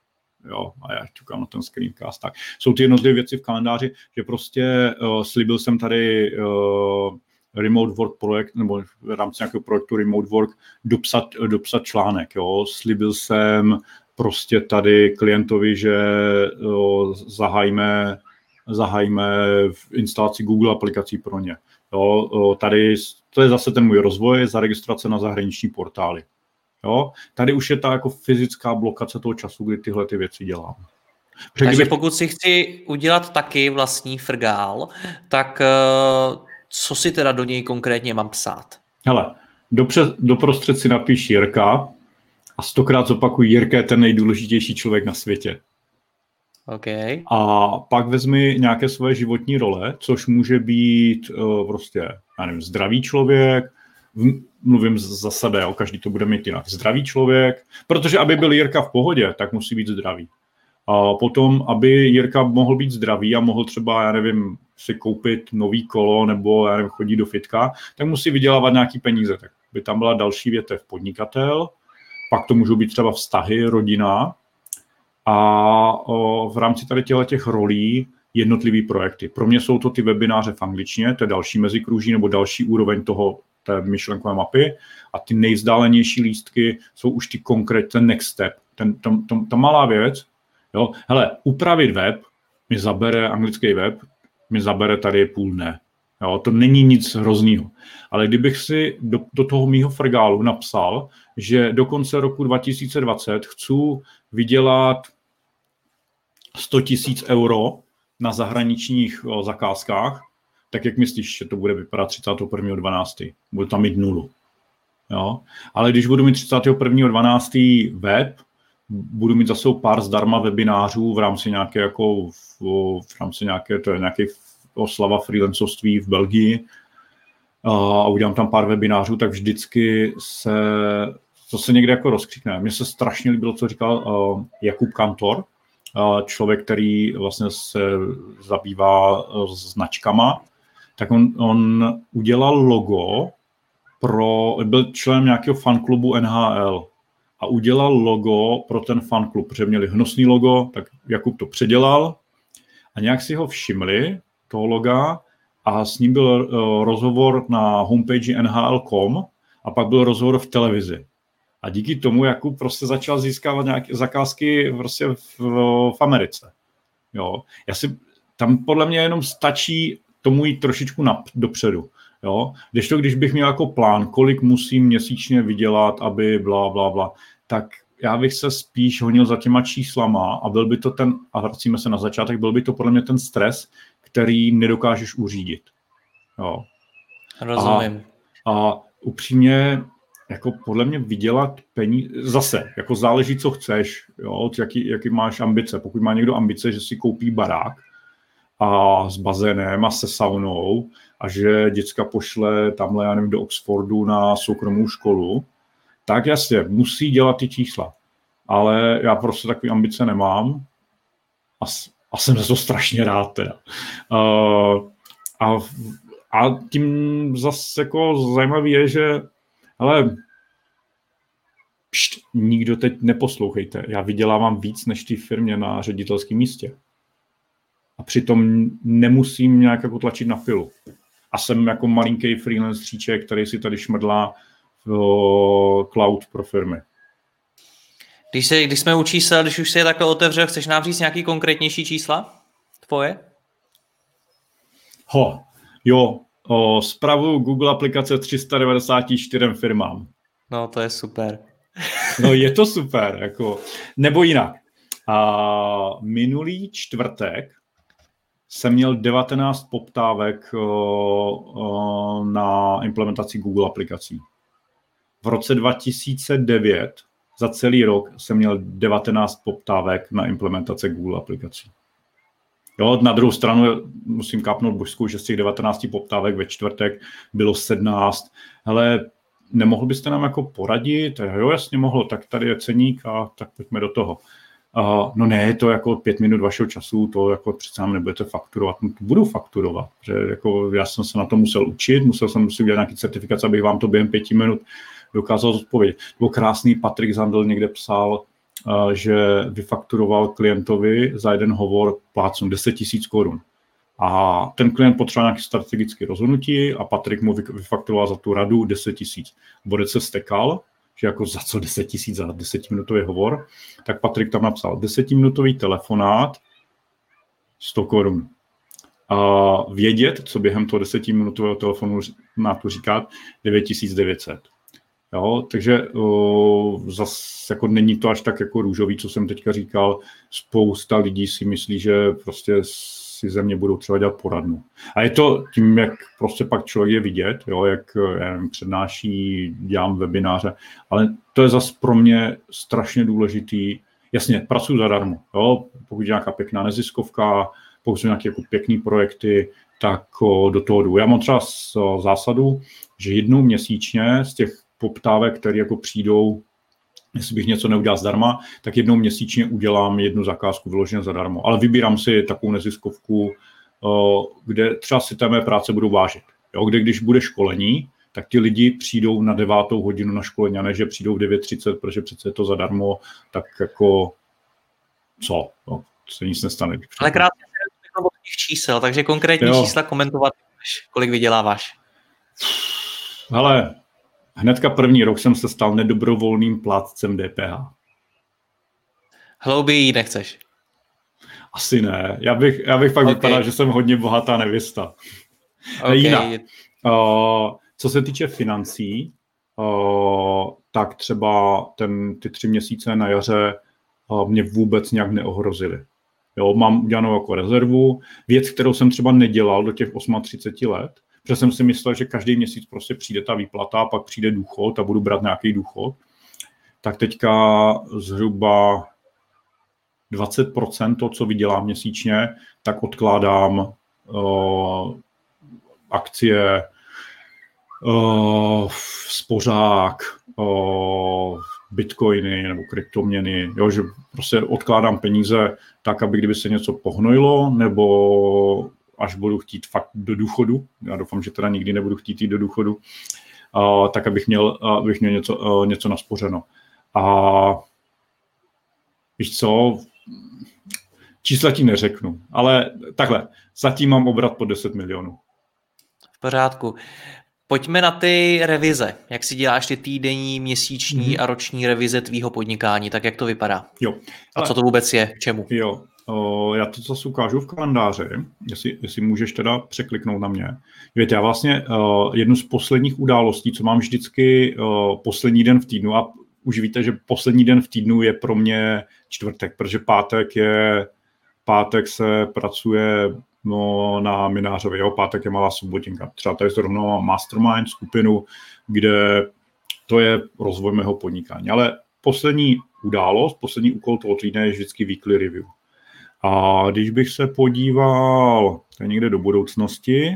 Jo, a já čukám na ten screencast. Tak. Jsou ty jednotlivé věci v kalendáři, že prostě uh, slíbil jsem tady uh, remote work projekt, nebo v rámci nějakého projektu remote work dopsat, dopsat článek. Jo. Slíbil jsem prostě tady klientovi, že uh, zahájíme, zahájíme v instalaci Google aplikací pro ně. Jo, tady to je zase ten můj rozvoj, zaregistrace na zahraniční portály. Jo, tady už je ta jako fyzická blokace toho času, kdy tyhle ty věci dělám. Protože Takže pokud si chci udělat taky vlastní frgál, tak co si teda do něj konkrétně mám psát? Hele, dopřed, doprostřed si napíš Jirka a stokrát zopakuj, Jirka je ten nejdůležitější člověk na světě. Okay. A pak vezmi nějaké svoje životní role, což může být uh, prostě, já nevím, zdravý člověk, mluvím za sebe, jo, každý to bude mít jinak. Zdravý člověk, protože aby byl Jirka v pohodě, tak musí být zdravý. A potom, aby Jirka mohl být zdravý a mohl třeba, já nevím, si koupit nový kolo nebo, já nevím, chodit do fitka, tak musí vydělávat nějaký peníze. Tak by tam byla další větev podnikatel, pak to můžou být třeba vztahy, rodina a o, v rámci tady těch rolí jednotlivý projekty. Pro mě jsou to ty webináře v angličtině, to je další mezikruží nebo další úroveň toho, té myšlenkové mapy a ty nejvzdálenější lístky jsou už ty konkrétní, ten next step, ten, tam, tam, ta malá věc. Jo? Hele, upravit web mi zabere, anglický web, mi zabere tady půl dne. Jo? To není nic hroznýho. Ale kdybych si do, do toho mýho frgálu napsal, že do konce roku dva tisíce dvacet chci vydělat sto tisíc euro na zahraničních o, zakázkách, tak jak myslíš, že to bude vypadat třicátého prvního dvanáctého Budu tam mít nulu. Jo? Ale když budu mít třicátého prvního dvanáctého web, budu mít zase pár zdarma webinářů v rámci nějaké, jako, v, v rámci nějaké, to je nějaké oslava freelancovství v Belgii a udělám tam pár webinářů, tak vždycky se, to se někde jako rozkřikne. Mně se strašně líbilo, co říkal uh, Jakub Kantor, uh, člověk, který vlastně se zabývá uh, značkama, tak on, on udělal logo pro, byl členem nějakého fanklubu N H L a udělal logo pro ten fanklub, protože měli hnusný logo, tak Jakub to předělal a nějak si ho všimli, toho loga, a s ním byl uh, rozhovor na homepage N H L tečka com a pak byl rozhovor v televizi. A díky tomu Jakub prostě začal získávat nějaké zakázky prostě v, v Americe. Jo. Já si, tam podle mě jenom stačí tomu jít trošičku nap, dopředu. Jo. Když to, když bych měl jako plán, kolik musím měsíčně vydělat, aby blá, blá, blá, tak já bych se spíš honil za těma číslama a byl by to ten, a vracíme se na začátek, byl by to podle mě ten stres, který nedokážeš uřídit. Jo. Rozumím. A, a upřímně, jako podle mě vydělat peníze, zase, jako záleží, co chceš, jo, jaký, jaký máš ambice. Pokud má někdo ambice, že si koupí barák a s bazénem a se saunou a že děcka pošle tamhle, já nevím, do Oxfordu na soukromou školu, tak jasně, musí dělat ty čísla. Ale já prostě takové ambice nemám a, a jsem za to strašně rád teda. Uh, a, a tím zase jako zajímavý je, že hele, pšt, nikdo teď neposlouchejte. Já vydělávám víc než ty firmě na ředitelském místě. A přitom nemusím nějak jako tlačit na pilu. A jsem jako malinký freelance stříček, který si tady šmrdlá v cloud pro firmy. Když, se, když jsme u čísel, když už si je takhle otevřel, chceš nám říct nějaký konkrétnější čísla tvoje? Ho, jo, o, spravuju Google aplikace tři sta devadesát čtyři firmám. No, to je super. No, je to super, jako, nebo jinak. A minulý čtvrtek jsem měl devatenáct poptávek o, o, na implementaci Google aplikací. V roce dva tisíce devět za celý rok jsem měl devatenáct poptávek na implementace Google aplikací. Jo, na druhou stranu musím kápnout božskou, že z těch devatenáct poptávek ve čtvrtek bylo sedmnáct. Hele, nemohl byste nám jako poradit? Jo, jasně mohl, tak tady je ceník a tak pojďme do toho. Uh, no ne, to jako pět minut vašeho času, to jako přece nám nebudete fakturovat. No to budu fakturovat, že jako já jsem se na to musel učit, musel jsem si udělat nějaký certifikace, abych vám to během pěti minut dokázal zodpovědět. Byl krásný Patrik Zandl někde psal, uh, že vyfakturoval klientovi za jeden hovor plácnu deset tisíc korun. A ten klient potřeboval nějaké strategické rozhodnutí a Patrik mu vyfakturoval za tu radu deset tisíc. Bodec se stekal, že jako za co deset tisíc za desetiminutový hovor, tak Patrik tam napsal desetiminutový telefonát sto korun. A vědět, co během toho desetiminutového telefonátu říkat, devět tisíc devět set. Jo, takže zase jako není to až tak jako růžový, co jsem teďka říkal. Spousta lidí si myslí, že prostě si ze mě budou třeba dělat poradnu. A je to tím, jak prostě pak člověk je vidět, jo, jak já nevím, přednáší, dělám webináře, ale to je zase pro mě strašně důležitý. Jasně, pracuji zadarmo. Jo, pokud je nějaká pěkná neziskovka, pokud jsou nějaké jako pěkný projekty, tak do toho jdu. Já mám třeba zásadu, že jednou měsíčně z těch poptávek, které jako přijdou, jestli bych něco neudělal zdarma, tak jednou měsíčně udělám jednu zakázku vyloženě zadarmo. Ale vybírám si takovou neziskovku, kde třeba si té mé práce budou vážit. Jo, kde když bude školení, tak ti lidi přijdou na devátou hodinu na školení, a ne, že přijdou v devět třicet, protože přece je to zadarmo, tak jako co? No, se nic nestane. Ale krátce se od těch čísel, takže konkrétní jo. čísla komentovat, kolik vyděláváš. Hele, hnedka první rok jsem se stal nedobrovolným plátcem D P H. Hlouběji nechceš? Asi ne. Já bych, já bych fakt okay. vypadal, že jsem hodně bohatá nevěsta. Okay. Jinak. Uh, co se týče financí, uh, tak třeba ten, ty tři měsíce na jaře uh, mě vůbec nějak neohrozily. Jo, mám udělanou jako rezervu. Věc, kterou jsem třeba nedělal do těch třicet osm let, protože jsem si myslel, že každý měsíc prostě přijde ta výplata a pak přijde důchod a budu brát nějaký důchod. Tak teďka zhruba dvacet procent to, co vydělám měsíčně, tak odkládám uh, akcie, uh, spořák, uh, bitcoiny nebo kryptoměny, jo, že prostě odkládám peníze tak, aby kdyby se něco pohnojilo, nebo až budu chtít fakt do důchodu, já doufám, že teda nikdy nebudu chtít jít do důchodu, uh, tak abych měl, abych měl něco, uh, něco naspořeno. A víš co, čísla ti neřeknu, ale takhle, zatím mám obrat po deset milionů. V pořádku. Pojďme na ty revize. Jak si děláš ty týdenní, měsíční mm-hmm. a roční revize tvýho podnikání, tak jak to vypadá? Jo. A co to vůbec je? K čemu? Jo. O, já to zase ukážu v kalendáři, jestli, jestli můžeš teda překliknout na mě. Víte, já vlastně o, jednu z posledních událostí, co mám vždycky o, poslední den v týdnu, a už víte, že poslední den v týdnu je pro mě čtvrtek, protože pátek je, pátek se pracuje no, na Minářově, jo, pátek je malá sobotinka. Třeba tady zrovna mám mastermind skupinu, kde to je rozvoj mého podnikání. Ale poslední událost, poslední úkol toho týdne je vždycky weekly review. A když bych se podíval to je někde do budoucnosti,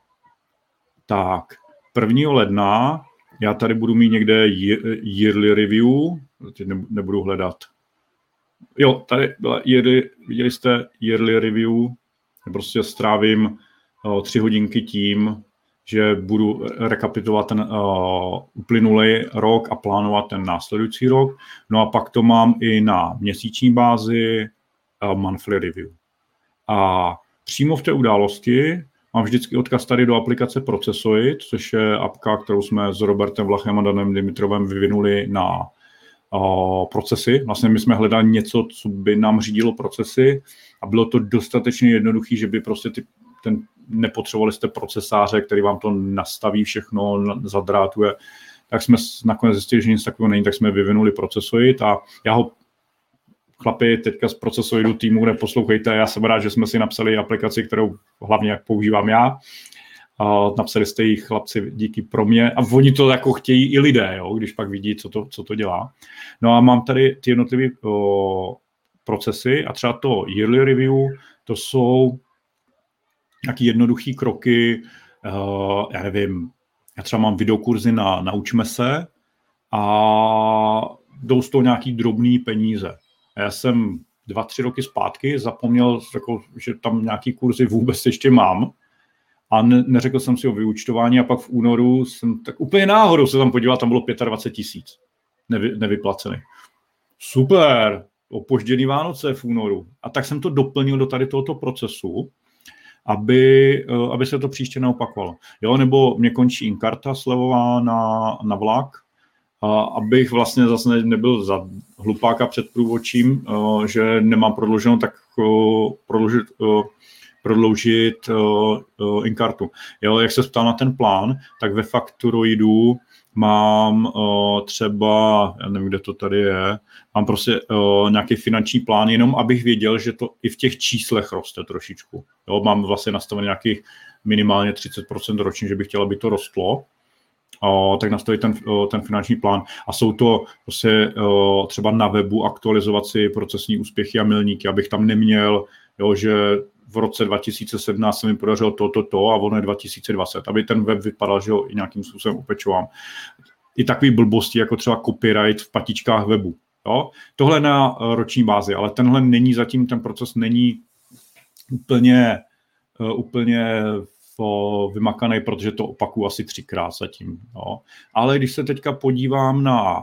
tak prvního ledna já tady budu mít někde yearly review, teď nebudu hledat. Jo, tady byla yearly, viděli jste yearly review, prostě strávím uh, tři hodinky tím, že budu rekapitulovat ten uh, uplynulý rok a plánovat ten následující rok. No a pak to mám i na měsíční bázi uh, monthly review. A přímo v té události mám vždycky odkaz tady do aplikace Procesoid, což je apka, kterou jsme s Robertem Vlachem a Danem Dimitrovem vyvinuli na uh, procesy. Vlastně my jsme hledali něco, co by nám řídilo procesy a bylo to dostatečně jednoduché, že by prostě ty, ten, nepotřebovali jste procesáře, který vám to nastaví všechno, zadrátuje. Tak jsme nakonec zjistili, že nic takového není, tak jsme vyvinuli Procesoid a já ho chlapi, teďka z Procesoidu týmu, neposlouchejte, já jsem rád, že jsme si napsali aplikaci, kterou hlavně jak používám já. A napsali jste ji chlapci díky pro mě a oni to jako chtějí i lidé, jo, když pak vidí, co to, co to dělá. No a mám tady ty jednotlivé procesy a třeba to yearly review, to jsou nějaké jednoduché kroky, uh, já nevím, já třeba mám videokurzy na Naučme se a jdou z toho nějaký drobný peníze. Já jsem dva, tři roky zpátky zapomněl, jako, že tam nějaký kurzy vůbec ještě mám a ne, neřekl jsem si o vyúčtování a pak v únoru jsem tak úplně náhodou se tam podíval, tam bylo dvacet pět tisíc nevy, nevyplacených. Super, opožděný Vánoce v únoru. A tak jsem to doplnil do tady tohoto procesu, aby, aby se to příště neopakovalo. Jo, nebo mě končí inkarta slevová na, na vlak, a abych vlastně zase nebyl za hlupáka před průvodčím, že nemám prodlouženou, tak prodloužit, prodloužit inkartu. Jo, jak se ptal na ten plán, tak ve Fakturoidu mám třeba, já nevím, kde to tady je, mám prostě nějaký finanční plán, jenom abych věděl, že to i v těch číslech roste trošičku. Jo, mám vlastně nastavený nějakých minimálně třicet procent ročně, že bych chtěl, aby to rostlo. O, tak nastavit ten, o, ten finanční plán. A jsou to prostě o, třeba na webu aktualizovat si procesní úspěchy a milníky, abych tam neměl, jo, že v roce dva tisíce sedmnáct se mi podařilo to, to, to a ono je dva tisíce dvacet, aby ten web vypadal, že ho i nějakým způsobem upečovám. I takový blbosti, jako třeba copyright v patičkách webu. Jo? Tohle na roční bázi, ale tenhle není zatím, ten proces není úplně, uh, úplně uh, vymakaný, protože to opakuju asi třikrát zatím. Jo? Ale když se teďka podívám na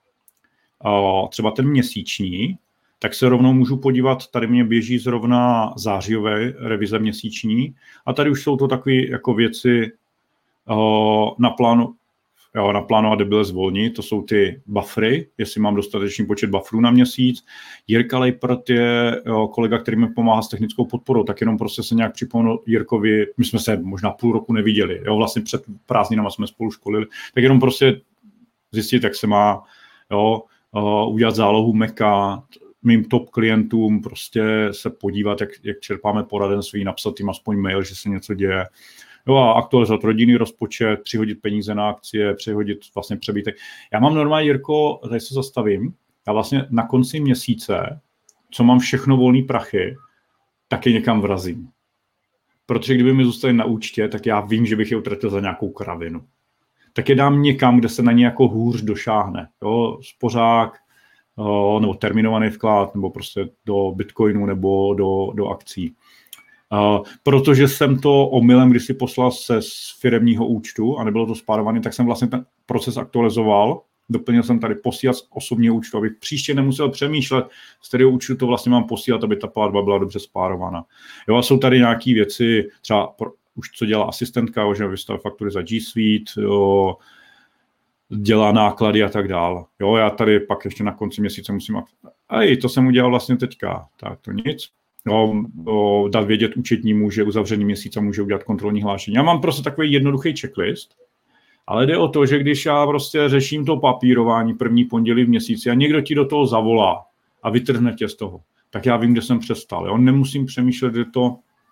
uh, třeba ten měsíční, tak se rovnou můžu podívat, tady mě běží zrovna zářijové revize měsíční a tady už jsou to takové jako věci uh, na plánu, jo, naplánovat, kde bylo zvolnit, to jsou ty buffery, jestli mám dostatečný počet bufferů na měsíc. Jirka Lejprt je jo, kolega, který mi pomáhá s technickou podporou, tak jenom prostě se nějak připomněl Jirkovi, my jsme se možná půl roku neviděli, jo, vlastně před prázdninama jsme spolu školili, tak jenom prostě zjistit, jak se má jo, uh, udělat zálohu Maca, mým top klientům prostě se podívat, jak, jak čerpáme poradenství, napsat jim aspoň mail, že se něco děje. Jo a aktualizovat rodinný rozpočet, přihodit peníze na akcie, přihodit vlastně přebytek. Já mám normálně, Jirko, tady se zastavím, já vlastně na konci měsíce, co mám všechno volný prachy, tak je někam vrazím. Protože kdyby mi zůstaly na účtě, tak já vím, že bych je utratil za nějakou kravinu. Tak je dám někam, kde se na ně jako hůř došáhne. Jo, spořák, nebo terminovaný vklad, nebo prostě do bitcoinu, nebo do, do akcí. Uh, protože jsem to omylem, když si poslal se z firemního účtu a nebylo to spárované, tak jsem vlastně ten proces aktualizoval. Doplnil jsem tady posílat z osobního účtu, abych příště nemusel přemýšlet, z kterého účtu to vlastně mám posílat, aby ta platba byla dobře spárovaná. Jo, a jsou tady nějaké věci, třeba pro, už co dělá asistentka, jo, že vystavuje faktury za G Suite, jo, dělá náklady a tak dál. Jo, já tady pak ještě na konci měsíce musím... Ej, to jsem udělal vlastně teďka. Tak to nic. No, o, dát vědět účetnímu, že uzavřený měsíc a může udělat kontrolní hlášení. Já mám prostě takový jednoduchý checklist, ale jde o to, že když já prostě řeším to papírování první pondělí v měsíci a někdo ti do toho zavolá a vytrhne tě z toho, tak já vím, kde jsem přestal. Jo? Nemusím přemýšlet, kde to,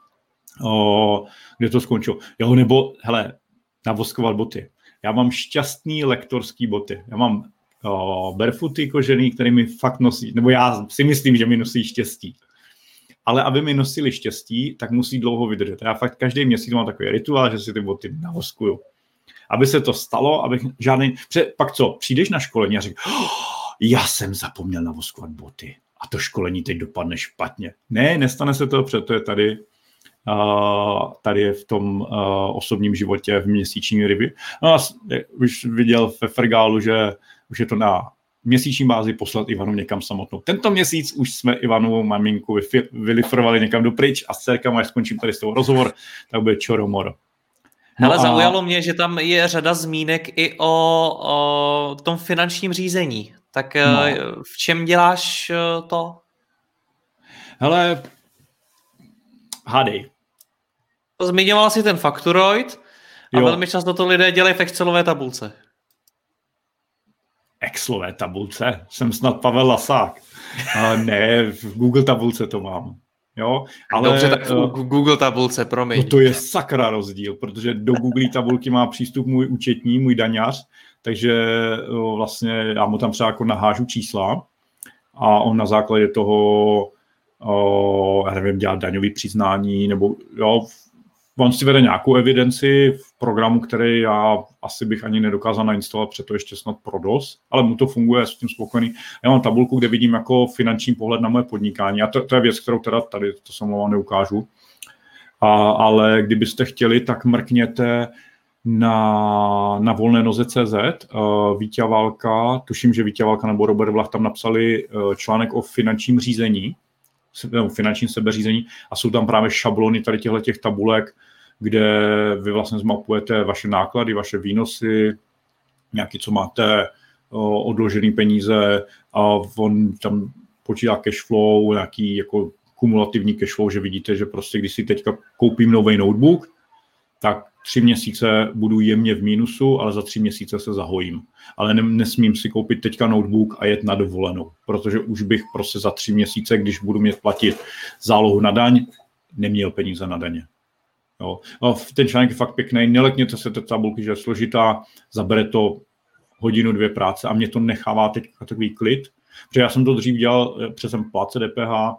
o, kde to skončilo. Jo, nebo, hele, navoskovat boty. Já mám šťastný lektorský boty. Já mám o, barefooty kožený, který mi fakt nosí, nebo já si myslím, že mi nosí štěstí. Ale aby mi nosili štěstí, tak musí dlouho vydržet. Já fakt každý měsíc mám takový rituál, že si ty boty navoskuju. Aby se to stalo, abych žádný... Pak co, přijdeš na školení a říkáš, oh, já jsem zapomněl navoskovat boty a to školení teď dopadne špatně. Ne, nestane se to, protože to je tady, uh, tady je v tom uh, osobním životě v měsíční review. No a už viděl ve Fergálu, že už je to na měsíční bázi poslat Ivanu někam samotnou. Tento měsíc už jsme Ivanu maminku vylifrovali někam dopryč a s dcerkama, až skončím tady s tou rozhovor, tak bude čoromoro. No hele, a... zaujalo mě, že tam je řada zmínek i o, o tom finančním řízení. Tak no. V čem děláš to? Hele, hádej. Zmiňoval jsi ten Fakturoid a jo. Velmi často to lidé dělají v Excelové tabulce. Excelové tabulce? Jsem snad Pavel Lasák. uh, ne, v Google tabulce to mám. Jo, ale, dobře, tak v uh, Google tabulce, promiň. No to je sakra rozdíl, protože do Google tabulky má přístup můj účetní, můj daňař, takže uh, vlastně já mu tam třeba jako nahážu čísla a on na základě toho, uh, já nevím, dělá daňový přiznání, nebo jo, on si vede nějakou evidenci v programu, který já asi bych ani nedokázal nainstalovat, protože to ještě snad pro dos, ale mu to funguje, s tím spokojený. Já mám tabulku, kde vidím jako finanční pohled na moje podnikání a to, to je věc, kterou teda tady, to se mluvám, neukážu. A, ale kdybyste chtěli, tak mrkněte na, na volné noze tečka cé zet. Uh, Vítě Válka, tuším, že Vítě Válka nebo Robert Vlach tam napsali uh, článek o finančním řízení, finanční sebeřízení a jsou tam právě šablony tady těchto těch tabulek, kde vy vlastně zmapujete vaše náklady, vaše výnosy, nějaký, co máte o, odložený peníze a on tam počítá cash flow, nějaký jako kumulativní cash flow, že vidíte, že prostě když si teďka koupím nový notebook, tak tři měsíce budu jemně v mínusu, ale za tři měsíce se zahojím. Ale ne, nesmím si koupit teďka notebook a jet na dovolenou, protože už bych prostě za tři měsíce, když budu mět platit zálohu na daň, neměl peníze na daně. Jo. A ten článek je fakt pěkný, nelekněte se té tabulky, že je složitá, zabere to hodinu, dvě práce a mě to nechává teď takový klid, protože já jsem to dřív dělal, protože jsem plátce D P H,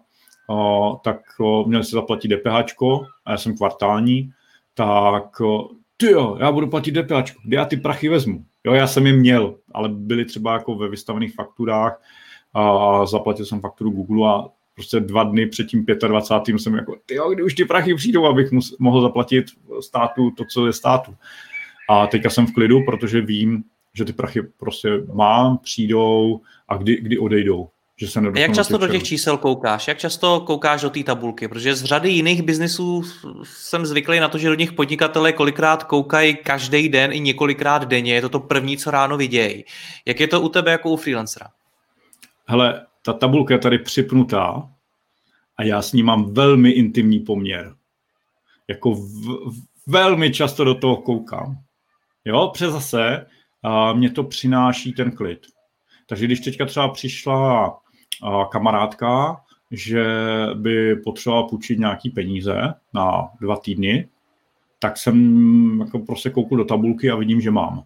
o, tak o, měli se zaplatit DPHčko a já jsem kvartální, tak o, tyjo, já budu platit DPHčko, kde já ty prachy vezmu? Jo, já jsem je měl, ale byly třeba jako ve vystavených fakturách a zaplatil jsem fakturu Google a prostě dva dny před tím dvacátým pátým jsem jako, tyjo, kdy už ty prachy přijdou, abych mus, mohl zaplatit státu to, co je státu. A teďka jsem v klidu, protože vím, že ty prachy prostě mám, přijdou a kdy, kdy odejdou. Že se Jak často do těch čísel koukáš? Jak často koukáš do té tabulky? Protože z řady jiných biznisů jsem zvyklý na to, že do nich podnikatelé kolikrát koukají každý den i několikrát denně. Je to to první, co ráno vidějí. Jak je to u tebe jako u freelancera? Hele, ta tabulka je tady připnutá a já s ní mám velmi intimní poměr. Jako v, velmi často do toho koukám. Jo, přes zase a mě to přináší ten klid. Takže když teďka třeba přišla kamarádka, že by potřebovala půjčit nějaký peníze na dva týdny, tak jsem jako prostě koukl do tabulky a vidím, že mám.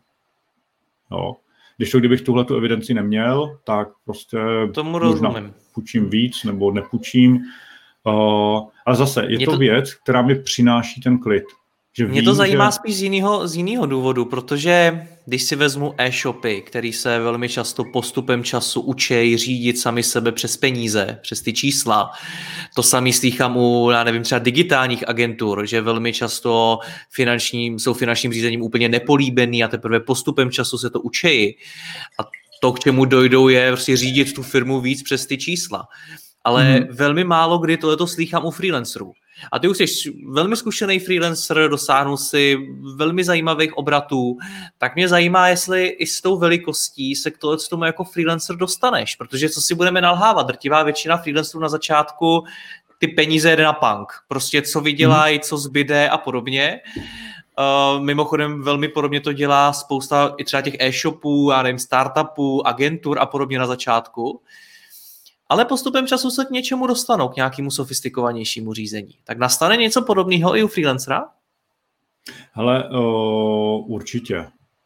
Jo. Když to, kdybych tuhletu evidenci neměl, tak prostě tomu možná půjčím víc nebo nepůjčím. Uh, ale zase je to, to věc, která mi přináší ten klid. Že Mě vím, to zajímá že... spíš z jiného, z jiného důvodu, protože když si vezmu e-shopy, který se velmi často postupem času učí řídit sami sebe přes peníze, přes ty čísla, to samý slýchám u, já nevím, třeba digitálních agentur, že velmi často finančním, jsou finančním řízením úplně nepolíbený a teprve postupem času se to učí. A to, k čemu dojdou, je prostě řídit tu firmu víc přes ty čísla. Ale mm-hmm. velmi málo kdy tohleto slýchám u freelancerů. A ty už jsi velmi zkušený freelancer, dosáhnul si velmi zajímavých obratů, tak mě zajímá, jestli i s tou velikostí se k tomu jako freelancer dostaneš, protože co si budeme nalhávat, drtivá většina freelancerů na začátku ty peníze jde na punk, prostě co vydělají, co zbyde a podobně. Uh, mimochodem velmi podobně to dělá spousta i třeba těch e-shopů, já nevím, startupů, agentur a podobně na začátku. Ale postupem času se k něčemu dostanou, k nějakému sofistikovanějšímu řízení. Tak nastane něco podobného i u freelancera? Hele, uh, určitě.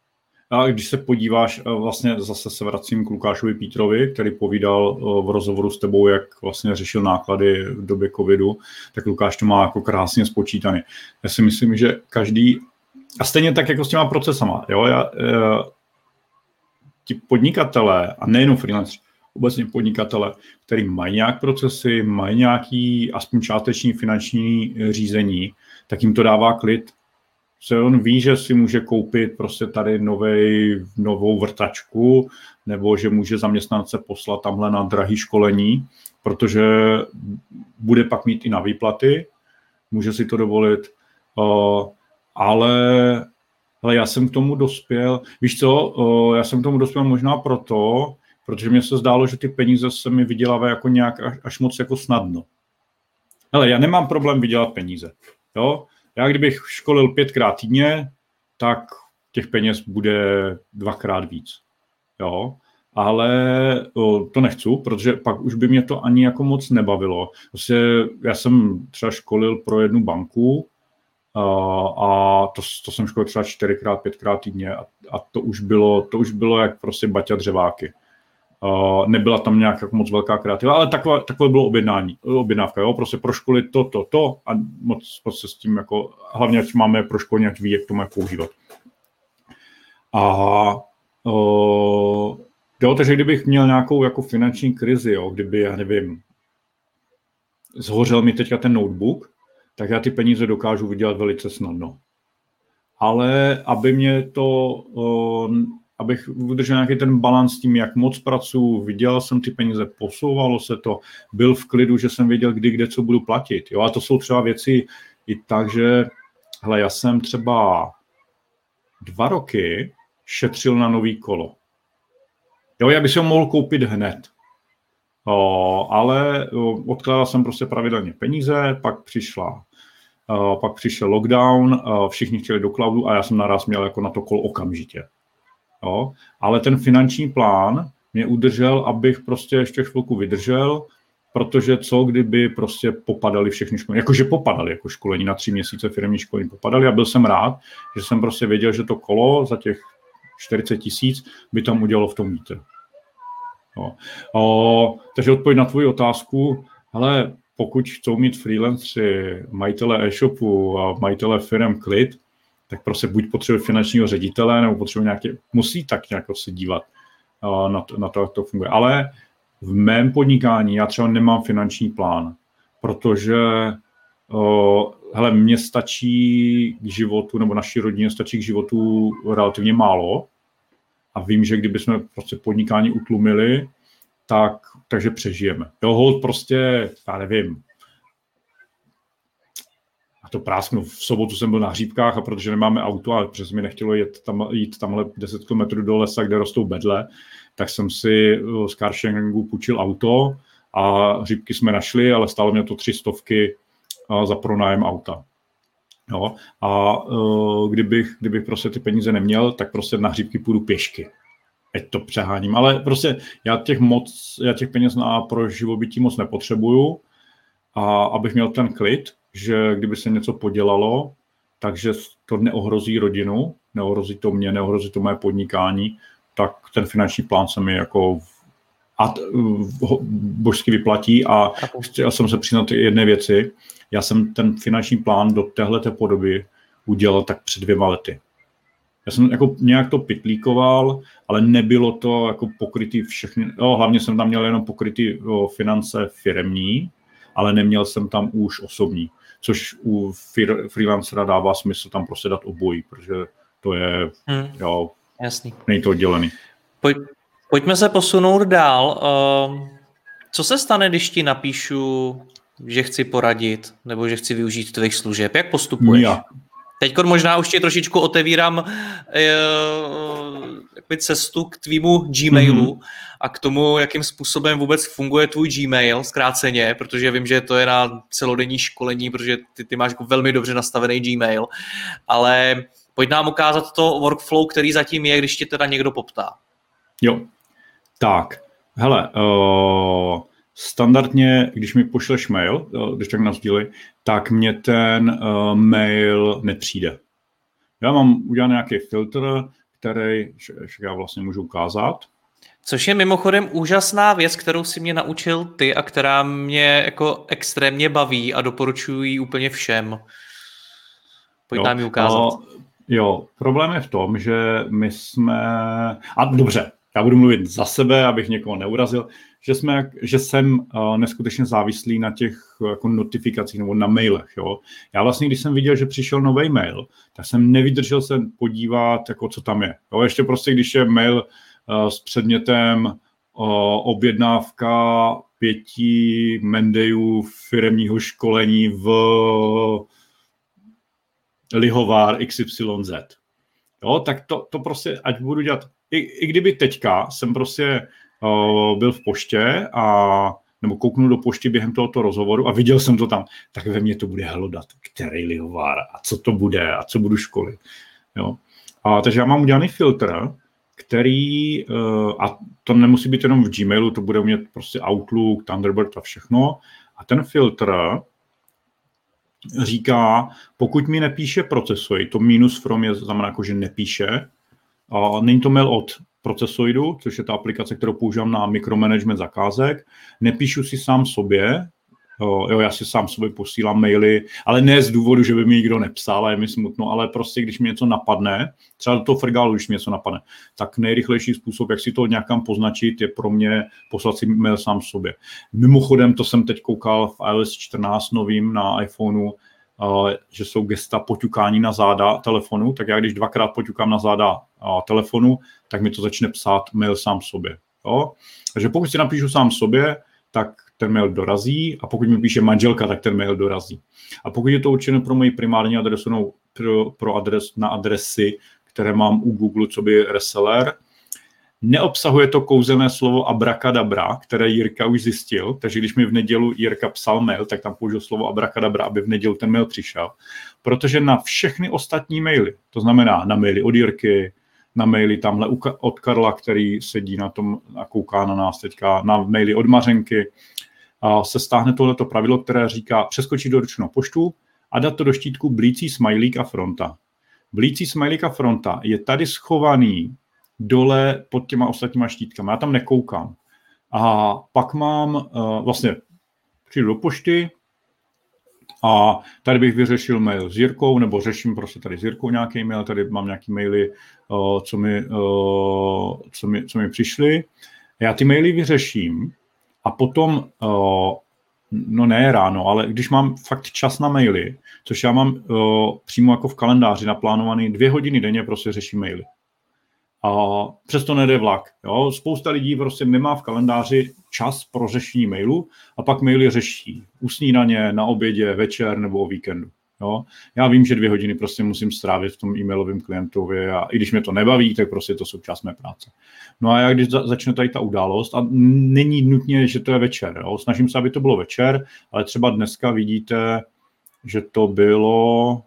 A když se podíváš, vlastně zase se vracím k Lukášovi Pítrovi, který povídal uh, v rozhovoru s tebou, jak vlastně řešil náklady v době covidu, tak Lukáš to má jako krásně spočítaný. Já si myslím, že každý, a stejně tak jako s těma procesama, jo, já, uh, ti podnikatelé, a nejenom freelanceri, obecně podnikatele, který mají nějak procesy, mají nějaký aspoň částečný finanční řízení, tak jim to dává klid. Se on ví, že si může koupit prostě tady novej, novou vrtačku, nebo že může zaměstnance poslat tamhle na drahý školení, protože bude pak mít i na výplaty, může si to dovolit, ale, ale já jsem k tomu dospěl, víš co, já jsem k tomu dospěl možná proto, protože mně se zdálo, že ty peníze se mi vydělávají jako nějak až, až moc jako snadno. Hele, já nemám problém vydělat peníze. Jo? Já kdybych školil pětkrát týdně, tak těch peněz bude dvakrát víc. Jo? Ale o, to nechci, protože pak už by mě to ani jako moc nebavilo. Prostě já jsem třeba školil pro jednu banku a, a to, to jsem školil třeba čtyřikrát, pětkrát týdně a, a to už bylo, to už bylo jak prostě Baťa Dřeváky. Uh, nebyla tam nějak jako moc velká kreativa, ale takové, takové bylo objednání, objednávka, jo, prostě proškolit to, to, to a moc, moc se s tím jako, hlavně ať máme proškolení, ať ví, jak to má používat. A uh, jo, takže kdybych měl nějakou jako finanční krizi, jo, kdyby, já nevím, zhořel mi teďka ten notebook, tak já ty peníze dokážu vydělat velice snadno. Ale aby mě to uh, abych udržel nějaký ten balans s tím, jak moc pracuji, vydělal jsem ty peníze, posouvalo se to, byl v klidu, že jsem věděl, kdy, kde, co budu platit. Jo? A to jsou třeba věci i tak, že hele, já jsem třeba dva roky šetřil na nový kolo. Jo, já bych si ho mohl koupit hned. O, ale o, odkládal jsem prostě pravidelně peníze, pak přišla o, pak přišel lockdown, o, všichni chtěli do cloudu a já jsem naraz měl jako na to kolo okamžitě. Jo, ale ten finanční plán mě udržel, abych prostě ještě chvilku vydržel, protože co kdyby prostě popadali všechny školení, jakože popadali, jako školení na tři měsíce firemní školení popadali a byl jsem rád, že jsem prostě věděl, že to kolo za těch čtyřicet tisíc by tam udělalo v tom vítr. Jo. O, takže odpověď na tvoji otázku, ale pokud chcou mít freelancři, majitele e-shopu a majitele firem klid, tak prostě buď potřebuje finančního ředitele, nebo potřebuje nějaký, musí tak nějak se dívat uh, na, to, na to, jak to funguje. Ale v mém podnikání já třeba nemám finanční plán, protože uh, hele, mně stačí k životu, nebo naší rodině stačí k životu relativně málo a vím, že kdybychom prostě podnikání utlumili, tak, takže přežijeme. Jo, hold prostě, já nevím, a to prásknu, v sobotu jsem byl na hříbkách a protože nemáme auto a protože mi nechtělo jít, tam, jít tamhle deset kilometrů do lesa, kde rostou bedle, tak jsem si z carsharingu půjčil auto a hříbky jsme našli, ale stálo mě to tři stovky za pronájem auta. Jo? A uh, kdybych, kdybych prostě ty peníze neměl, tak prostě na hříbky půjdu pěšky. Ať to přeháním. Ale prostě já těch, moc, já těch peněz na pro živobytí moc nepotřebuju a abych měl ten klid, že kdyby se něco podělalo, takže to neohrozí rodinu, neohrozí to mě, neohrozí to moje podnikání, tak ten finanční plán se mi jako a božsky vyplatí a já jsem se přiznal jedné věci. Já jsem ten finanční plán do téhleté podoby udělal tak před dvěma lety. Já jsem jako nějak to pitlíkoval, ale nebylo to jako pokrytý všechny, no, hlavně jsem tam měl jenom pokrytý o, finance firemní, ale neměl jsem tam už osobní, což u fir, freelancera dává smysl tam prostě dát obojí, protože to je, hmm. jo, jasný. Není to oddělený. Pojď, pojďme se posunout dál. Uh, co se stane, když ti napíšu, že chci poradit, nebo že chci využít tvých služeb? Jak postupuješ? Já. Teď možná už ti trošičku otevírám uh, cestu k tvýmu Gmailu mm-hmm. a k tomu, jakým způsobem vůbec funguje tvůj Gmail, zkráceně, protože vím, že to je na celodenní školení, protože ty, ty máš jako velmi dobře nastavený Gmail, ale pojď nám ukázat to workflow, který zatím je, když tě teda někdo poptá. Jo, tak, hele, uh, standardně, když mi pošleš mail, když tak nás díli, tak mě ten uh, mail nepřijde. Já mám udělat nějaký filtr, který já vlastně můžu ukázat. Což je mimochodem úžasná věc, kterou si mě naučil ty a která mě jako extrémně baví a doporučuji ji úplně všem. Pojď nám ji ukázat. Uh, jo, problém je v tom, že my jsme... A dobře, já budu mluvit za sebe, abych někoho neurazil, že, jsme, že jsem uh, neskutečně závislý na těch jako notifikacích nebo na mailech. Jo. Já vlastně, když jsem viděl, že přišel nový mail, tak jsem nevydržel se podívat, jako, co tam je. Jo. Ještě prostě, když je mail uh, s předmětem uh, objednávka pěti mendejů firemního školení v Lihovar X Y Z. Jo, tak to, to prostě, ať budu dělat, i, i kdyby teďka jsem prostě uh, byl v poště a nebo kouknu do pošty během tohoto rozhovoru a viděl jsem to tam, tak ve mně to bude hlodat, který Lihovar a co to bude a co budu školit. Jo. A, takže já mám udělaný filtr, který, uh, a to nemusí být jenom v Gmailu, to bude mít prostě Outlook, Thunderbird a všechno. A ten filtr říká, pokud mi nepíše Procesoid, to minus from je znamená jako, že nepíše, a není to mail od Procesoidu, což je ta aplikace, kterou používám na mikromanagement zakázek, nepíšu si sám sobě, jo, já si sám sobě posílám maily, ale ne z důvodu, že by mi nikdo nepsal a je mi smutno, ale prostě, když mi něco napadne, třeba do toho Fregalu, když mi něco napadne, tak nejrychlejší způsob, jak si to nějakam poznačit, je pro mě poslat si mail sám sobě. Mimochodem, to jsem teď koukal v iOS čtrnáct novým na iPhoneu, Uh, že jsou gesta poťukání na záda telefonu, tak já když dvakrát poťukám na záda uh, telefonu, tak mi to začne psát mail sám sobě. Jo? Takže pokud si napíšu sám sobě, tak ten mail dorazí a pokud mi píše manželka, tak ten mail dorazí. A pokud je to určené pro moji primární adresu, no, pro, pro adres, na adresy, které mám u Google, co by reseller, neobsahuje to kouzelné slovo abracadabra, které Jirka už zjistil, takže když mi v nedělu Jirka psal mail, tak tam použil slovo abracadabra, aby v nedělu ten mail přišel. Protože na všechny ostatní maily, to znamená na maily od Jirky, na maily tamhle od Karla, který sedí na tom a kouká na nás teďka, na maily od Mařenky, a se stáhne tohleto pravidlo, které říká přeskočit do ručnou poštu a dát to do štítku blící smajlík a fronta. Blící smajlík a fronta je tady schovaný dole pod těma ostatníma štítkama. Já tam nekoukám. A pak mám uh, vlastně přijdu do pošty a tady bych vyřešil mail s Jirkou, nebo řeším prostě tady s Jirkou nějaký mail, tady mám nějaký maily, uh, co, mi, uh, co, mi, co mi přišly. Já ty maily vyřeším a potom, uh, no ne ráno, ale když mám fakt čas na maily, což já mám uh, přímo jako v kalendáři naplánovaný dvě hodiny denně, prostě řeším maily. A přesto nejde vlak. Jo? Spousta lidí prostě nemá v kalendáři čas pro řešení mailu a pak maily řeší u snídaně, na obědě, večer nebo o víkendu. Jo? Já vím, že dvě hodiny prostě musím strávit v tom e-mailovém klientovi a i když mě to nebaví, tak prostě to součást mé práce. No a já když za- začne tady ta událost a není nutně, že to je večer. Jo? Snažím se, aby to bylo večer, ale třeba dneska vidíte, že to bylo...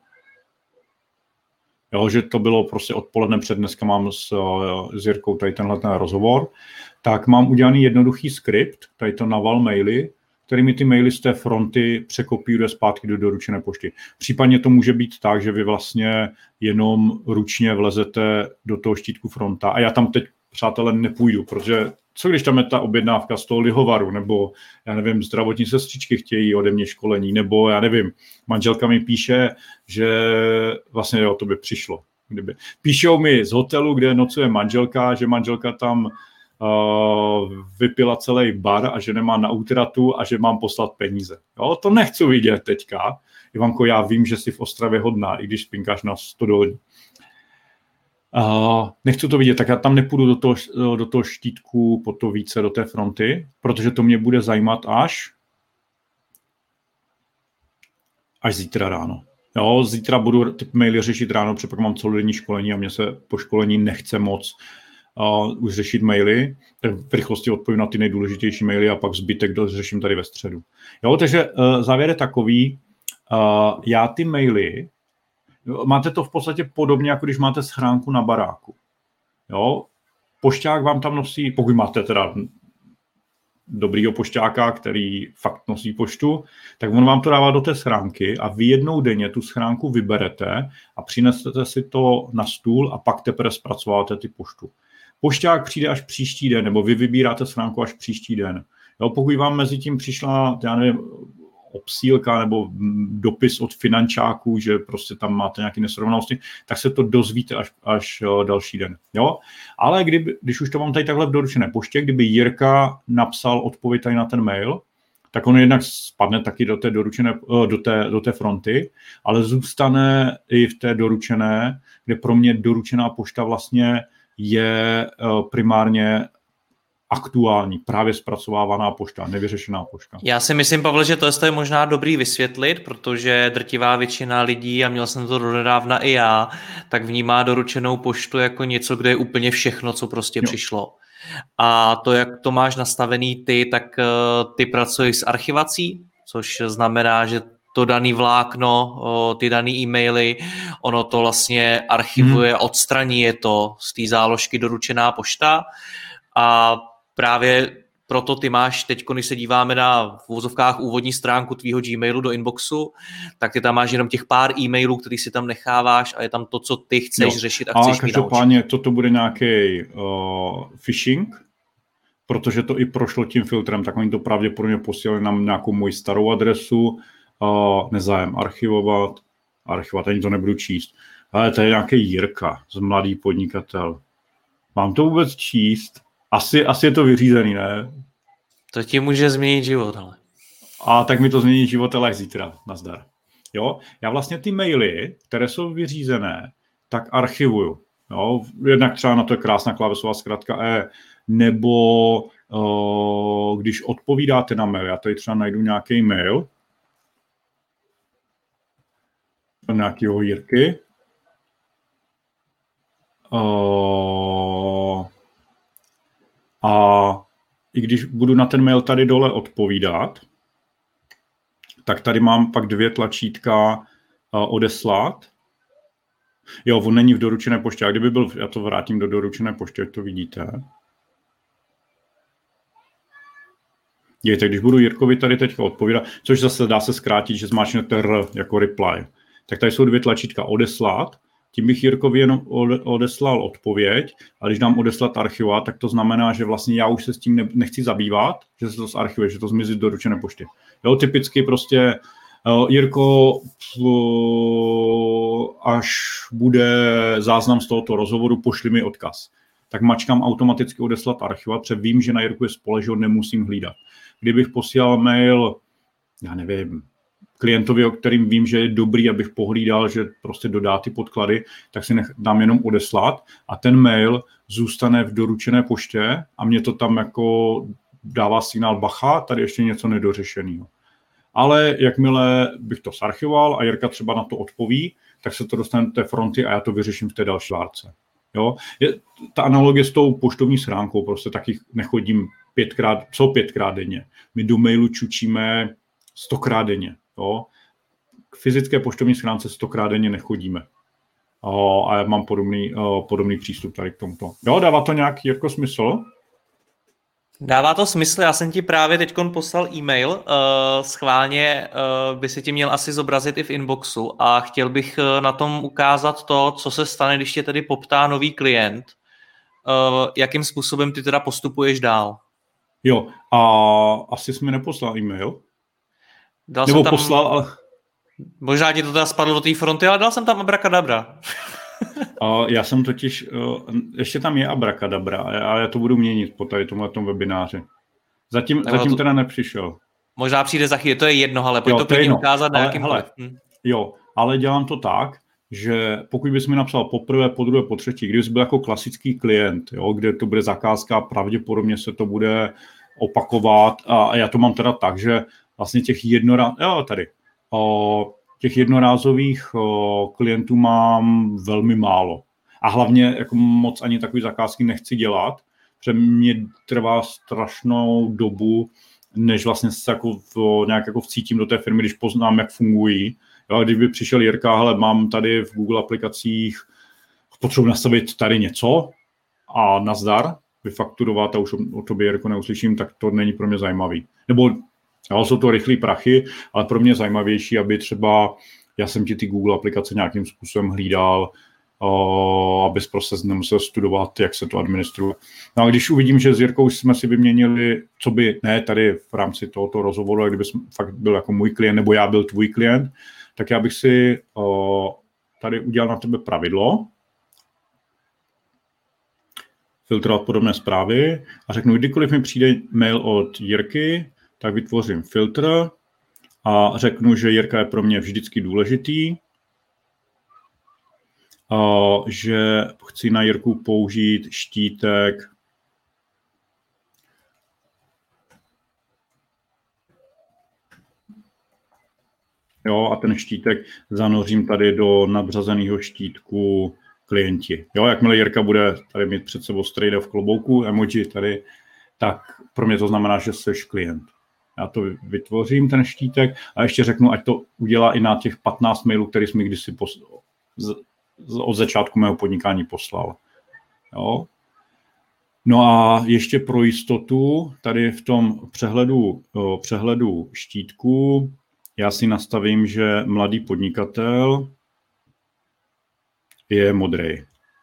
Jo, že to bylo prostě odpoledne před dneska mám s, s Jirkou tady tenhle ten rozhovor, tak mám udělaný jednoduchý skript, tady to naval maily, který mi ty maily z té fronty překopíruje zpátky do doručené pošty. Případně to může být tak, že vy vlastně jenom ručně vlezete do toho štítku fronta a já tam teď, přátelé, nepůjdu, protože co když tam je ta objednávka z toho lihovaru, nebo já nevím, zdravotní sestřičky chtějí ode mě školení, nebo já nevím, manželka mi píše, že vlastně o to by přišlo. Kdyby. Píšou mi z hotelu, kde nocuje manželka, že manželka tam uh, vypila celý bar a že nemá na útratu a že mám poslat peníze. Jo, to nechci vidět teďka. Ivanko, já vím, že jsi v Ostravě hodná, i když spinkáš na stodolní. Uh, nechci to vidět, tak já tam nepůjdu do toho, do toho štítku po to více do té fronty, protože to mě bude zajímat až až zítra ráno. Jo, zítra budu ty maily řešit ráno, protože pak mám celodenní školení a mě se po školení nechce moc uh, už řešit maily, tak v rychlosti odpovím na ty nejdůležitější maily a pak zbytek řeším tady ve středu. Jo, takže uh, závěr je takový, uh, já ty maily máte to v podstatě podobně, jako když máte schránku na baráku. Jo? Pošťák vám tam nosí, pokud máte teda dobrýho pošťáka, který fakt nosí poštu, tak on vám to dává do té schránky a vy jednou denně tu schránku vyberete a přinesete si to na stůl a pak teprve zpracováte ty poštu. Pošťák přijde až příští den, nebo vy vybíráte schránku až příští den. Jo? Pokud vám mezi tím přišla, já nevím, obsílka nebo dopis od finančáků, že prostě tam máte nějaké nesrovnalosti, tak se to dozvíte až, až další den. Jo? Ale kdyby, když už to mám tady takhle v doručené poště, kdyby Jirka napsal odpověď tady na ten mail, tak on jednak spadne taky do té, doručené, do té, do té fronty, ale zůstane i v té doručené, kde pro mě doručená pošta vlastně je primárně aktuální, právě zpracovávaná pošta, nevyřešená pošta. Já si myslím, Pavle, že to je možná dobrý vysvětlit, protože drtivá většina lidí, a měl jsem to donedávna i já, tak vnímá doručenou poštu jako něco, kde je úplně všechno, co prostě jo. přišlo. A to, jak to máš nastavený ty, tak uh, ty pracuješ s archivací, což znamená, že to daný vlákno, ty daný e-maily, ono to vlastně archivuje, hmm. odstraní je to z té záložky doručená pošta a právě proto ty máš teď, když se díváme na v uvozovkách úvodní stránku tvýho Gmailu do inboxu, tak ty tam máš jenom těch pár e-mailů, který si tam necháváš a je tam to, co ty chceš jo. řešit a chceš mít. A každopádně toto bude nějaký uh, phishing, protože to i prošlo tím filtrem, tak oni to pravděpodobně posílali nám nějakou moji starou adresu, uh, nezájem archivovat, archivovat, ani to nebudu číst. Ale to je nějaký Jirka, z mladý podnikatel. Mám to vůbec číst? Asi, asi je to vyřízený, ne? To ti může změnit život, ale. A tak mi to změní život, ale zítra. Nazdar. Jo? Já vlastně ty maily, které jsou vyřízené, tak archivuju. Jo? Jednak třeba na to je krásná klávesová zkratka E, nebo uh, když odpovídáte na mail, já tady třeba najdu nějaký mail, nějakého Jirky, uh, a i když budu na ten mail tady dole odpovídat, tak tady mám pak dvě tlačítka uh, odeslat. Jo, on není v doručené poště. A kdyby byl, já to vrátím do doručené poště, ať to vidíte. Dějte, když budu Jirkovi tady teďka odpovídat, což zase dá se zkrátit, že zmáčknete R jako reply. Tak tady jsou dvě tlačítka odeslat tím bych Jirkovi jenom odeslal odpověď, a když dám odeslat archiva, tak to znamená, že vlastně já už se s tím nechci zabývat, že se to zarchivuje, že to zmizí do doručené pošty. Jo, typicky prostě Jirko, až bude záznam z tohoto rozhovoru, pošli mi odkaz. Tak mačkám automaticky odeslat archiva, protože vím, že na Jirku je spole, že ho nemusím hlídat. Kdybych posílal mail, já nevím, klientovi, o kterým vím, že je dobrý, abych pohlídal, že prostě dodá ty podklady, tak si nech, dám jenom odeslat a ten mail zůstane v doručené poště a mě to tam jako dává signál bacha, tady ještě něco nedořešeného. Ale jakmile bych to zarchivoval a Jirka třeba na to odpoví, tak se to dostane do té fronty a já to vyřeším v té další várce. Jo? Je, ta analogie s tou poštovní schránkou, prostě taky nechodím pětkrát, co pětkrát denně. My do mailu čučíme stokrát denně. Jo? K fyzické poštovní schránce stokrát denně nechodíme. O, a já mám podobný, o, podobný přístup tady k tomuto. Jo, dává to nějaký Jirko smysl? Dává to smysl, já jsem ti právě teď poslal e-mail, uh, schválně uh, by si ti měl asi zobrazit i v inboxu a chtěl bych uh, na tom ukázat to, co se stane, když tě tedy poptá nový klient, uh, jakým způsobem ty teda postupuješ dál. Jo, a asi jsi mi neposlal e-mail? Dal Nebo jsem tam, poslal, ale... Možná ti to teda spadlo do té fronty, ale dal jsem tam abrakadabra. Uh, já jsem totiž, uh, ještě tam je abrakadabra a já to budu měnit po tady tomhletom webináři. Zatím, zatím to... teda nepřišel. Možná přijde za chvíli, to je jedno, ale pojď jo, to klidně ukázat na jakýmkoliv. Hm. Jo, ale dělám to tak, že pokud bys mi napsal poprvé, po druhé, po třetí, kdybys byl jako klasický klient, jo, kde to bude zakázka, pravděpodobně se to bude opakovat a já to mám teda tak, že vlastně těch jednorázových, jo, tady, o, těch jednorázových o, klientů mám velmi málo. A hlavně jako moc ani takový zakázky nechci dělat, protože mě trvá strašnou dobu, než vlastně se jako v, nějak jako vcítím do té firmy, když poznám, jak fungují. Jo, když by přišel Jirka, hele, mám tady v Google aplikacích, potřebuji nastavit tady něco a nazdar, vyfakturovat a už o tobě, Jirko, neuslyším, tak to není pro mě zajímavý. Nebo jo, jsou to rychlý prachy, ale pro mě zajímavější, aby třeba já jsem ti ty Google aplikace nějakým způsobem hlídal, Uh, abys prostě nemusel studovat, jak se to administruje. No a když uvidím, že s Jirkou jsme si vyměnili, co by, ne tady v rámci tohoto rozhovoru, kdyby fakt byl jako můj klient, nebo já byl tvůj klient, tak já bych si uh, tady udělal na tebe pravidlo, filtrovat podobné zprávy a řeknu, kdykoliv mi přijde mail od Jirky, tak vytvořím filtr a řeknu, že Jirka je pro mě vždycky důležitý, Uh, že chci na Jirku použít štítek jo, a ten štítek zanořím tady do nadřazeného štítku klienti. Jo, jakmile Jirka bude tady mít před sebou strejda v klobouku, emoji tady, tak pro mě to znamená, že jsi klient. Já to vytvořím, ten štítek, a ještě řeknu, ať to udělá i na těch patnáct mailů, který jsme kdysi poslal. Od začátku mého podnikání poslal. Jo. No a ještě pro jistotu, tady v tom přehledu, přehledu štítku, já si nastavím, že mladý podnikatel je modrý.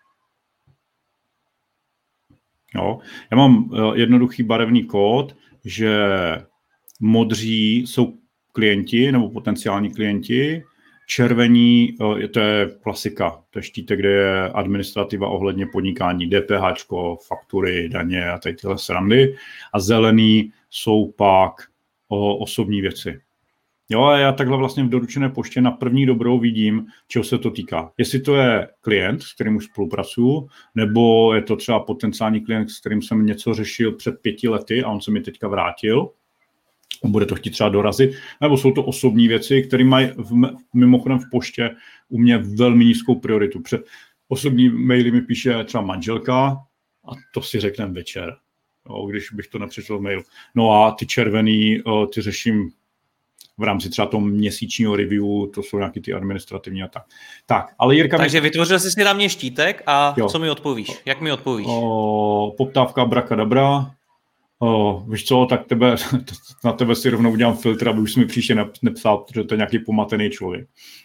Jo. Já mám jednoduchý barevný kód, že modří jsou klienti nebo potenciální klienti, červení, to je klasika, to je štítek, kde je administrativa ohledně podnikání, DPHčko, faktury, daně a tady tyhle srandy. A zelený jsou pak o, osobní věci. Jo, a já takhle vlastně v doručené poště na první dobrou vidím, čeho se to týká. Jestli to je klient, s kterým už spolupracuju, nebo je to třeba potenciální klient, s kterým jsem něco řešil před pěti lety a on se mi teďka vrátil, bude to chtít třeba dorazit, nebo jsou to osobní věci, které mají v, mimochodem v poště u mě velmi nízkou prioritu. Před osobní maily mi píše třeba manželka a to si řekneme večer, jo, když bych to nepřečetl mail. No a ty červený, ty řeším v rámci třeba toho měsíčního review, to jsou nějaký ty administrativní a tak. tak ale Jirka Takže mi... vytvořil jsi si na mě štítek a jo. Co mi odpovíš? Jak mi odpovíš? O, poptávka abrakadabra. Oh, víš co, tak tebe, na tebe si rovnou udělám filtr, aby už jsi mi příště nepsal, že to je nějaký pomatený člověk.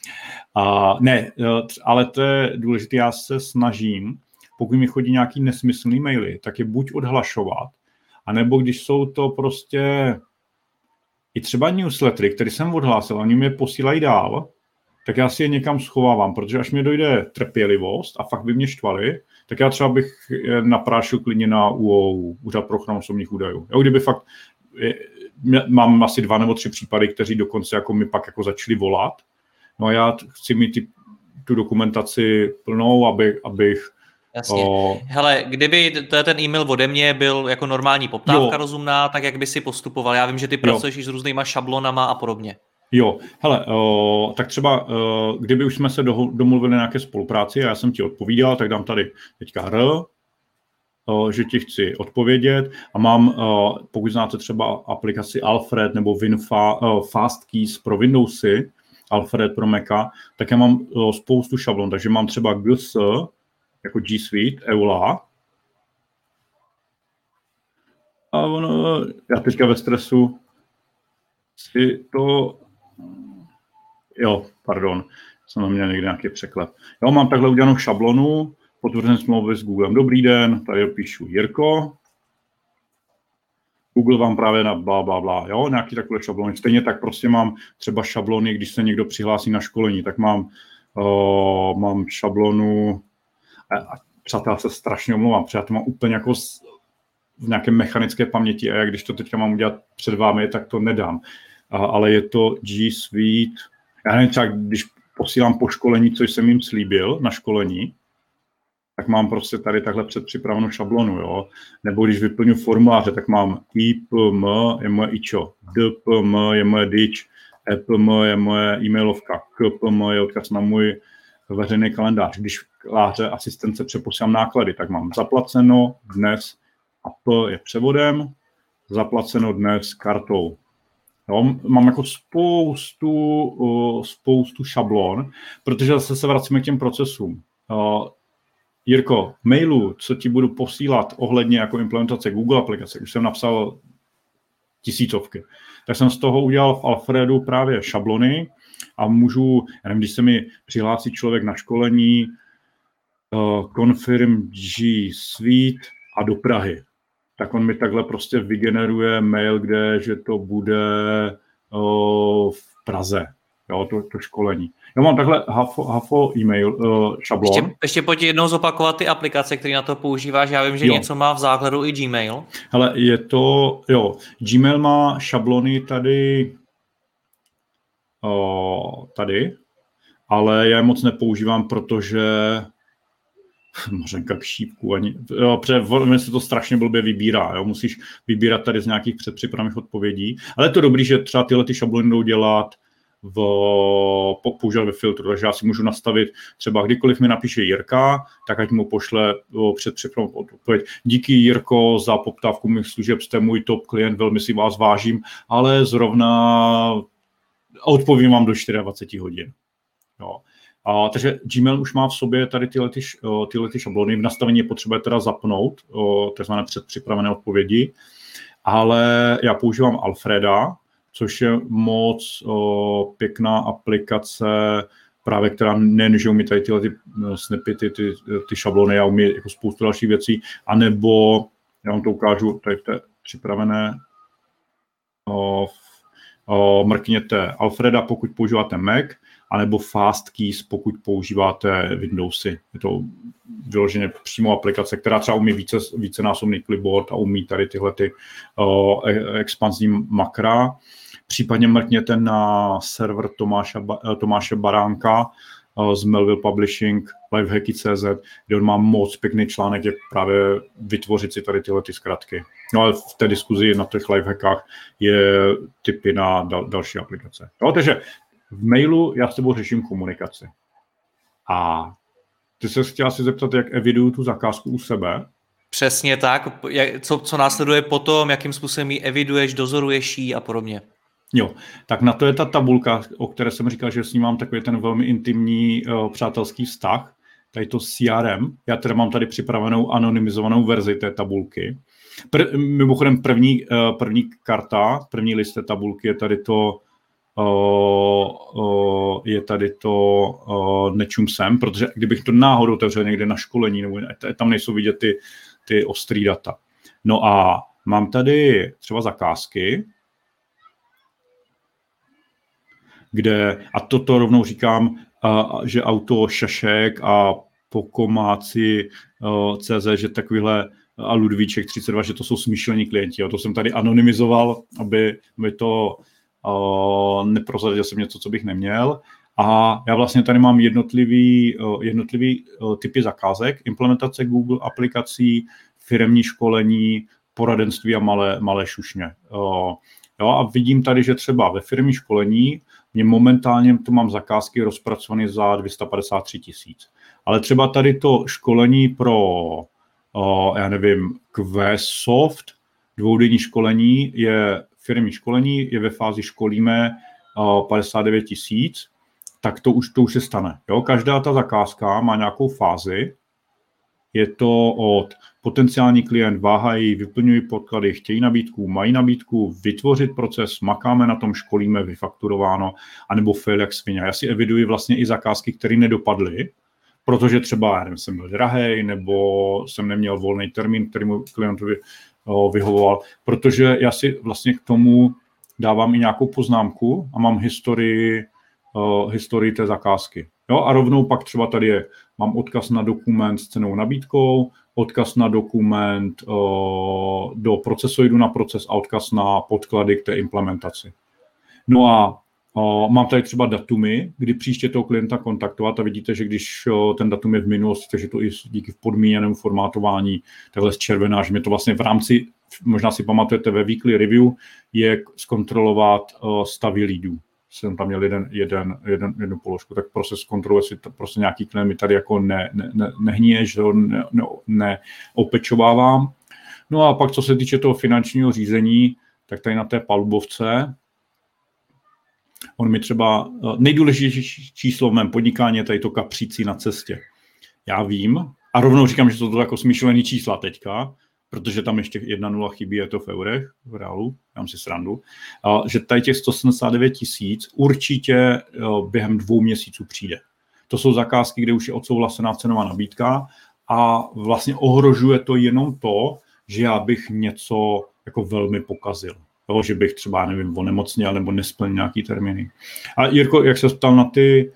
A ne, ale to je důležité, já se snažím, pokud mi chodí nějaký nesmyslný maily, tak je buď odhlašovat, anebo když jsou to prostě i třeba newslettery, které jsem odhlásil, oni mě posílají dál, tak já si je někam schovávám, protože až mi dojde trpělivost a fakt by mě štvali, tak já třeba bych je naprášil klidně na U O U, Úřad pro ochranu osobních údajů. Jo, kdyby fakt, je, mám asi dva nebo tři případy, kteří dokonce jako mi pak jako začali volat, no a já chci mít ty, tu dokumentaci plnou, aby, abych Jasně. O... Hele, kdyby ten e-mail ode mě byl jako normální poptávka jo. rozumná, tak jak by si postupoval? Já vím, že ty pracuješ i s různýma šablonama a podobně. Jo, hele, o, tak třeba, o, kdyby už jsme se do, domluvili na nějaké spolupráci a já jsem ti odpovídal, tak dám tady teďka R, o, že ti chci odpovědět a mám, o, pokud znáte třeba aplikaci Alfred nebo Winfa, o, Fastkeys pro Windowsy, Alfred pro Maca, tak já mám o, spoustu šablon, takže mám třeba G S, jako G Suite, E U L A. A ono, já teďka ve stresu si to... Jo, pardon, jsem tam měl někde nějaký překlep. Jo, mám takhle udělanou šablonu, potvrzené smlouvy s Googlem. Dobrý den, tady píšu Jirko. Google vám právě na blá, blá, blá, jo, nějaký takové šablony. Stejně tak prostě mám třeba šablony, když se někdo přihlásí na školení, tak mám, uh, mám šablonu, a přátel se strašně omlouvám, protože já to mám úplně jako v nějaké mechanické paměti a jak když to teďka mám udělat před vámi, tak to nedám. A, ale je to G Suite, já nevím, třeba když posílám po školení, co jsem jim slíbil na školení, tak mám prostě tady takhle předpřipravenou šablonu, jo. Nebo když vyplňu formuláře, tak mám I P M je moje ičo, D P M je moje dič, E P M je moje e-mailovka, K P M je odkaz na můj veřejný kalendář. Když kláře asistence přeposílám náklady, tak mám zaplaceno dnes a P je převodem, zaplaceno dnes kartou. Jo, mám jako spoustu, uh, spoustu šablon, protože zase se vracíme k těm procesům. Uh, Jirko, mailu, co ti budu posílat ohledně jako implementace Google aplikace, už jsem napsal tisícovky, tak jsem z toho udělal v Alfredu právě šablony a můžu, já nevím, když se mi přihlásí člověk na školení, uh, confirm G Suite a do Prahy, tak on mi takhle prostě vygeneruje mail, kde, že to bude uh, v Praze, jo, to, to školení. Já mám takhle hafo, hafo e-mail, uh, šablon. Ještě, ještě pojď jednou zopakovat ty aplikace, které na to používáš. Já vím, že jo. Něco má v základu i Gmail. Hele, je to, jo, Gmail má šablony tady, uh, tady, ale já je moc nepoužívám, protože Mařenka k šípku, ani, jo, protože se to strašně blbě vybírá, jo, musíš vybírat tady z nějakých předpřipravených odpovědí, ale je to dobrý, že třeba tyhle ty šablony jdou dělat v, používat ve filtru, takže já si můžu nastavit třeba kdykoliv mi napíše Jirka, tak ať mu pošle předpřipravenou odpověď. Díky Jirko za poptávku mých služeb, jste můj top klient, velmi si vás vážím, ale zrovna odpovím vám do dvacet čtyři hodin. Jo. A, takže Gmail už má v sobě tady tyhle, ty, tyhle ty šablony. V nastavení je potřeba teda zapnout takzvané předpřipravené odpovědi, ale já používám Alfreda, což je moc o, pěkná aplikace, právě která nejen, že umí tady tyhle ty snippety, ty, ty šablony, a umí jako spoustu dalších věcí, anebo, já vám to ukážu, tady v té připravené, o, o, mrkněte Alfreda, pokud používáte Mac, anebo Fastkeys, pokud používáte Windowsy. Je to vyloženě přímo aplikace, která třeba umí více, vícenásobný clipboard a umí tady tyhle ty uh, expanzní makra. Případně mrkněte na server Tomáše, Tomáše Baránka uh, z Melville Publishing, lifehacky tečka cé zet, kde on má moc pěkný článek, jak právě vytvořit si tady tyhle ty zkratky. No ale v té diskuzi na těch lifehackách je tipy na dal, další aplikace. No, takže v mailu já s tebou řeším komunikaci. A ty se chtěla si zeptat, jak eviduju tu zakázku u sebe? Přesně tak. Co, co následuje potom, jakým způsobem ji eviduješ, dozoruješ ji a podobně. Jo, tak na to je ta tabulka, o které jsem říkal, že s ní mám takový ten velmi intimní uh, přátelský vztah. Tady to C R M. Já teda mám tady připravenou anonymizovanou verzi té tabulky. Pr- mimochodem první, uh, první karta, první list té tabulky je tady to uh, uh, je tady to uh, nečum sem, protože kdybych to náhodou otevřel někde na školení, nebo tam nejsou vidět ty, ty ostrý data. No a mám tady třeba zakázky, kde, a toto rovnou říkám, uh, že auto Šašek a Pokomáci uh, C Z, že takovýhle a Ludvíček třicet dva, že to jsou smyšlení klienti. A to jsem tady anonymizoval, aby, aby to uh, neprozradil jsem něco, co bych neměl. A já vlastně tady mám jednotlivý, uh, jednotlivý uh, typy zakázek, implementace Google aplikací, firemní školení, poradenství a malé, malé šušně. Uh, jo, a vidím tady, že třeba ve firmní školení mě momentálně tu mám zakázky rozpracované za dvě stě padesát tři tisíc. Ale třeba tady to školení pro Uh, já nevím, Quesoft, dvoudenní školení, je firmní školení, je ve fázi školíme uh, padesát devět tisíc, tak to už, to už se stane. Jo? Každá ta zakázka má nějakou fázi, je to od potenciální klient, váhají, vyplňují podklady, chtějí nabídku, mají nabídku, vytvořit proces, makáme na tom, školíme, vyfakturováno, anebo fail jak svině. Já si eviduji vlastně i zakázky, které nedopadly, protože třeba já nevím, jsem byl drahej, nebo jsem neměl volný termín, který mu klientovi o, vyhovoval, protože já si vlastně k tomu dávám i nějakou poznámku a mám historii, o, historii té zakázky. Jo, a rovnou pak třeba tady je, mám odkaz na dokument s cenou nabídkou, odkaz na dokument o, do procesu, jdu na proces a odkaz na podklady k té implementaci. No a O, mám tady třeba datumy, kdy příště toho klienta kontaktovat a vidíte, že když o, ten datum je v minulosti, takže to i díky podmíněnému formátování takhle zčervená, že mě to vlastně v rámci, možná si pamatujete ve weekly review, je zkontrolovat o, stavy leadů. Jsem tam měl jeden, jeden, jeden, jednu položku, tak prostě zkontroluje si to, prostě nějaký klient mi tady jako ne, ne, ne, nehníje, že ho ne, ne, neopečovávám. No a pak co se týče toho finančního řízení, tak tady na té palubovce on mi třeba, nejdůležitější číslo v mém podnikání je tady to kapřící na cestě. Já vím, a rovnou říkám, že to jsou jako smyšlený čísla teďka, protože tam ještě jedna nula chybí, je to v eurech, v reálu, já mám si srandu, že tady těch sto sedmdesát devět tisíc určitě během dvou měsíců přijde. To jsou zakázky, kde už je odsouhlasená cenová nabídka a vlastně ohrožuje to jenom to, že já bych něco jako velmi pokazil. Toho, že bych třeba, nevím, onemocněl nebo nesplnil nějaký termíny. A Jirko, jak se ptal na ty,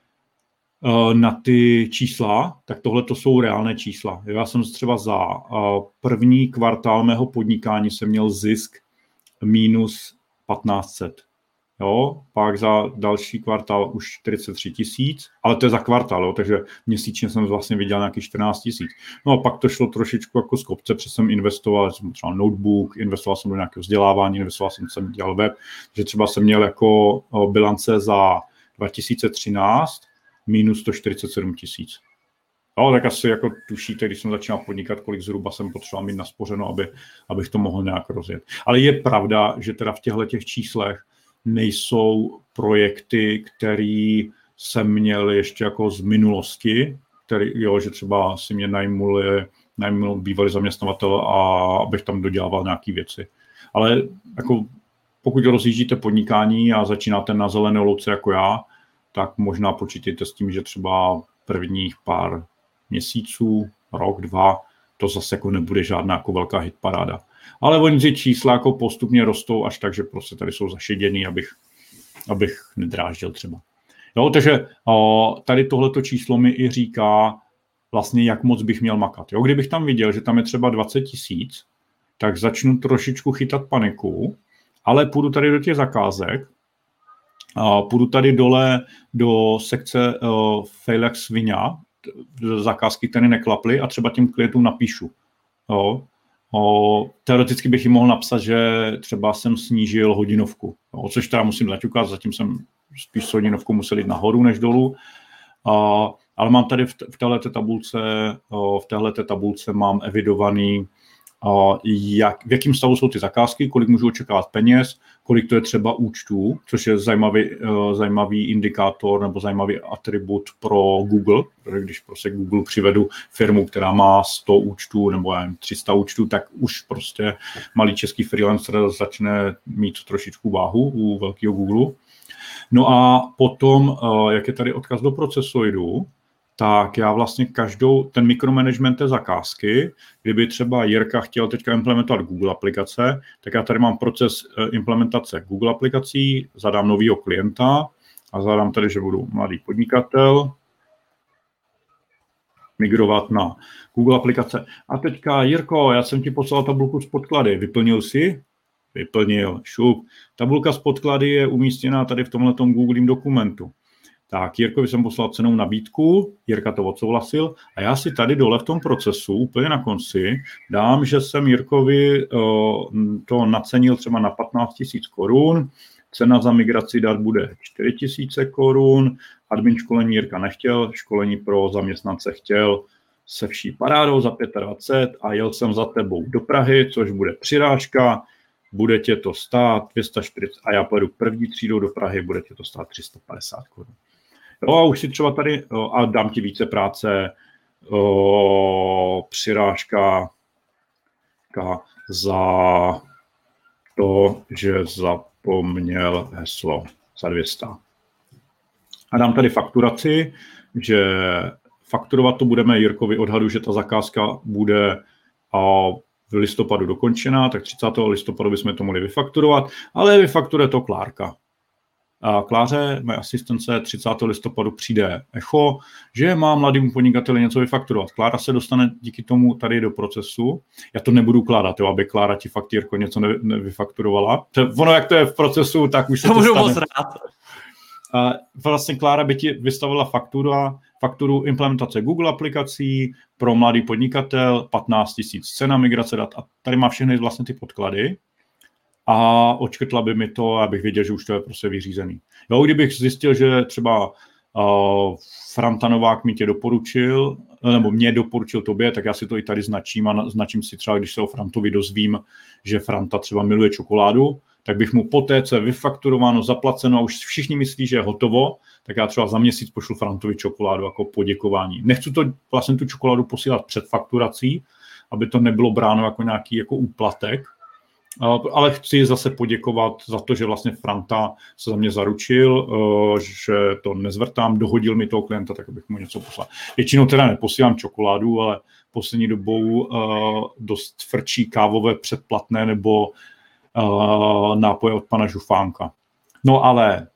na ty čísla, tak tohle to jsou reálné čísla. Já jsem třeba za první kvartál mého podnikání jsem měl zisk minus patnáct set. Jo, pak za další kvartál už čtyřicet tři tisíc, ale to je za kvartál, jo, takže měsíčně jsem vlastně viděl nějaký čtrnáct tisíc. No a pak to šlo trošičku jako z kopce, protože jsem investoval, jsem třeba notebook, investoval jsem do nějakého vzdělávání, investoval jsem, jsem dělal web, že třeba jsem měl jako bilance za dva tisíce třináct minus sto čtyřicet sedm tisíc. No, tak asi jako tušíte, když jsem začínal podnikat, kolik zhruba jsem potřeboval mít naspořeno, aby, abych to mohl nějak rozjet. Ale je pravda, že teda v těchto těch číslech nejsou projekty, které jsem měl ještě jako z minulosti, který, jo, že třeba si mě najmuli, najmul bývalý zaměstnavatel a abych tam dodělával nějaké věci. Ale jako pokud rozjíždíte podnikání a začínáte na zelené louce jako já, tak možná počítejte s tím, že třeba prvních pár měsíců, rok, dva, to zase jako nebude žádná jako velká hitparáda. Ale oni ty čísla jako postupně rostou až tak, že prostě tady jsou zašeděný, abych, abych nedráždil třeba. Jo, takže o, tady tohleto číslo mi i říká vlastně, jak moc bych měl makat. Jo, kdybych tam viděl, že tam je třeba dvacet tisíc, tak začnu trošičku chytat paniku, ale půjdu tady do těch zakázek, a půjdu tady dole do sekce uh, fail jak svině, zakázky, které neklaply a třeba těm klientům napíšu. Jo. O, teoreticky bych jim mohl napsat, že třeba jsem snížil hodinovku, o, což teda musím zaťukat, zatím jsem spíš s hodinovkou musel jít nahoru než dolů, a, ale mám tady v, v téhleté tabulce, o, v téhleté tabulce mám evidovaný, o, jak, v jakém stavu jsou ty zakázky, kolik můžu očekávat peněz, kolik to je třeba účtů, což je zajímavý, o, zajímavý indikátor nebo zajímavý atribut pro Google, protože když prostě Google přivedu firmu, která má sto účtů nebo já nevím, tři sta účtů, tak už prostě malý český freelancer začne mít trošičku váhu u velkého Google. No a potom, jak je tady odkaz do procesoidu, tak já vlastně každou, ten mikromanagement té zakázky, kdyby třeba Jirka chtěl teďka implementovat Google aplikace, tak já tady mám proces implementace Google aplikací, zadám novýho klienta a zadám tady, že budu mladý podnikatel, migrovat na Google aplikace. A teďka, Jirko, já jsem ti poslal tabulku s podklady, vyplnil jsi? Vyplnil, šup. Tabulka s podklady je umístěná tady v tomhletom Googleovém dokumentu. Tak, Jirkovi jsem poslal cenou nabídku, Jirka to odsouhlasil a já si tady dole v tom procesu, úplně na konci, dám, že jsem Jirkovi uh, to nacenil třeba na patnáct tisíc korun, cena za migraci dat bude čtyři tisíce korun, admin školení Jirka nechtěl, školení pro zaměstnance chtěl, se vší parádou za dvacet pět a jel jsem za tebou do Prahy, což bude přirážka, bude tě to stát dvě stě čtyřicet a já pojedu první třídou do Prahy, bude tě to stát tři sta padesát korun. Jo, a už si třeba tady, a dám ti více práce, o, přirážka za to, že zapomněl heslo za dvě stě. A dám tady fakturaci, že fakturovat to budeme Jirkovi odhadu, že ta zakázka bude a v listopadu dokončená, tak třicátého listopadu bychom to mohli vyfakturovat, ale vyfakturuje to Klárka. A Kláře, mé asistence, třicátého listopadu přijde echo, že má mladým podnikateli něco vyfakturovat. Klára se dostane díky tomu tady do procesu. Já to nebudu kládat, jo, aby Klára ti fakt, Jirko, něco ne- nevyfakturovala. Ono, jak to je v procesu, tak už se to, to stane. Moc rád. A vlastně Klára by ti vystavila faktura, fakturu implementace Google aplikací pro mladý podnikatel, patnáct tisíc cena migrace dat a tady má všechny vlastně ty podklady a odškrtla by mi to, abych věděl, že už to je prostě vyřízený. Jo, kdybych zjistil, že třeba uh, Franta Novák mi tě doporučil, nebo mě doporučil tobě, tak já si to i tady značím a značím si třeba, když se o Frantovi dozvím, že Franta třeba miluje čokoládu, tak bych mu poté, co je vyfakturováno, zaplaceno a už všichni myslí, že je hotovo, tak já třeba za měsíc pošlu Frantovi čokoládu jako poděkování. Nechci to vlastně tu čokoládu posílat před fakturací, aby to nebylo bráno jako nějaký jako úplatek, ale chci zase poděkovat za to, že vlastně Franta se za mě zaručil, že to nezvrtám, dohodil mi toho klienta, tak abych mu něco poslal. Většinou teda neposílám čokoládu, ale poslední dobou dost frčí kávové předplatné nebo nápoje od pana Žufánka. No ale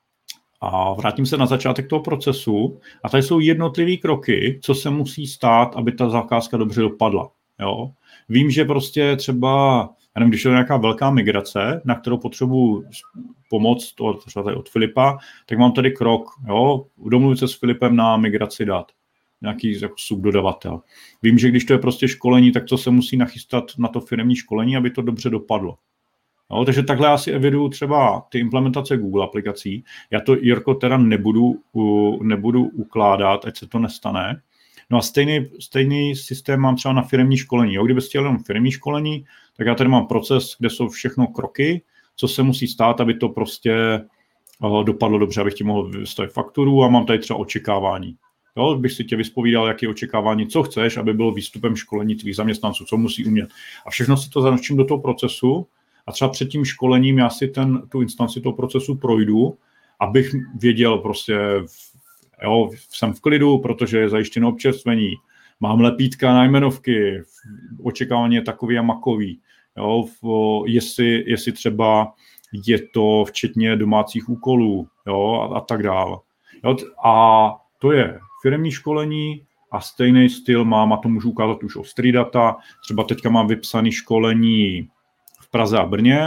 a vrátím se na začátek toho procesu a tady jsou jednotlivý kroky, co se musí stát, aby ta zakázka dobře dopadla. Jo? Vím, že prostě třeba, nevím, když je nějaká velká migrace, na kterou potřebuji pomoc od, třeba tady od Filipa, tak mám tady krok, jo? Domluvit se s Filipem na migraci dat. Nějaký jako subdodavatel. Vím, že když to je prostě školení, tak co se musí nachystat na to firemní školení, aby to dobře dopadlo. No, takže takhle já si eviduju třeba ty implementace Google aplikací. Já to, Jirko, teda nebudu, uh, nebudu ukládat, ať se to nestane. No a stejný, stejný systém mám třeba na firemní školení. Jo, kdyby chtěl jenom firemní školení, tak já tady mám proces, kde jsou všechno kroky, co se musí stát, aby to prostě uh, dopadlo dobře, abych ti mohl vystavit fakturu a mám tady třeba očekávání. Jo, bych si tě vyspovídal, jaké očekávání, co chceš, aby bylo výstupem školení tvých zaměstnanců, co musí umět. A všechno si to zanočím do toho procesu. A třeba před tím školením já si ten, tu instanci toho procesu projdu, abych věděl prostě, jo, jsem v klidu, protože je zajištěno občerstvení, mám lepítka na jmenovky, očekávání je takový a makový, jo, v, jestli, jestli třeba je to včetně domácích úkolů, jo, a, a tak dále. Jo, a to je firemní školení a stejný styl mám, a to můžu ukázat už o Street Data, třeba teďka mám vypsané školení v Praze a Brně.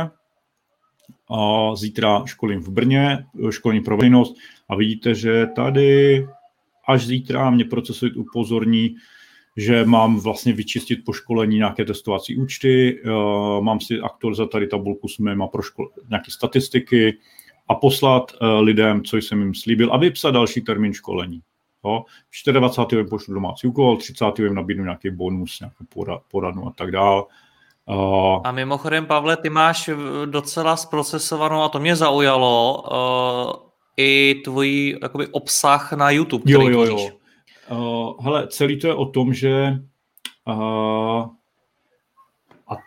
A zítra školím v Brně, školní pro veřejnost a vidíte, že tady až zítra mě procesují upozorní, že mám vlastně vyčistit po školení nějaké testovací účty, mám si aktualizovat tady tabulku s mýma pro škol- nějaké statistiky a poslat lidem, co jsem jim slíbil a vypsat další termín školení. Jo? dvacátého čtvrtého jim pošlu domácí úkol, třicátého jim nabídnu nějaký bonus, nějakou poradnu a tak dále. Uh, a mimochodem, Pavle, ty máš docela zprocesovanou, a to mě zaujalo, uh, i tvůj jakoby, obsah na YouTube, který jo, jo, jo. tvoříš. Uh, hele, celý to je o tom, že uh, a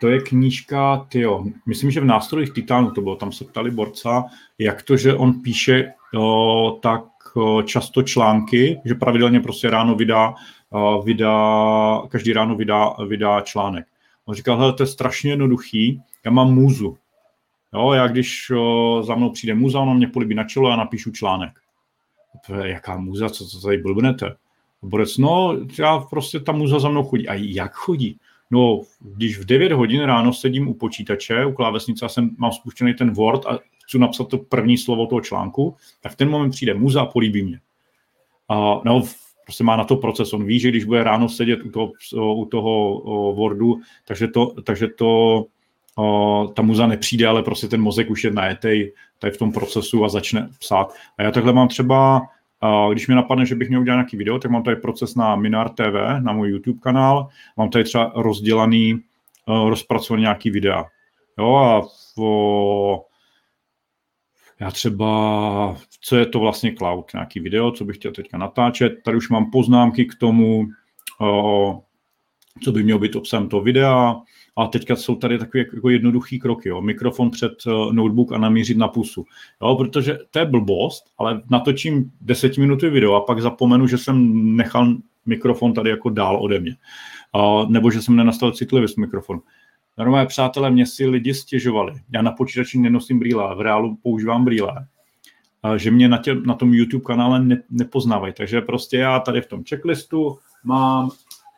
to je knížka, tyjo, myslím, že v Nástrojích titánu to bylo, tam se ptali borca, jak to, že on píše o, tak o, často články, že pravidelně prostě ráno vydá, o, vydá každý ráno vydá, vydá článek. On říkal, hele, to je strašně jednoduchý, já mám můzu. Jo, já když o, za mnou přijde můza, ona mě políbí na čelo, já napíšu článek. To je, jaká můza, co, co tady blbnete? Borec, no, já prostě ta můza za mnou chodí. A jak chodí? No, když v devět hodin ráno sedím u počítače, u klávesnice a jsem, mám spuštěný ten Word a chci napsat to první slovo toho článku, tak v ten moment přijde můza a políbí mě. A, no, prostě má na to proces. On ví, že když bude ráno sedět u toho, u toho o, Wordu, takže to, takže to o, ta muza nepřijde, ale prostě ten mozek už je najetej tady v tom procesu a začne psát. A já takhle mám třeba, a když mi napadne, že bych měl udělat nějaký video, tak mám tady proces na Minar T V, na můj YouTube kanál, mám tady třeba rozdělaný, rozpracovaný nějaký videa. Jo, a o, já třeba, co je to vlastně cloud, nějaký video, co bych chtěl teďka natáčet, tady už mám poznámky k tomu, o, co by mělo být obsahem toho videa, a teďka jsou tady takové jako jednoduchý kroky, jo. Mikrofon před notebook a namířit na pusu. Jo, protože to je blbost, ale natočím desetiminutový video a pak zapomenu, že jsem nechal mikrofon tady jako dál ode mě. A, nebo že jsem nenastavil citlivý mikrofon. Normálně, přátelé, mě si lidi stěžovali. Já na počítači nenosím brýle, v reálu používám brýle. A že mě na, tě, na tom YouTube kanále ne, nepoznávají. Takže prostě já tady v tom checklistu mám,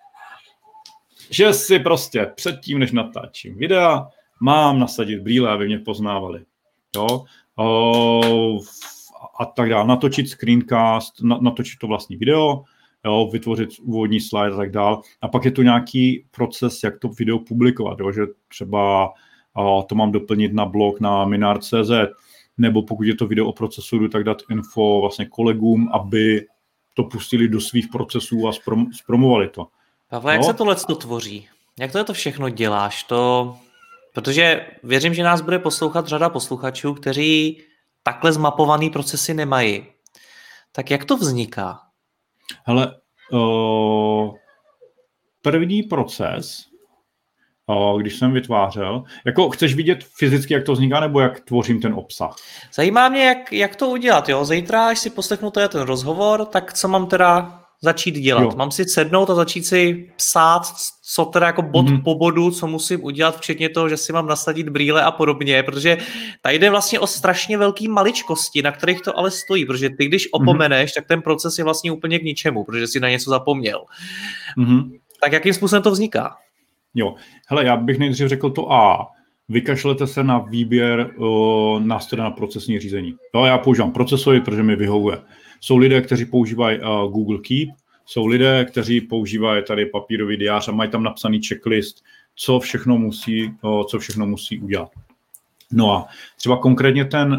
že si prostě předtím, než natáčím videa, mám nasadit brýle, aby mě poznávali. Jo? O, a tak dále. Natočit screencast, na, natočit to vlastní video, jo? Vytvořit úvodní slide a tak dále. A pak je tu nějaký proces, jak to video publikovat. Jo? Že třeba o, to mám doplnit na blog na minar tečka cé zet, nebo pokud je to video o procesoru, tak dát info vlastně kolegům, aby to pustili do svých procesů a zprom, zpromovali to. Pavle, jak no? se tohle to tvoří? Jak to, to všechno děláš? To... Protože věřím, že nás bude poslouchat řada posluchačů, kteří takhle zmapovaný procesy nemají. Tak jak to vzniká? Hele, uh, první proces, uh, když jsem vytvářel, jako chceš vidět fyzicky, jak to vzniká, nebo jak tvořím ten obsah? Zajímá mě, jak, jak to udělat. Jo? Zítra, až si poslechnu ten rozhovor, tak co mám teda začít dělat? Jo. Mám si sednout a začít si psát, co teda jako bod mm-hmm. po bodu, co musím udělat, včetně toho, že si mám nasadit brýle a podobně, protože tady jde vlastně o strašně velký maličkosti, na kterých to ale stojí, protože ty, když opomeneš, mm-hmm. tak ten proces je vlastně úplně k ničemu, protože si na něco zapomněl. Mm-hmm. Tak jakým způsobem to vzniká? Jo, hele, já bych nejdřív řekl to A. Vykašlete se na výběr uh, nástroje na procesní řízení. Jo, já používám procesory, protože mi vyhovuje. Jsou lidé, kteří používají uh, Google Keep, jsou lidé, kteří používají tady papírový diář a mají tam napsaný checklist, co všechno musí, uh, co všechno musí udělat. No a třeba konkrétně ten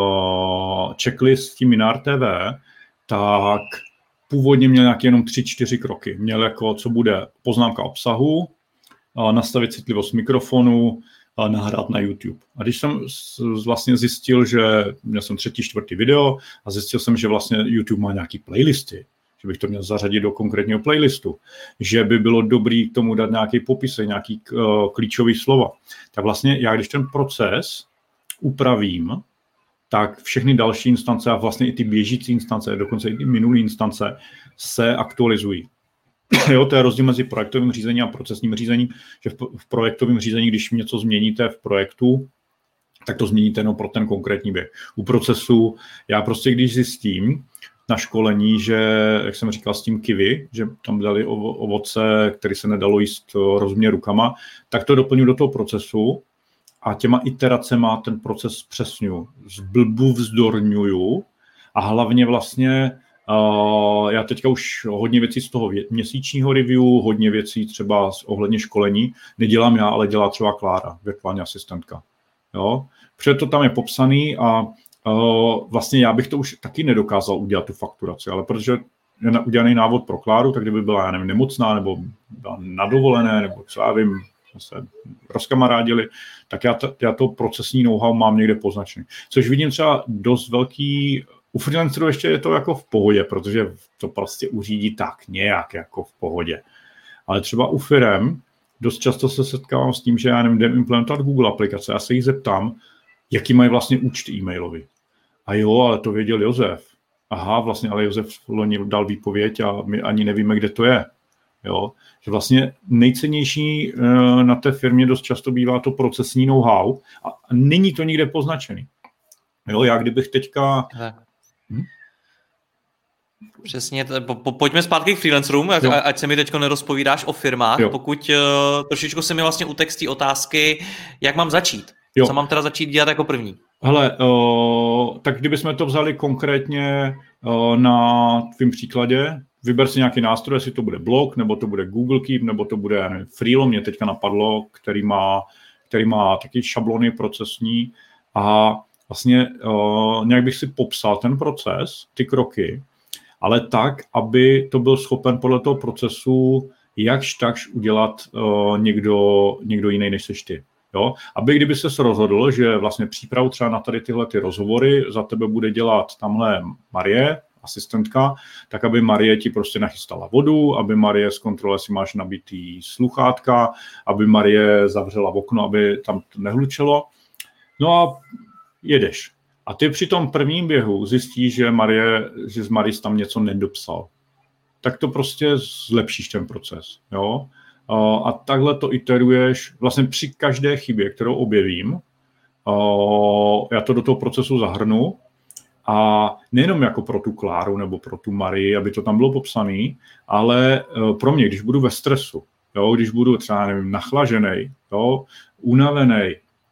uh, checklist s tím Minar T V, tak původně měl nějaký jenom tři, čtyři kroky. Měl jako, co bude poznámka obsahu, uh, nastavit citlivost mikrofonu, a nahrát na YouTube. A když jsem vlastně zjistil, že měl jsem třetí, čtvrtý video a zjistil jsem, že vlastně YouTube má nějaký playlisty, že bych to měl zařadit do konkrétního playlistu, že by bylo dobrý k tomu dát nějaký popis, nějaký uh, klíčový slova. Tak vlastně já, když ten proces upravím, tak všechny další instance a vlastně i ty běžící instance, dokonce i ty minulé instance se aktualizují. Jo, to je rozdíl mezi projektovým řízením a procesním řízením, že v projektovém řízení, když něco změníte v projektu, tak to změníte jenom pro ten konkrétní běh. U procesu, já prostě když zjistím na školení, že, jak jsem říkal s tím kiwi, že tam dali ovoce, které se nedalo jíst rozumně rukama, tak to doplňuji do toho procesu a těma iteracema ten proces zpřesňuju. Zblbu vzdorňuju a hlavně vlastně Uh, já teďka už hodně věcí z toho měsíčního review, hodně věcí třeba ohledně školení nedělám já, ale dělá třeba Klára, virtuální asistentka. Jo? Protože to tam je popsaný a uh, vlastně já bych to už taky nedokázal udělat tu fakturaci, ale protože je udělaný návod pro Kláru, tak kdyby byla, já nevím, nemocná nebo byla na dovolené, nebo co já vím, se rozkamarádili, tak já, t- já to procesní know-how mám někde poznačený. Což vidím třeba dost velký. U freelancerů ještě je to jako v pohodě, protože to prostě uřídí tak nějak jako v pohodě. Ale třeba u firem, dost často se setkávám s tím, že já nevím, jdem implementovat Google aplikace a se jich zeptám, jaký mají vlastně účty e-mailový. A jo, ale to věděl Josef. Aha, vlastně, ale Josef loni dal výpověď a my ani nevíme, kde to je. Jo? Že vlastně nejcennější na té firmě dost často bývá to procesní know-how a není to nikde poznačený. Jo, já kdybych teďka... Hm? Přesně, po, po, pojďme zpátky k freelancerům, ať, ať se mi teďko nerozpovídáš o firmách, jo. Pokud uh, trošičku se mi vlastně utextí otázky, jak mám začít, jo. Co mám teda začít dělat jako první? Hele, uh, tak kdybychom to vzali konkrétně uh, na tvým příkladě, vyber si nějaký nástroj, jestli to bude blog, nebo to bude Google Keep, nebo to bude nevím, Freelo, mě teďka napadlo, který má, který má taky šablony procesní a vlastně uh, nějak bych si popsal ten proces, ty kroky, ale tak, aby to byl schopen podle toho procesu jakž takž udělat uh, někdo, někdo jiný, než seš ty. Jo? Aby kdyby ses rozhodl, že vlastně přípravu třeba na tady tyhle ty rozhovory za tebe bude dělat tamhle Marie, asistentka, tak aby Marie ti prostě nachystala vodu, aby Marie zkontrolovala, jestli máš nabitý sluchátka, aby Marie zavřela okno, aby tam to nehlučelo. No a jedeš. A ty při tom prvním běhu zjistíš, že Marie, že z Maris tam něco nedopsal. Tak to prostě zlepšíš ten proces. Jo? A takhle to iteruješ vlastně při každé chybě, kterou objevím. Já to do toho procesu zahrnu a nejenom jako pro tu Kláru nebo pro tu Marii, aby to tam bylo popsané, ale pro mě, když budu ve stresu, jo, když budu třeba nevím, nachlažený, jo, unavený,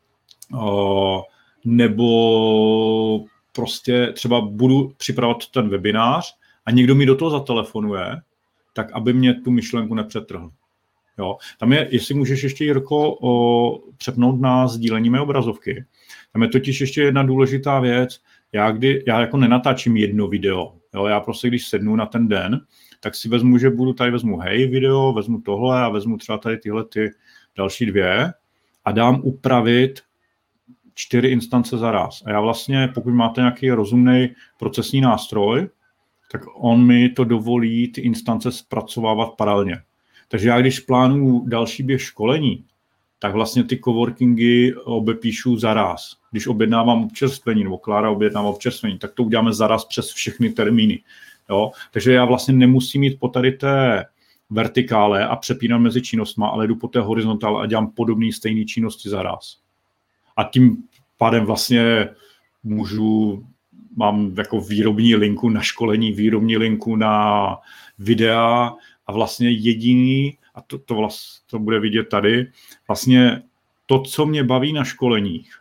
nebo prostě třeba budu připravovat ten webinář a někdo mi do toho zatelefonuje, tak aby mě tu myšlenku nepřetrhl. Jo. Tam je, jestli můžeš ještě, Jirko, o, přepnout na sdílení mé obrazovky. Tam je totiž ještě jedna důležitá věc. Já, kdy, já jako nenatáčím jedno video. Jo. Já prostě, když sednu na ten den, tak si vezmu, že budu tady, vezmu hej video, vezmu tohle a vezmu třeba tady tyhle ty další dvě a dám upravit čtyři instance za raz. A já vlastně, pokud máte nějaký rozumný procesní nástroj, tak on mi to dovolí ty instance zpracovávat paralelně. Takže já, když plánuju další běh školení, tak vlastně ty coworkingy obepíšu zaraz. Když objednávám občerstvení, nebo Klára objednává občerstvení, tak to uděláme zaraz přes všechny termíny. Jo? Takže já vlastně nemusím jít po tady té vertikále a přepínat mezi činnostma, ale jdu po té horizontále a dělám podobné stejné činnosti zaraz. A tím pádem vlastně můžu, mám jako výrobní linku na školení, výrobní linku na videa a vlastně jediný, a to, to, vlastně, to bude vidět tady, vlastně to, co mě baví na školeních,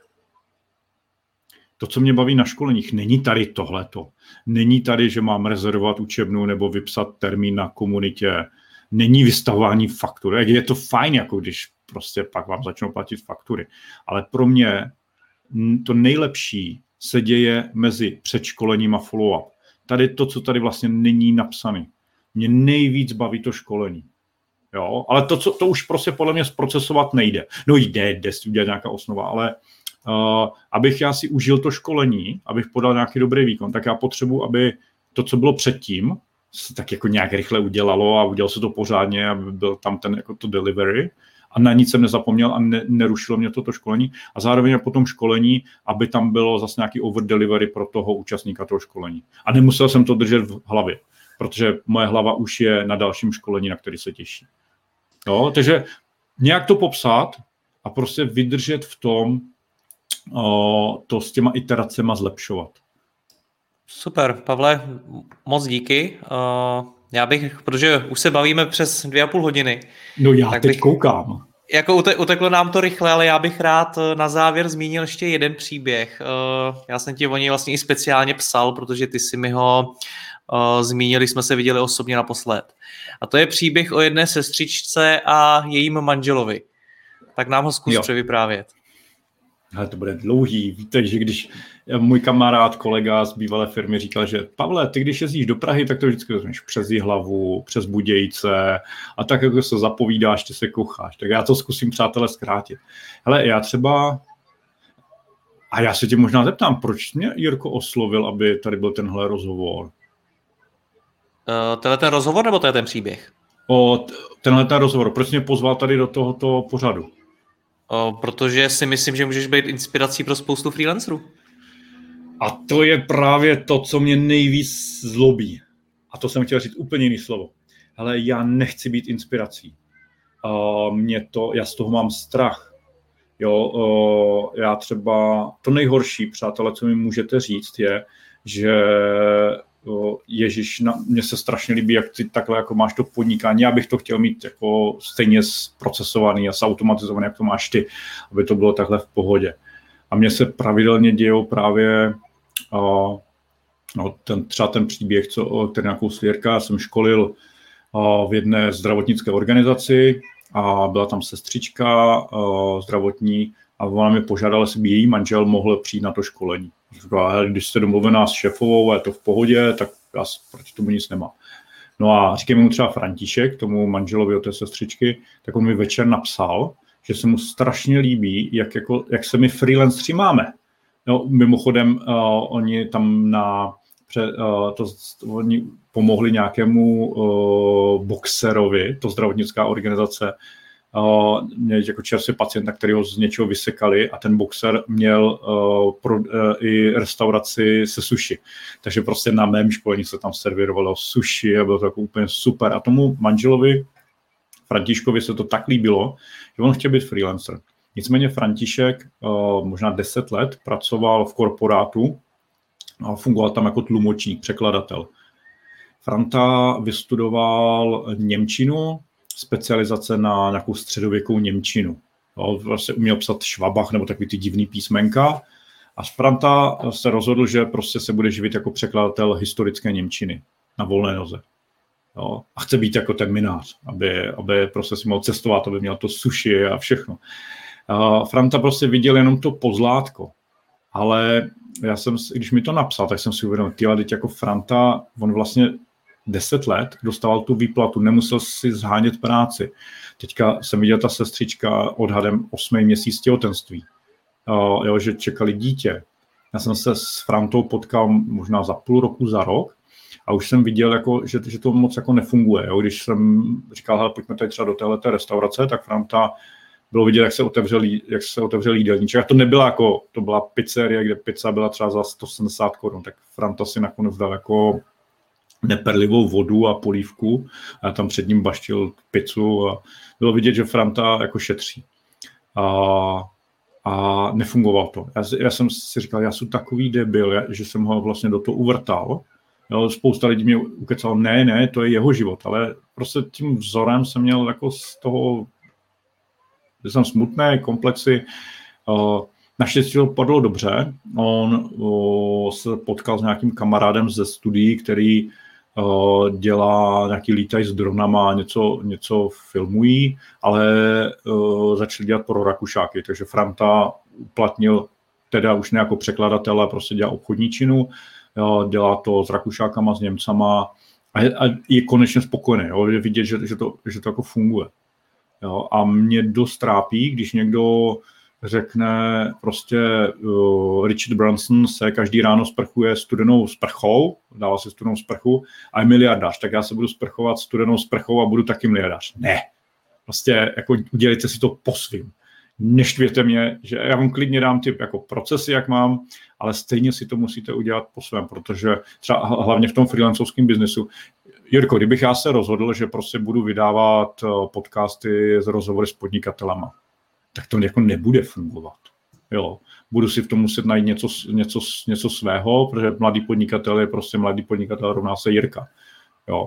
to, co mě baví na školeních, není tady tohleto. Není tady, že mám rezervovat učebnu nebo vypsat termín na komunitě, není vystavování faktur. Je to fajn, jako když prostě pak vám začnou platit faktury. Ale pro mě to nejlepší se děje mezi předškolením a follow-up. Tady to, co tady vlastně není napsané. Mě nejvíc baví to školení. Jo? Ale to, co, to už prostě podle mě zprocesovat nejde. No jde, jde si udělat nějaká osnova, ale uh, abych já si užil to školení, abych podal nějaký dobrý výkon, tak já potřebuji, aby to, co bylo předtím, se tak jako nějak rychle udělalo a udělalo se to pořádně, aby byl tam ten jako to delivery a na nic jsem nezapomněl a ne, nerušilo mě toto školení a zároveň po tom školení, aby tam bylo zase nějaký over delivery pro toho účastníka toho školení. A nemusel jsem to držet v hlavě, protože moje hlava už je na dalším školení, na který se těší. Jo, takže nějak to popsat a prostě vydržet v tom, o, to s těma iteracema zlepšovat. Super, Pavle, moc díky. Uh, já bych, protože už se bavíme přes dvě a půl hodiny. No já teď bych, koukám. Jako ute, uteklo nám to rychle, ale já bych rád na závěr zmínil ještě jeden příběh. Uh, já jsem ti o něj vlastně i speciálně psal, protože ty si mi ho uh, zmínili, jsme se viděli osobně naposled. A to je příběh o jedné sestřičce a jejím manželovi. Tak nám ho zkus jo. převyprávět. Ale to bude dlouhý. Víte, že když můj kamarád, kolega z bývalé firmy říkal, že Pavle, ty když jezdíš do Prahy, tak to vždycky vezmeš přes Jihlavu, přes Budějce a tak jako se zapovídáš, ty se kocháš. Tak já to zkusím, přátelé, zkrátit. Hele, já třeba, a já se tě možná zeptám, proč mě Jirko oslovil, aby tady byl tenhle rozhovor? Uh, tenhle ten rozhovor, nebo to je ten příběh? O tenhle ten rozhovor. Proč mě pozval tady do tohoto pořadu? O, protože si myslím, že můžeš být inspirací pro spoustu freelancerů. A to je právě to, co mě nejvíc zlobí. A to jsem chtěl říct úplně jiný slovo. Ale já nechci být inspirací. Uh, mě to, já z toho mám strach. Jo, uh, já třeba, to nejhorší, přátelé, co mi můžete říct, je, že uh, Ježíš, na, mně se strašně líbí, jak ty takhle jako máš to podnikání, já bych to chtěl mít jako stejně zprocesovaný a zautomatizovaný, jak to máš ty, aby to bylo takhle v pohodě. A mně se pravidelně dějou právě uh, no, ten, třeba ten příběh, co, který nakousl Jirka, jsem školil uh, v jedné zdravotnické organizaci a byla tam sestřička uh, zdravotní a ona mě požádala, jestli by její manžel mohl přijít na to školení. Říkala, když jste domluvená s šéfovou a je to v pohodě, tak já proti tomu nic nemám. No a říkám mu třeba František, tomu manželovi od té sestřičky, tak on mi večer napsal, že se mu strašně líbí, jak, jako, jak se my freelanceri máme. No, mimochodem, uh, oni tam na, pře, uh, to, oni pomohli nějakému uh, boxerovi, to zdravotnická organizace, uh, měli jako čerstvý pacient, na kterého z něčeho vysekali a ten boxer měl uh, pro, uh, i restauraci se sushi. Takže prostě na mém školení se tam servírovalo sushi a bylo to jako úplně super. A tomu manželovi Františkovi se to tak líbilo, že on chtěl být freelancer. Nicméně František uh, možná deset let pracoval v korporátu a fungoval tam jako tlumočník, překladatel. Franta vystudoval němčinu, specializace na nějakou středověkou němčinu. Jo, vlastně uměl psat švabach nebo takový ty divný písmenka. A Franta se rozhodl, že prostě se bude živit jako překladatel historické němčiny na volné noze. Jo, a chce být jako ten minář, aby, aby prostě si mohl cestovat, aby měl to sushi a všechno. Uh, Franta prostě viděl jenom to pozlátko, ale já jsem, když mi to napsal, tak jsem si uvědomil, tyhle, teď jako Franta, on vlastně deset let dostával tu výplatu, nemusel si zhánět práci. Teďka jsem viděl ta sestřička odhadem osmý měsíc těhotenství, uh, jo, že čekali dítě. Já jsem se s Frantou potkal možná za půl roku, za rok, a už jsem viděl, jako, že, že to moc jako nefunguje. Jo. Když jsem říkal, hele, pojďme tady třeba do téhleté restaurace, tak Franta bylo vidět, jak se otevřel, jak se otevřel jídelníček. A to nebyla jako, to byla pizzerie, kde pizza byla třeba za sto sedmdesát korun, tak Franta si nakonec dal jako neperlivou vodu a polívku a tam před ním baštil pizzu a bylo vidět, že Franta jako šetří. A, a nefungovalo to. Já, já jsem si říkal, já jsem takový debil, že jsem ho vlastně do toho uvrtal. Jo, spousta lidí mě ukecalo, ne, ne, to je jeho život, ale prostě tím vzorem jsem měl jako z toho, že jsem smutný, komplexy. Naštěstí to padlo dobře. On se potkal s nějakým kamarádem ze studií, který dělá nějaký lítaj s dronama a něco, něco filmují, ale začali dělat pro Rakušáky, takže Franta uplatnil teda už ne jako překladatel, ale prostě dělá obchodní činu. Jo, dělá to s Rakušákama, s Němcama a je, a je konečně spokojený. Jo, je vidět, že, že, to, že to jako funguje. Jo, a mě dost trápí, když někdo řekne prostě uh, Richard Branson se každý ráno sprchuje studenou sprchou, dává si studenou sprchu a je miliardář, tak já se budu sprchovat studenou sprchou a budu taky miliardář. Ne. Prostě jako udělejte si to po svým. Neštvěte mě, že já vám klidně dám ty jako procesy, jak mám, ale stejně si to musíte udělat po svém, protože třeba hlavně v tom freelancovském biznesu. Jirko, kdybych já se rozhodl, že prostě budu vydávat podcasty z rozhovory s podnikatelama, tak to jako nebude fungovat. Jo. Budu si v tom muset najít něco, něco, něco svého, protože mladý podnikatel je prostě mladý podnikatel, rovná se Jirka. Jo.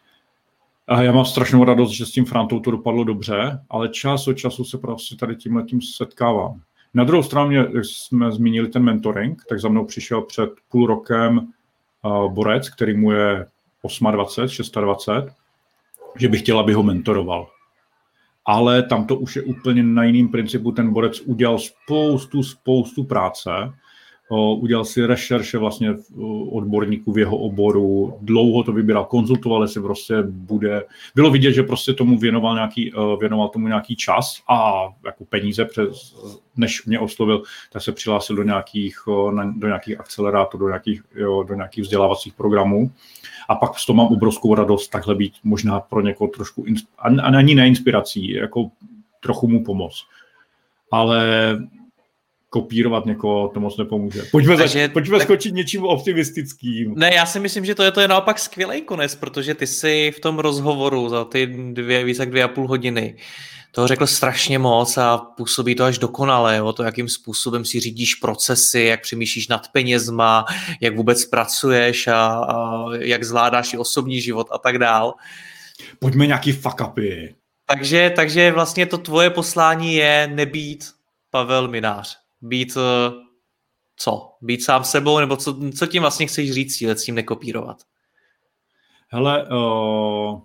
A já mám strašnou radost, že s tím Frantou to dopadlo dobře, ale čas od času se prostě tady tímhletím setkávám. Na druhou stranu, mě, jak jsme zmínili ten mentoring, tak za mnou přišel před půl rokem uh, borec, který mu je dvacet osm, dvacet šest, že by chtěl, aby ho mentoroval. Ale tam to už je úplně na jiným principu. Ten borec udělal spoustu, spoustu práce, udělal si rešerše vlastně odborníků v jeho oboru, dlouho to vybíral, konzultoval, jestli prostě bude. Bylo vidět, že prostě tomu věnoval, nějaký, věnoval tomu nějaký čas a jako peníze, přes, než mě oslovil, tak se přihlásil do nějakých, do nějakých akcelerátorů, do nějakých, jo, do nějakých vzdělávacích programů. A pak z toho mám obrovskou radost takhle být možná pro někoho trošku, a ani neinspirací, jako trochu mu pomoct. Ale kopírovat někoho, to moc nepomůže. Pojďme, Takže, zač- pojďme tak... skočit něčím optimistickým. Ne, já si myslím, že to je, to je naopak skvělý konec, protože ty si v tom rozhovoru za ty dvě, více jak dvě a půl hodiny toho řekl strašně moc a působí to až dokonale, jo? To, jakým způsobem si řídíš procesy, jak přemýšlíš nad penězma, jak vůbec pracuješ a, a jak zvládáš i osobní život a tak dál. Pojďme nějaký fuck upy. Takže, takže vlastně to tvoje poslání je nebýt Pavel Mynář. Být co? Být sám sebou? Nebo co, co tím vlastně chceš říct, cíle s tím nekopírovat? Hele, uh,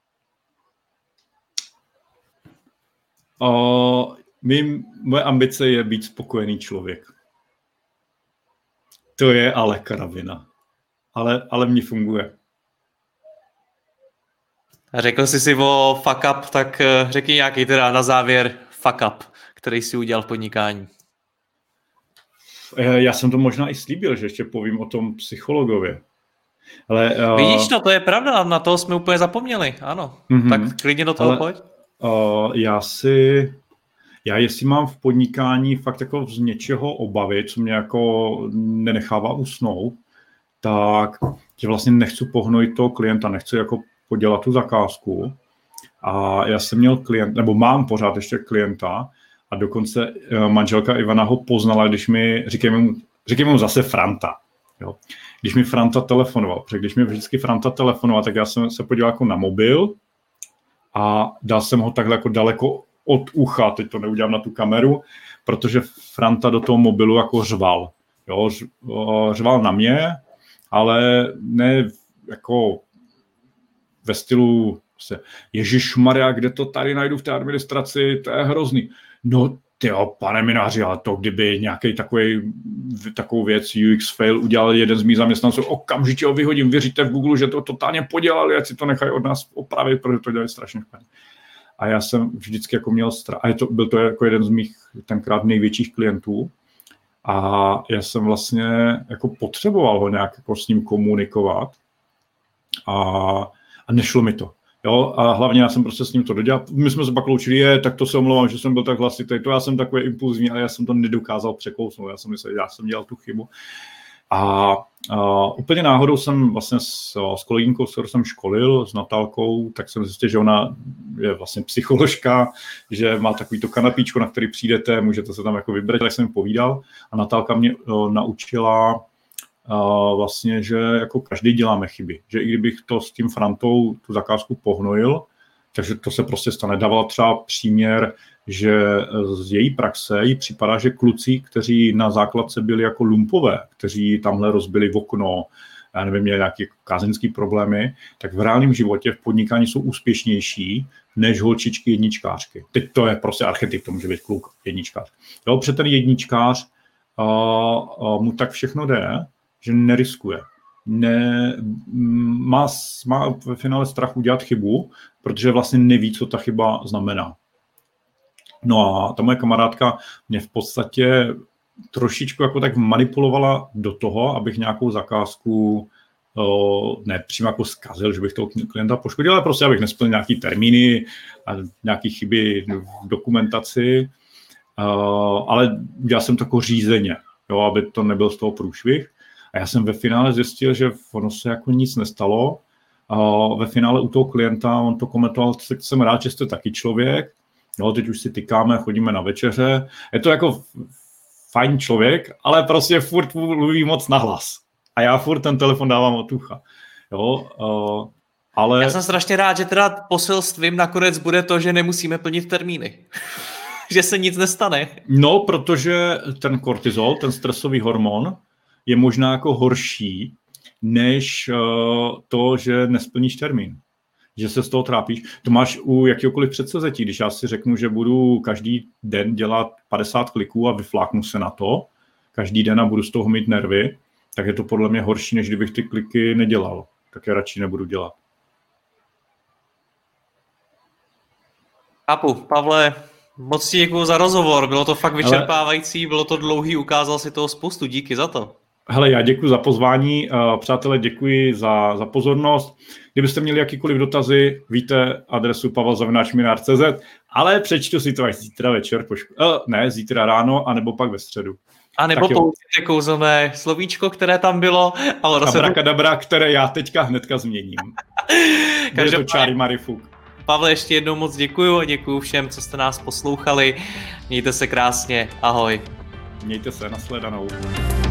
uh, mým, moje ambice je být spokojený člověk. To je ale kravina. Ale, ale mně funguje. Řekl jsi si o fuck up, tak řekni nějaký teda na závěr fuck up, který jsi udělal v podnikání. Já jsem to možná i slíbil, že ještě povím o tom psychologově. Ale, uh... Vidíš, no to je pravda, na toho jsme úplně zapomněli, ano. Mm-hmm. Tak klidně do toho ale, pojď. Uh, já si, já jestli mám v podnikání fakt jako z něčeho obavy, co mě jako nenechává usnout, tak že vlastně nechci pohnojit toho klienta, nechci jako podělat tu zakázku. A já jsem měl klient, nebo mám pořád ještě klienta, a dokonce manželka Ivana ho poznala, když mi, říkejme mu, říkejme mu zase Franta, jo. Když mi Franta telefonoval, protože když mi vždycky Franta telefonoval, tak já jsem se podíval jako na mobil a dal jsem ho takhle jako daleko od ucha, teď to neudělám na tu kameru, protože Franta do toho mobilu jako řval, jo, řval na mě, ale ne jako ve stylu Ježišmarja, kde to tady najdu v té administraci, to je hrozný. No tyjo, pane Mynáři, ale to kdyby nějaký takový, takovou věc U X fail udělal jeden z mých zaměstnanců, okamžitě ho vyhodím, věříte v Google, že to totálně podělali, ať si to nechají od nás opravit, protože to dělají strašně špatně. A já jsem vždycky jako měl strach, a je to, byl to jako jeden z mých tenkrát největších klientů a já jsem vlastně jako potřeboval ho nějak jako s ním komunikovat a, a nešlo mi to. Jo, a hlavně já jsem prostě s ním to dodělal. My jsme se pak loučili, je, tak to se omlouvám, že jsem byl tak hlasitý. To já jsem takový impulzní, ale já jsem to nedokázal překousnout. Já jsem myslel, že já jsem dělal tu chybu. A, a úplně náhodou jsem vlastně s, s kolegyňkou, s kterou jsem školil, s Natálkou, tak jsem zjistil, že ona je vlastně psycholožka, že má takovýto kanapíčko, na který přijdete, můžete se tam jako vybrat, tak jsem mi povídal. A Natálka mě o, naučila Uh, vlastně, že jako každý děláme chyby. Že i kdybych to s tím Frantou tu zakázku pohnojil, takže to se prostě stane. Dávala třeba příměr, že z její praxe jí připadá, že kluci, kteří na základce byli jako lumpové, kteří tamhle rozbili v okno, já nevím, měli nějaké kázeňské problémy, tak v reálném životě v podnikání jsou úspěšnější než holčičky jedničkářky. Teď to je prostě archetyp, to může být kluk jedničkář. Jo, před ten jedničkář uh, uh, mu tak všechno jde, že neriskuje. Ne, má, má ve finále strach udělat chybu, protože vlastně neví, co ta chyba znamená. No a ta moje kamarádka mě v podstatě trošičku jako tak manipulovala do toho, abych nějakou zakázku ne přímo jako zkazil, že bych toho klienta poškodil, ale prostě abych nesplnil nějaký termíny a nějaké chyby v dokumentaci, ale dělal jsem to jako řízeně, jo, aby to nebyl z toho průšvih. A já jsem ve finále zjistil, že ono se jako nic nestalo. A ve finále u toho klienta on to komentoval, tak jsem rád, že jste taky člověk. No, teď už si tykáme, chodíme na večeře. Je to jako fajn člověk, ale prostě furt mluví moc nahlas. A já furt ten telefon dávám od ucha. Jo, uh, ale... Já jsem strašně rád, že teda poselstvím nakonec bude to, že nemusíme plnit termíny. Že se nic nestane. No, protože ten kortizol, ten stresový hormon, je možná jako horší, než uh, to, že nesplníš termín. Že se z toho trápíš. To máš u jakýkoliv předsevzetí. Když já si řeknu, že budu každý den dělat padesát kliků a vyfláknu se na to, každý den a budu z toho mít nervy, tak je to podle mě horší, než kdybych ty kliky nedělal. Tak je radši nebudu dělat. Chápu. Pavle, moc ti děkuju za rozhovor, bylo to fakt vyčerpávající, bylo to dlouhý, ukázal si toho spoustu, díky za to. Hele, já děkuji za pozvání, přátelé, děkuji za, za pozornost. Kdybyste měli jakýkoliv dotazy, víte adresu pavel zavináč minar tečka cé zet, ale přečtu si to až zítra večer, pošku... uh, ne, zítra ráno, anebo pak ve středu. A nebo použijte kouzelné slovíčko, které tam bylo. Abrakadabra, které já teďka hnedka změním. Bude to čáry marifuk. Pavle, ještě jednou moc děkuju a děkuju všem, co jste nás poslouchali. Mějte se krásně, ahoj. Mějte se, nashledanou.